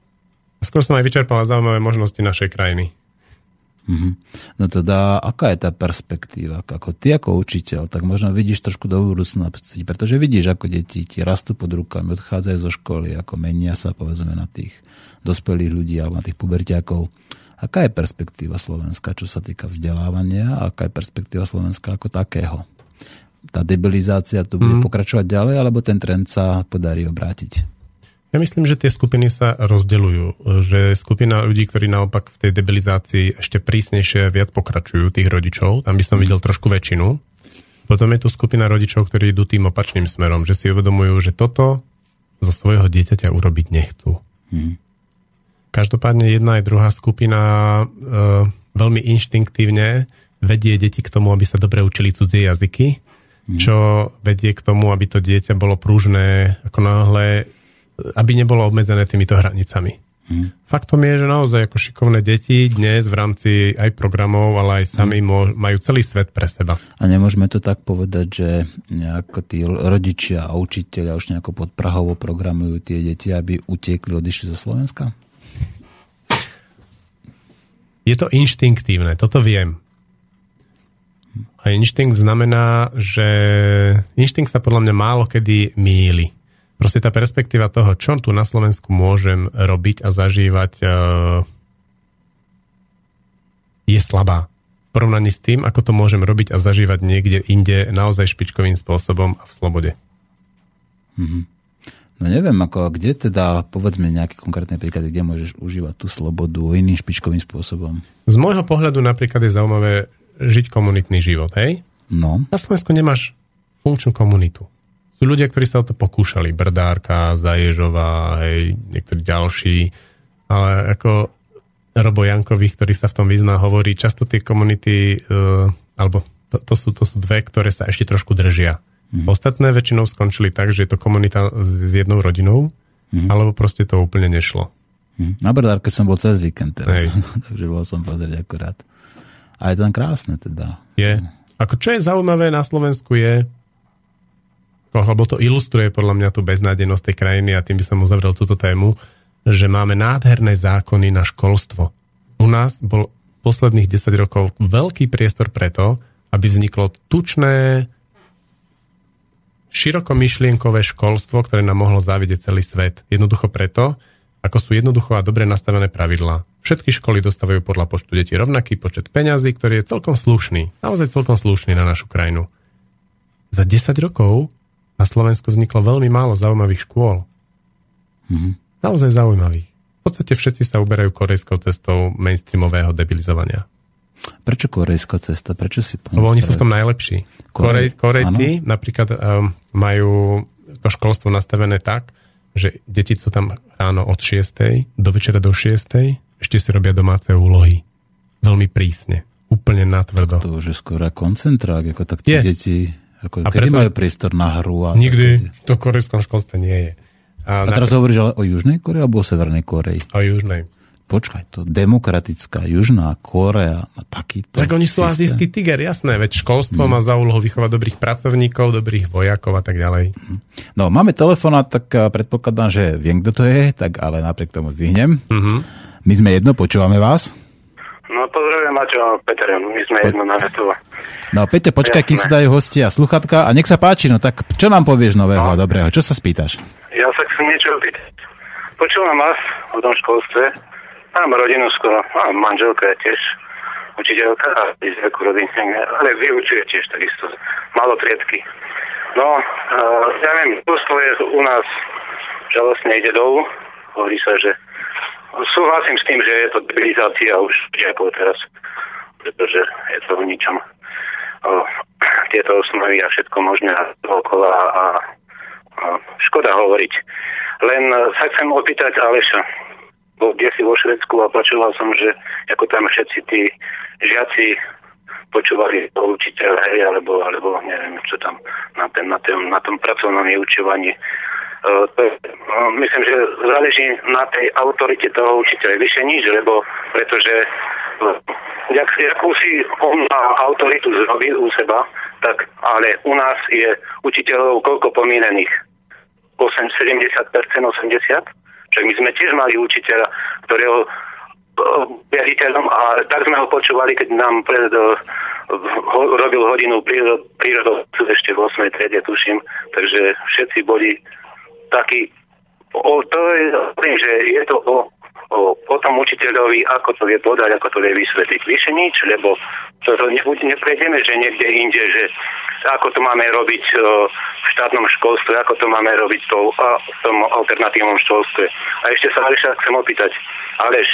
skôr som aj vyčerpala zaujímavé možnosti našej krajiny. Mm-hmm. No teda, aká je tá perspektíva? Ako ty ako učiteľ, tak možno vidíš trošku do budúcna, pretože vidíš, ako deti ti rastú pod rukami, odchádzajú zo školy, ako menia sa, povedzme, na tých dospelých ľudí alebo na tých puberťákov. Aká je perspektíva Slovenska, čo sa týka vzdelávania? A aká je perspektíva Slovenska ako takého? Tá debilizácia tu bude mm. pokračovať ďalej, alebo ten trend sa podarí obrátiť? Ja myslím, že tie skupiny sa rozdeľujú. Že skupina ľudí, ktorí naopak v tej debilizácii ešte prísnejšie viac pokračujú, tých rodičov, tam by som videl trošku väčšinu. Potom je tu skupina rodičov, ktorí idú tým opačným smerom, že si uvedomujú, že toto zo svojho dieťaťa urobiť nechcú. Hmm. Každopádne jedna aj druhá skupina e, veľmi inštinktívne vedie deti k tomu, aby sa dobre učili cudzie jazyky, hmm. čo vedie k tomu, aby to dieťa bolo pružné, ako náhle aby nebolo obmedzené týmito hranicami. Hmm. Faktom je, že naozaj ako šikovné deti dnes v rámci aj programov, ale aj sami hmm. majú celý svet pre seba. A nemôžeme to tak povedať, že nejako tí rodičia a učiteľia už nejako podprahovo programujú tie deti, aby utiekli, odišli zo Slovenska? Je to inštinktívne, toto viem. A inštinkt znamená, že inštinkt sa podľa mňa málo kedy mýli. Proste tá perspektíva toho, čo tu na Slovensku môžem robiť a zažívať, je slabá. V porovnaní s tým, ako to môžem robiť a zažívať niekde inde naozaj špičkovým spôsobom a v slobode. Mm-hmm. No neviem, ako, kde teda, povedzme nejaké konkrétne príklady, kde môžeš užívať tú slobodu iným špičkovým spôsobom? Z môjho pohľadu napríklad je zaujímavé žiť komunitný život, hej? No. Na Slovensku nemáš funkčnú komunitu. Sú ľudia, ktorí sa o to pokúšali. Brdárka, Zaježová, hej, niektorí ďalší. Ale ako Robo Jankových, ktorý sa v tom vyzná, hovorí, často tie komunity, uh, alebo to, to, sú, to sú dve, ktoré sa ešte trošku držia. Mm. Ostatné väčšinou skončili tak, že je to komunita s jednou rodinou, mm. alebo proste to úplne nešlo. Mm. Na Brdárke som bol cez víkend teraz, takže bol som pozrieť akorát. A je tam krásne teda. Je. Ako čo je zaujímavé na Slovensku je, lebo to ilustruje podľa mňa tú beznádejnosť tej krajiny a tým by som uzavrel túto tému, že máme nádherné zákony na školstvo. U nás bol posledných desať rokov veľký priestor preto, aby vzniklo tučné, širokomyšlienkové školstvo, ktoré nám mohlo závidieť celý svet. Jednoducho preto, ako sú jednoducho a dobre nastavené pravidlá. Všetky školy dostávajú podľa počtu detí rovnaký počet peňazí, ktorý je celkom slušný. Naozaj celkom slušný na našu krajinu. Za desať rokov na Slovensku vzniklo veľmi málo zaujímavých škôl. Mm-hmm. Naozaj zaujímavých. V podstate všetci sa uberajú korejskou cestou mainstreamového debilizovania. Prečo korejská cesta? Prečo si Lebo oni sú v tom najlepší. Korej, Korejci napríklad um, majú to školstvo nastavené tak, že deti sú tam ráno od šiestej do večera do šiestej, ešte si robia domáce úlohy. Veľmi prísne. Úplne natvrdo. To už je skoro koncentrák, ako tak tie deti... Ako, kedy preto, majú priestor na hru? A nikdy to v korejskom školstve nie je. A, a teraz napr- hovoríš ale o Južnej Koreji alebo o Severnej Koreji? O Južnej. Počkaj, to demokratická Južná Korea má takýto tak oni sú azijský tiger, jasné, veď školstvo mm. má za úlohu vychovať dobrých pracovníkov, dobrých vojakov a tak ďalej. No, máme telefonát, tak predpokladám, že viem, kto to je, tak ale napriek tomu zdvihnem. Mm-hmm. My sme jedno, počúvame vás. No, pozdravujem, Maťo, Peter, my sme po... jedno na vetu. No, Peťo, počkaj, kým sa dajú hostia a sluchatka a nech sa páči, no tak čo nám povieš nového no. a dobrého? Čo sa spýtaš? Ja sa chcem niečo opýtať. Počúvam vás o tom školstve. Mám rodinu skoro, mám manželka tiež, učiteľka a ako rodine, ale vyučuje tiež takisto malotriedky. No, uh, ja viem, školstvo je u nás žalostne ide dolu. Hovorí sa, že súhlasím s tým, že je to debilizácia už žiakov teraz, pretože je to v ničom. O, tieto osnovy a všetko možné okolo a, a, a škoda hovoriť. Len sa chcem opýtať Aleša, bo kde si vo Švédsku a počúval som, že ako tam všetci tí žiaci počúvali o učiteľ, hej, alebo, alebo neviem, čo tam na, ten, na, tom, na tom pracovnom vyučovaní. Uh, to, uh, myslím, že záleží na tej autorite toho učiteľa. Vyššie nič, lebo pretože uh, jak, jakú si on má autoritu zrobil u seba, tak ale u nás je učiteľov koľko pomínených? osem, sedemdesiat percent, osemdesiat percent? Však my sme tiež mali učiteľa, ktorého riaditeľom a tak sme ho počúvali, keď nám pred, uh, ho, robil hodinu prírodov ešte v ôsmej triede, tuším. Takže všetci boli taký, o, to je, že je to o, o, o tom učiteľovi, ako to vie podať, ako to vie vysvetliť. Vyše nič, lebo to, to neprejdeme, že niekde inde, že ako to máme robiť o, v štátnom školstve, ako to máme robiť to, a, v tom alternatívnom školstve. A ešte sa Aleša chcem opýtať. Aleš,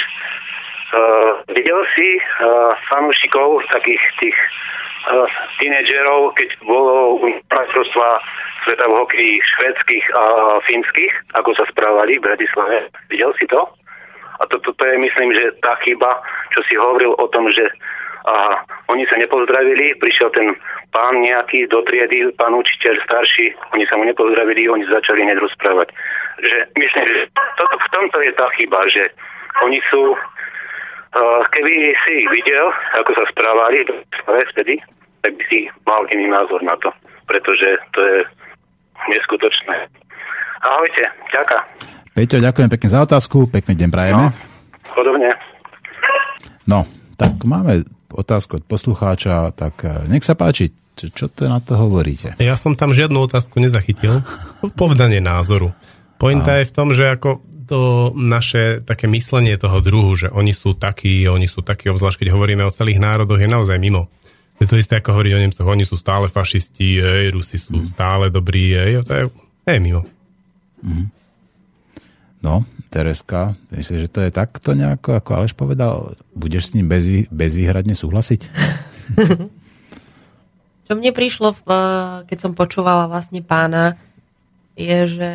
uh, videl si uh, fanúšikov takých tých uh, tínedžerov, keď bolo majstrovstvá sveta v hokeji švédskych a fínskych, ako sa správali v Bratislave. Videl si to? A toto to, to je, myslím, že tá chyba, čo si hovoril o tom, že A oni sa nepozdravili, prišiel ten pán nejaký do triedy, pán učiteľ starší, oni sa mu nepozdravili, oni začali hneď rozprávať. Že myslím, že toto, v tomto je tá chyba, že oni sú, uh, keby si ich videl, ako sa správali vtedy, tak by si mal iný názor na to, pretože to je neskutočné. Ahojte, ďakujem. Peťo, ďakujem pekne za otázku, pekný deň prajeme. No, podobne. No, tak máme otázku od poslucháča, tak nech sa páči, čo, čo to na to hovoríte? Ja som tam žiadnu otázku nezachytil. Povedanie názoru. Pointa je v tom, že ako to naše také myslenie toho druhu, že oni sú takí, oni sú takí, obzvlášť keď hovoríme o celých národoch, je naozaj mimo. Je to isté, ako hovoriť o Nemcoch, oni sú stále fašisti, ej, Rusi sú mm. stále dobrí, ej, to je, je mimo. Mm. No, Tereska, myslíš, že to je takto nejako, ako Aleš povedal? Budeš s ním bezvý, bezvýhradne súhlasiť? Čo mne prišlo, keď som počúvala vlastne pána, je, že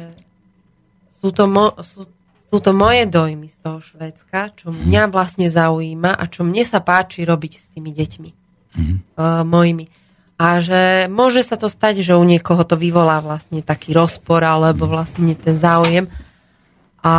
sú to, mo, sú, sú to moje dojmy z toho Švédska, čo mňa vlastne zaujíma a čo mne sa páči robiť s tými deťmi. Mm-hmm. Uh, mojimi. A že môže sa to stať, že u niekoho to vyvolá vlastne taký rozpor alebo vlastne ten záujem. A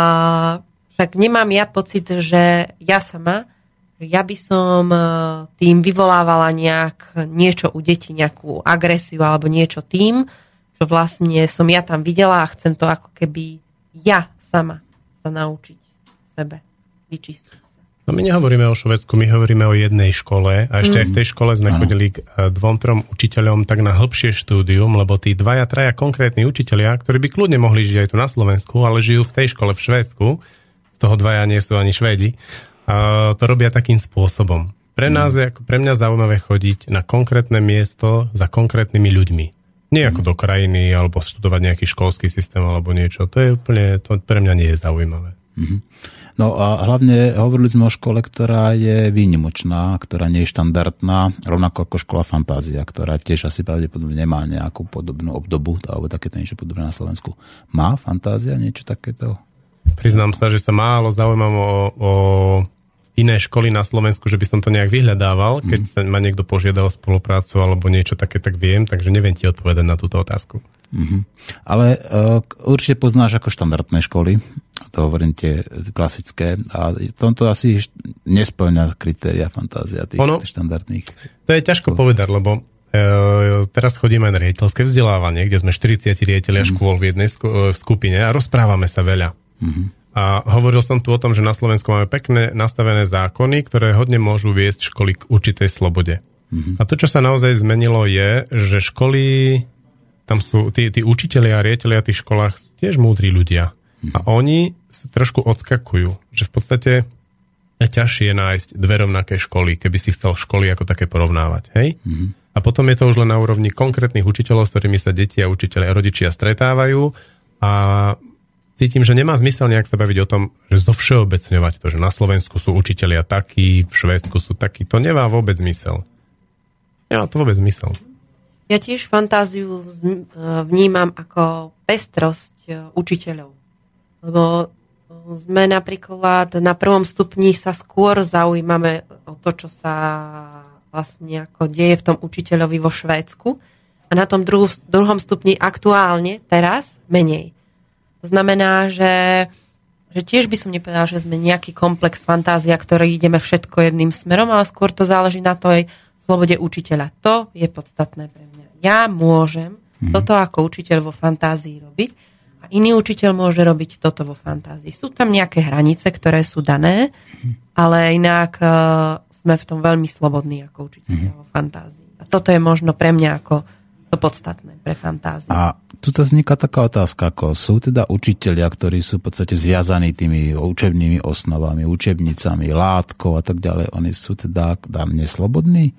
však nemám ja pocit, že ja sama, že ja by som tým vyvolávala nejak niečo u detí, nejakú agresiu alebo niečo tým, čo vlastne som ja tam videla a chcem to ako keby ja sama sa naučiť sebe, vyčistiť. No my nehovoríme o Švédsku, my hovoríme o jednej škole a ešte mm. aj v tej škole sme chodili k dvom, trom učiteľom tak na hĺbšie štúdium, lebo tí dvaja, traja konkrétni učitelia, ktorí by kľudne mohli žiť aj tu na Slovensku, ale žijú v tej škole v Švédsku, z toho dvaja nie sú ani Švédi, a to robia takým spôsobom. Pre nás je, pre mňa zaujímavé chodiť na konkrétne miesto za konkrétnymi ľuďmi. Nie ako do krajiny, alebo študovať nejaký školský systém, alebo niečo. To je úplne, to pre mňa nie je zaujímavé. Mm-hmm. No a hlavne hovorili sme o škole, ktorá je výnimočná, ktorá nie je štandardná, rovnako ako škola Fantázia, ktorá tiež asi pravdepodobne nemá nejakú podobnú obdobu, alebo takéto niečo podobné na Slovensku. Má Fantázia niečo takéto? Priznám sa, že sa málo zaujímam o, o iné školy na Slovensku, že by som to nejak vyhľadával, keď mm. sa ma niekto požiada o spoluprácu alebo niečo také, tak viem, takže neviem ti odpovedať na túto otázku. Mm-hmm. Ale uh, určite poznáš ako štandardné školy, to hovorím tie klasické, a tomto asi nesplňa kritéria Fantázia tých ono, štandardných. To je ťažko škôl. Povedať, lebo uh, teraz chodíme aj na riaditeľské vzdelávanie, kde sme štyridsať riaditeľia mm-hmm. škôl v jednej sku- v skupine a rozprávame sa veľa. Mm-hmm. A hovoril som tu o tom, že na Slovensku máme pekné nastavené zákony, ktoré hodne môžu viesť školy k určitej slobode. Mm-hmm. A to, čo sa naozaj zmenilo, je, že školy, tam sú tí, tí učitelia a riaditelia v tých školách tiež múdri ľudia. Mm-hmm. A oni sa trošku odskakujú, že v podstate je ťažšie nájsť dve rovnaké školy, keby si chcel školy ako také porovnávať. Hej? Mm-hmm. A potom je to už len na úrovni konkrétnych učiteľov, s ktorými sa deti a učitelia a rodičia stretávajú a cítim, že nemá zmysel nejak sa baviť o tom, že zovšeobecňovať to, že na Slovensku sú učitelia takí, v Švédsku sú takí. To nemá vôbec zmysel. Nemá to vôbec zmysel. Ja tiež Fantáziu vnímam ako pestrosť učiteľov. Lebo sme napríklad na prvom stupni sa skôr zaujímame o to, čo sa vlastne ako deje v tom učiteľovi vo Švédsku. A na tom druhu, druhom stupni aktuálne teraz menej. To znamená, že, že tiež by som nepovedala, že sme nejaký komplex Fantázia, ktorý ideme všetko jedným smerom, ale skôr to záleží na tej slobode učiteľa. To je podstatné pre mňa. Ja môžem hmm. toto ako učiteľ vo Fantázii robiť a iný učiteľ môže robiť toto vo Fantázii. Sú tam nejaké hranice, ktoré sú dané, hmm. ale inak uh, sme v tom veľmi slobodní ako učiteľ hmm. vo Fantázii. A toto je možno pre mňa ako to podstatné pre Fantáziu. A tuto vzniká taká otázka, ako sú teda učitelia, ktorí sú v podstate zviazaní tými učebnými osnovami, učebnicami, látkou a tak ďalej. Oni sú teda neslobodní?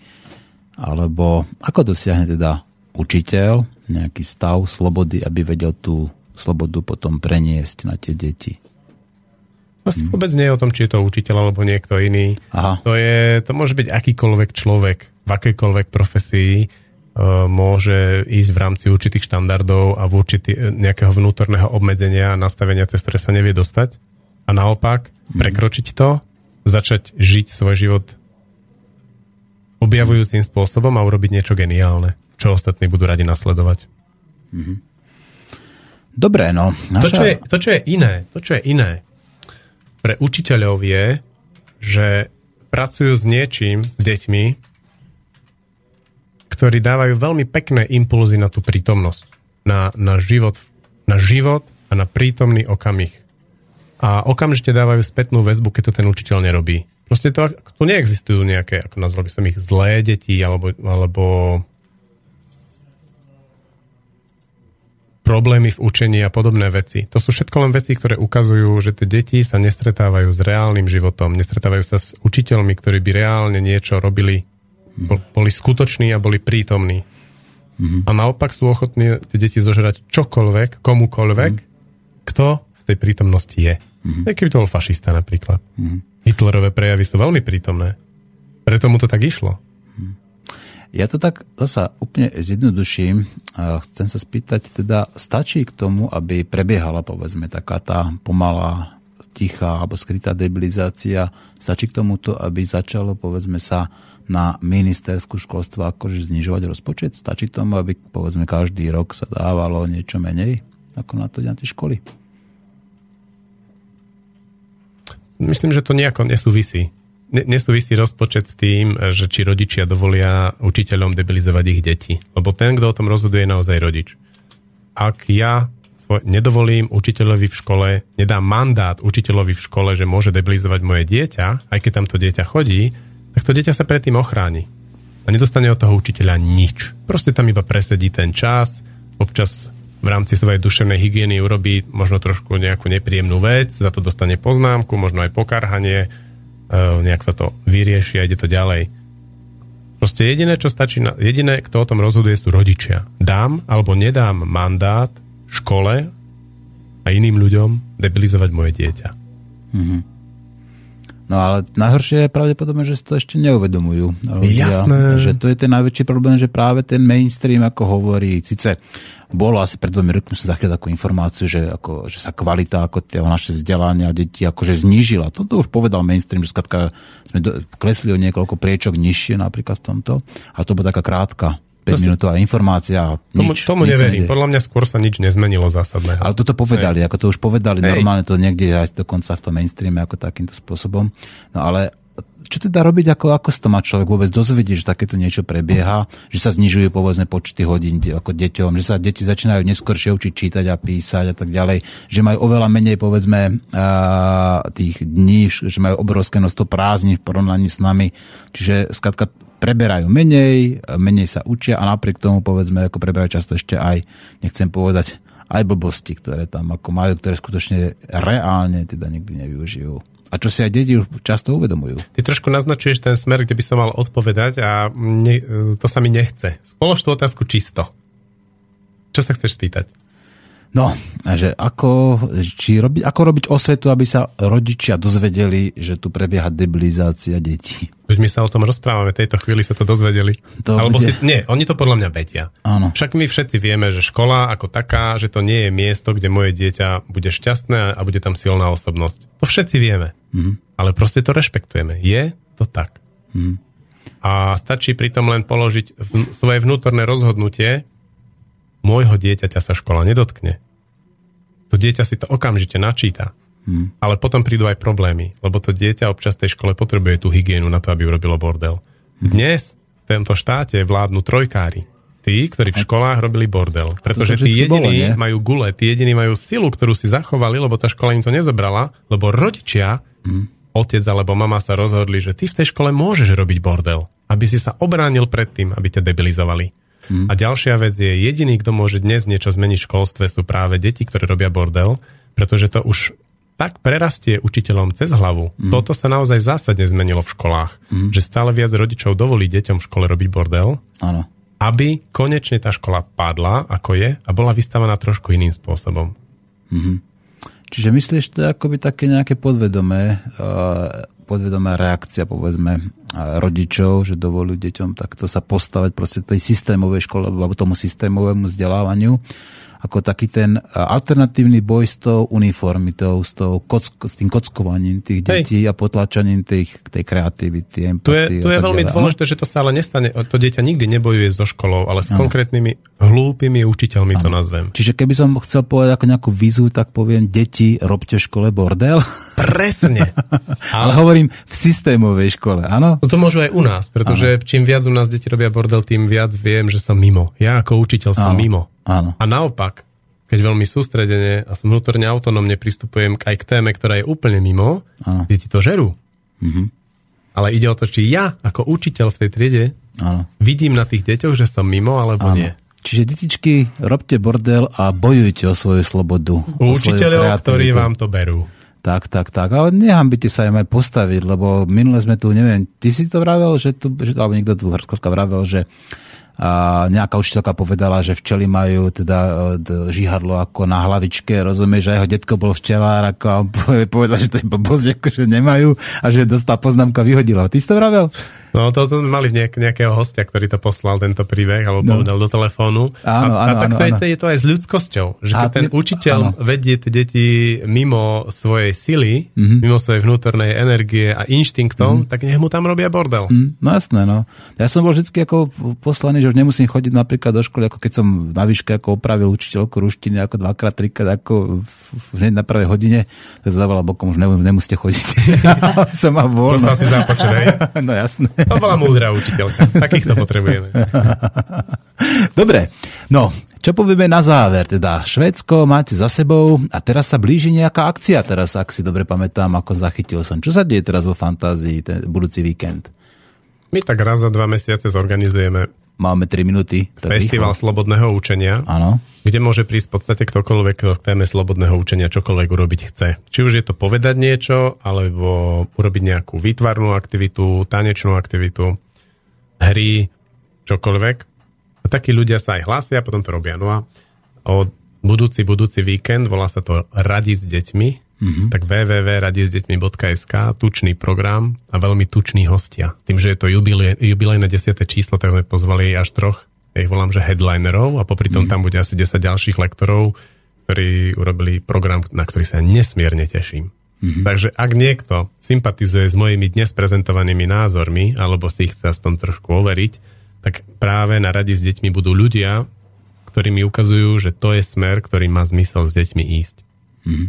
Alebo ako dosiahne teda učiteľ nejaký stav slobody, aby vedel tú slobodu potom preniesť na tie deti? Vlastne hmm. vôbec nie je o tom, či je to učiteľ alebo niekto iný. Aha. To, je, to môže byť akýkoľvek človek v akejkoľvek profesii, môže ísť v rámci určitých štandardov a v určitý, nejakého vnútorného obmedzenia a nastavenia, cez ktoré sa nevie dostať. A naopak, prekročiť to, začať žiť svoj život objavujúcim spôsobom a urobiť niečo geniálne, čo ostatní budú radi nasledovať. Mm-hmm. Dobre, no. Naša... To, čo je, to, čo je iné, to, čo je iné pre učiteľov je, že pracujú s niečím, s deťmi, ktorí dávajú veľmi pekné impulzy na tú prítomnosť, na, na, život, na život a na prítomný okamih. A okamžite dávajú spätnú väzbu, keď to ten učiteľ nerobí. Proste to, tu neexistujú nejaké, ako nazval by som ich, zlé deti, alebo, alebo problémy v učení a podobné veci. To sú všetko len veci, ktoré ukazujú, že tie deti sa nestretávajú s reálnym životom, nestretávajú sa s učiteľmi, ktorí by reálne niečo robili, boli skutoční a boli prítomní. Mm-hmm. A naopak sú ochotní tie deti zožrať čokoľvek, komukoľvek, mm-hmm. kto v tej prítomnosti je. Mm-hmm. Keby to bol fašista napríklad. Mm-hmm. Hitlerové prejavy sú veľmi prítomné. Preto mu to tak išlo. Ja to tak zasa úplne zjednoduším a chcem sa spýtať, teda stačí k tomu, aby prebiehala, povedzme, taká tá pomalá, tichá alebo skrytá debilizácia, stačí k tomuto, aby začalo, povedzme, sa na ministerskú školstvo akože znižovať rozpočet? Stačí k tomu, aby, povedzme, každý rok sa dávalo niečo menej ako na to na tie školy? Myslím, že to nejako nesúvisí. Nesúvisí rozpočet s tým, že či rodičia dovolia učiteľom debilizovať ich deti. Lebo ten, kto o tom rozhoduje, je naozaj rodič. Ak ja svoj, nedovolím učiteľovi v škole, nedám mandát učiteľovi v škole, že môže debilizovať moje dieťa, aj keď tam to dieťa chodí, tak to dieťa sa predtým ochráni. A nedostane od toho učiteľa nič. Proste tam iba presedí ten čas, občas v rámci svojej duševnej hygieny urobí možno trošku nejakú nepríjemnú vec, za to dostane poznámku, možno aj pokarhanie, nejak sa to vyrieši a ide to ďalej. Proste jediné, čo stačí, jediné, kto o tom rozhoduje, sú rodičia. Dám alebo nedám mandát škole a iným ľuďom debilizovať moje dieťa. Mm-hmm. No ale najhoršie je pravdepodobne, že si to ešte neuvedomujú. Ľudia, jasné. Že to je ten najväčší problém, že práve ten mainstream, ako hovorí, síce bolo asi pred dvomi rokmi som zachytil takú informáciu, že, ako, že sa kvalita ako tie naše vzdelania detí akože znížila. Toto už povedal mainstream, že skladka sme do, klesli o niekoľko priečok nižšie napríklad v tomto. A to bola taká krátka päťminútová informácia. Nič, tomu tomu nič neverím. Podľa mňa skôr sa nič nezmenilo zásadného. Ale toto povedali, Hej. ako to už povedali, Hej. normálne to niekde aj dokonca v tom mainstreame ako takýmto spôsobom. No ale čo teda robiť, ako, ako sa to má človek vôbec dozvedieť, že takéto niečo prebieha, že sa znižujú povedzme počty hodín ako deťom, že sa deti začínajú neskôršie učiť čítať a písať a tak ďalej, že majú oveľa menej povedzme tých dní, že majú obrovské množstvo prázdnin v porovnaní s nami, čiže skrátka preberajú menej, menej sa učia a napriek tomu povedzme, ako preberajú často ešte aj, nechcem povedať, aj blbosti, ktoré tam ako majú, ktoré skutočne reálne teda nikdy nevyužijú. A čo si aj deti už často uvedomujú. Ty trošku naznačuješ ten smer, kde by som mal odpovedať a ne, to sa mi nechce. Polož tú otázku čisto. Čo sa chceš spýtať? No, že ako, či robiť, ako robiť osvetu, aby sa rodičia dozvedeli, že tu prebieha debilizácia detí. Už my sa o tom rozprávame, tejto chvíli sa to dozvedeli. To Alebo bude... si, nie, oni to podľa mňa vedia. Áno. Však my všetci vieme, že škola ako taká, že to nie je miesto, kde moje dieťa bude šťastné a bude tam silná osobnosť. To všetci vieme. Mm-hmm. Ale proste to rešpektujeme. Je to tak. Mm-hmm. A stačí pritom len položiť v, svoje vnútorné rozhodnutie, môjho dieťaťa sa škola nedotkne. To dieťa si to okamžite načíta. Hmm. Ale potom prídu aj problémy, lebo to dieťa občas tej škole potrebuje tú hygienu na to, aby urobilo bordel. Hmm. Dnes v tomto štáte vládnu trojkári. Tí, ktorí v školách robili bordel. Pretože tí jediní majú gule, tí jediní majú silu, ktorú si zachovali, lebo tá škola im to nezobrala, lebo rodičia, hmm. otec alebo mama sa rozhodli, že ty v tej škole môžeš robiť bordel, aby si sa obránil pred tým, aby ťa debilizovali. Hmm. A ďalšia vec je, jediný, kto môže dnes niečo zmeniť v školstve, sú práve deti, ktoré robia bordel, pretože to už tak prerastie učiteľom cez hlavu. Hmm. Toto sa naozaj zásadne zmenilo v školách, hmm. že stále viac rodičov dovolí deťom v škole robiť bordel, Áno. aby konečne tá škola padla, ako je, a bola vystavaná trošku iným spôsobom. Hmm. Čiže myslíš, to je akoby také nejaké podvedomé, uh, podvedomá reakcia, povedzme, rodičov, že dovolujú deťom takto sa postavať proste tej systémovej škole, alebo tomu systémovému vzdelávaniu. ako taký ten alternatívny boj s tou uniformitou, s, tou kock, s tým kockovaním tých detí Hej. a potlačaním tých, tej kreativity, empatie. Tu je, tu je veľmi dôležité, že to sa ale nestane. To dieťa nikdy nebojuje so školou, ale s ano. konkrétnymi hlúpymi učiteľmi ano. to nazvem. Čiže keby som chcel povedať ako nejakú výzvu, tak poviem, deti, robte v škole bordel. Presne. Ale hovorím v systémovej škole, áno? No to môžu aj u nás, pretože ano. čím viac u nás deti robia bordel, tým viac viem, že som mimo. Ja ako učiteľ som ano. mimo. Áno. A naopak, keď veľmi sústredene a som vnútorne autonómne pristupujem aj k téme, ktorá je úplne mimo, áno. deti to žerú. Mhm. Ale ide o to, či ja ako učiteľ v tej triede áno. vidím na tých deťoch, že som mimo, alebo áno. nie. Čiže detičky, robte bordel a bojujte o svoju slobodu. Učiteľov, ktorí vám to berú. Tak, tak, tak. Ale nehambite sa im aj postaviť, lebo minule sme tu, neviem, ty si to vravel, že tu, že, alebo niekto tu hrskotka vravel, že a nejaká učiteľka povedala, že včely majú teda žihadlo ako na hlavičke, rozumieš, že jeho detko bol včelár, ako a povedal, že to je blbosť, akože nemajú a že dostal poznámka, vyhodila. Ty si to vravel? No to, to mali nejak, nejakého hostia, ktorý to poslal, tento príbeh, alebo no. povedal do telefónu. Áno, a, áno, a tak to, áno, je, to je to aj s ľudskosťou, že keď a, ten učiteľ áno. vedie tie deti mimo svojej sily, mm-hmm. mimo svojej vnútornej energie a inštinktov, mm-hmm. tak nech mu tam robia bordel. Mm, no jasné, no. Ja som bol vždy ako poslaný, že už nemusím chodiť napríklad do školy, ako keď som na výške ako opravil učiteľku ruštiny ako dvakrát, trikrát, ako hneď na prvej hodine, tak zavolal bokom, už nemusíte chodiť. Som mal voľno. Dostal si zápočet, hej? No jasné. To bola múdra učiteľka. Takýchto potrebujeme. Dobre, no, čo povieme na záver? Teda Švédsko máte za sebou a teraz sa blíži nejaká akcia, teraz, ak si dobre pamätám, ako zachytil som. Čo sa deje teraz vo Fantázii ten budúci víkend? My tak raz za dva mesiace zorganizujeme Máme tri minúty. Festival rýchlo. Slobodného učenia, áno. Kde môže prísť v podstate ktokoľvek k téme slobodného učenia čokoľvek urobiť chce. Či už je to povedať niečo, alebo urobiť nejakú výtvarnú aktivitu, tanečnú aktivitu, hry, čokoľvek. A takí ľudia sa aj hlásia a potom to robia. No a od budúci, budúci víkend, volá sa to Radi s deťmi, Mm-hmm. tak w w w bodka radi s deťmi bodka es ká, tučný program a veľmi tuční hostia. Tým, že je to jubilej, jubilejné desiate číslo, tak sme pozvali až troch, ja ich volám, že headlinerov a popri tom mm-hmm. tam bude asi desať ďalších lektorov, ktorí urobili program, na ktorý sa nesmierne teším. Mm-hmm. Takže ak niekto sympatizuje s mojimi dnes prezentovanými názormi, alebo si ich chce aspoň trošku overiť, tak práve na Radi s deťmi budú ľudia, ktorí mi ukazujú, že to je smer, ktorý má zmysel s deťmi ísť. Mm-hmm.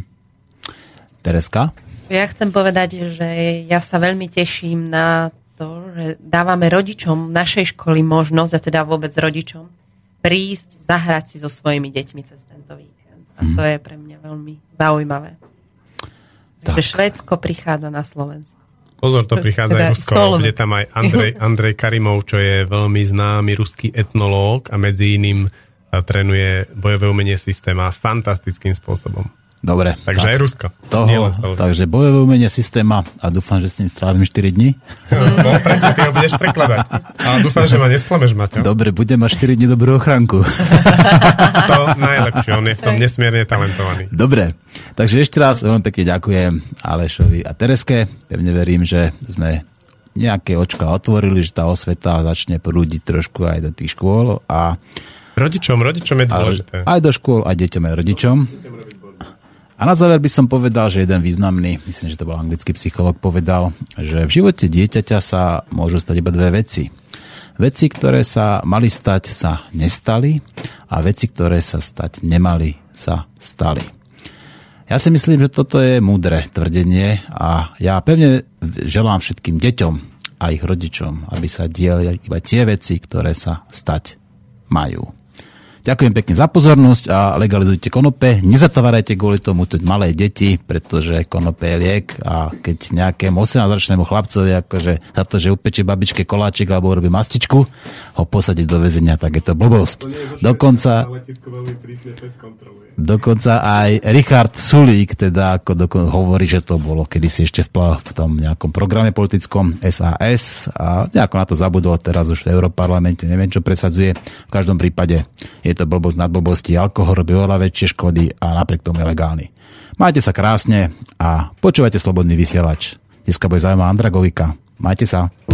Tereska? Ja chcem povedať, že ja sa veľmi teším na to, že dávame rodičom našej školy možnosť, a teda vôbec rodičom, prísť, zahrať si so svojimi deťmi cez tento víkend. A to je pre mňa veľmi zaujímavé. Tak. Že Švédsko prichádza na Slovensko. Pozor, to prichádza teda aj Rusko. Bude tam aj Andrej, Andrej Karimov, čo je veľmi známy ruský etnológ a medzi iným trénuje bojové umenie systéma fantastickým spôsobom. Dobre. Takže tak, aj Rusko. Toho, takže bojové umenie systéma a dúfam, že s ním strávim štyri dni. No, presne, ty ho budeš prekladať. A dúfam, že ma nesklameš, Maťo. Dobre, budem mať štyri dni dobrú ochránku. To najlepšie, on je v tom nesmierne talentovaný. Dobre, takže ešte raz veľmi pekne ďakujem Alešovi a Tereske. Pevne verím, že sme nejaké očka otvorili, že tá osveta začne prúdiť trošku aj do tých škôl. A rodičom, rodičom je dôležité. Aj do škôl, aj deťom, aj rodičom. A na záver by som povedal, že jeden významný, myslím, že to bol anglický psychológ, povedal, že v živote dieťaťa sa môžu stať iba dve veci. Veci, ktoré sa mali stať, sa nestali a veci, ktoré sa stať nemali, sa stali. Ja si myslím, že toto je múdre tvrdenie a ja pevne želám všetkým deťom a ich rodičom, aby sa diali iba tie veci, ktoré sa stať majú. Ďakujem pekne za pozornosť a legalizujte konope. Nezatvárajte kvôli tomu tu malé deti, pretože konope je liek a keď nejakému osemnásťročnému chlapcovi akože za to, že upečie babičke koláčik alebo urobí mastičku, ho posadiť do väzenia, tak je to blbosť. Dokonca, dokonca aj Richard Sulík teda ako dokon, hovorí, že to bolo kedysi ešte v, v tom nejakom programe politickom es a es a nejako na to zabudol, teraz už v Európarlamente, neviem čo presadzuje. V každom prípade je to blbosť nad blbosti, alkohol robí oveľa väčšie škody a napriek tomu je legálny. Majte sa krásne a počúvajte Slobodný vysielač. Dneska bude zaujímavá Andragovika. Majte sa.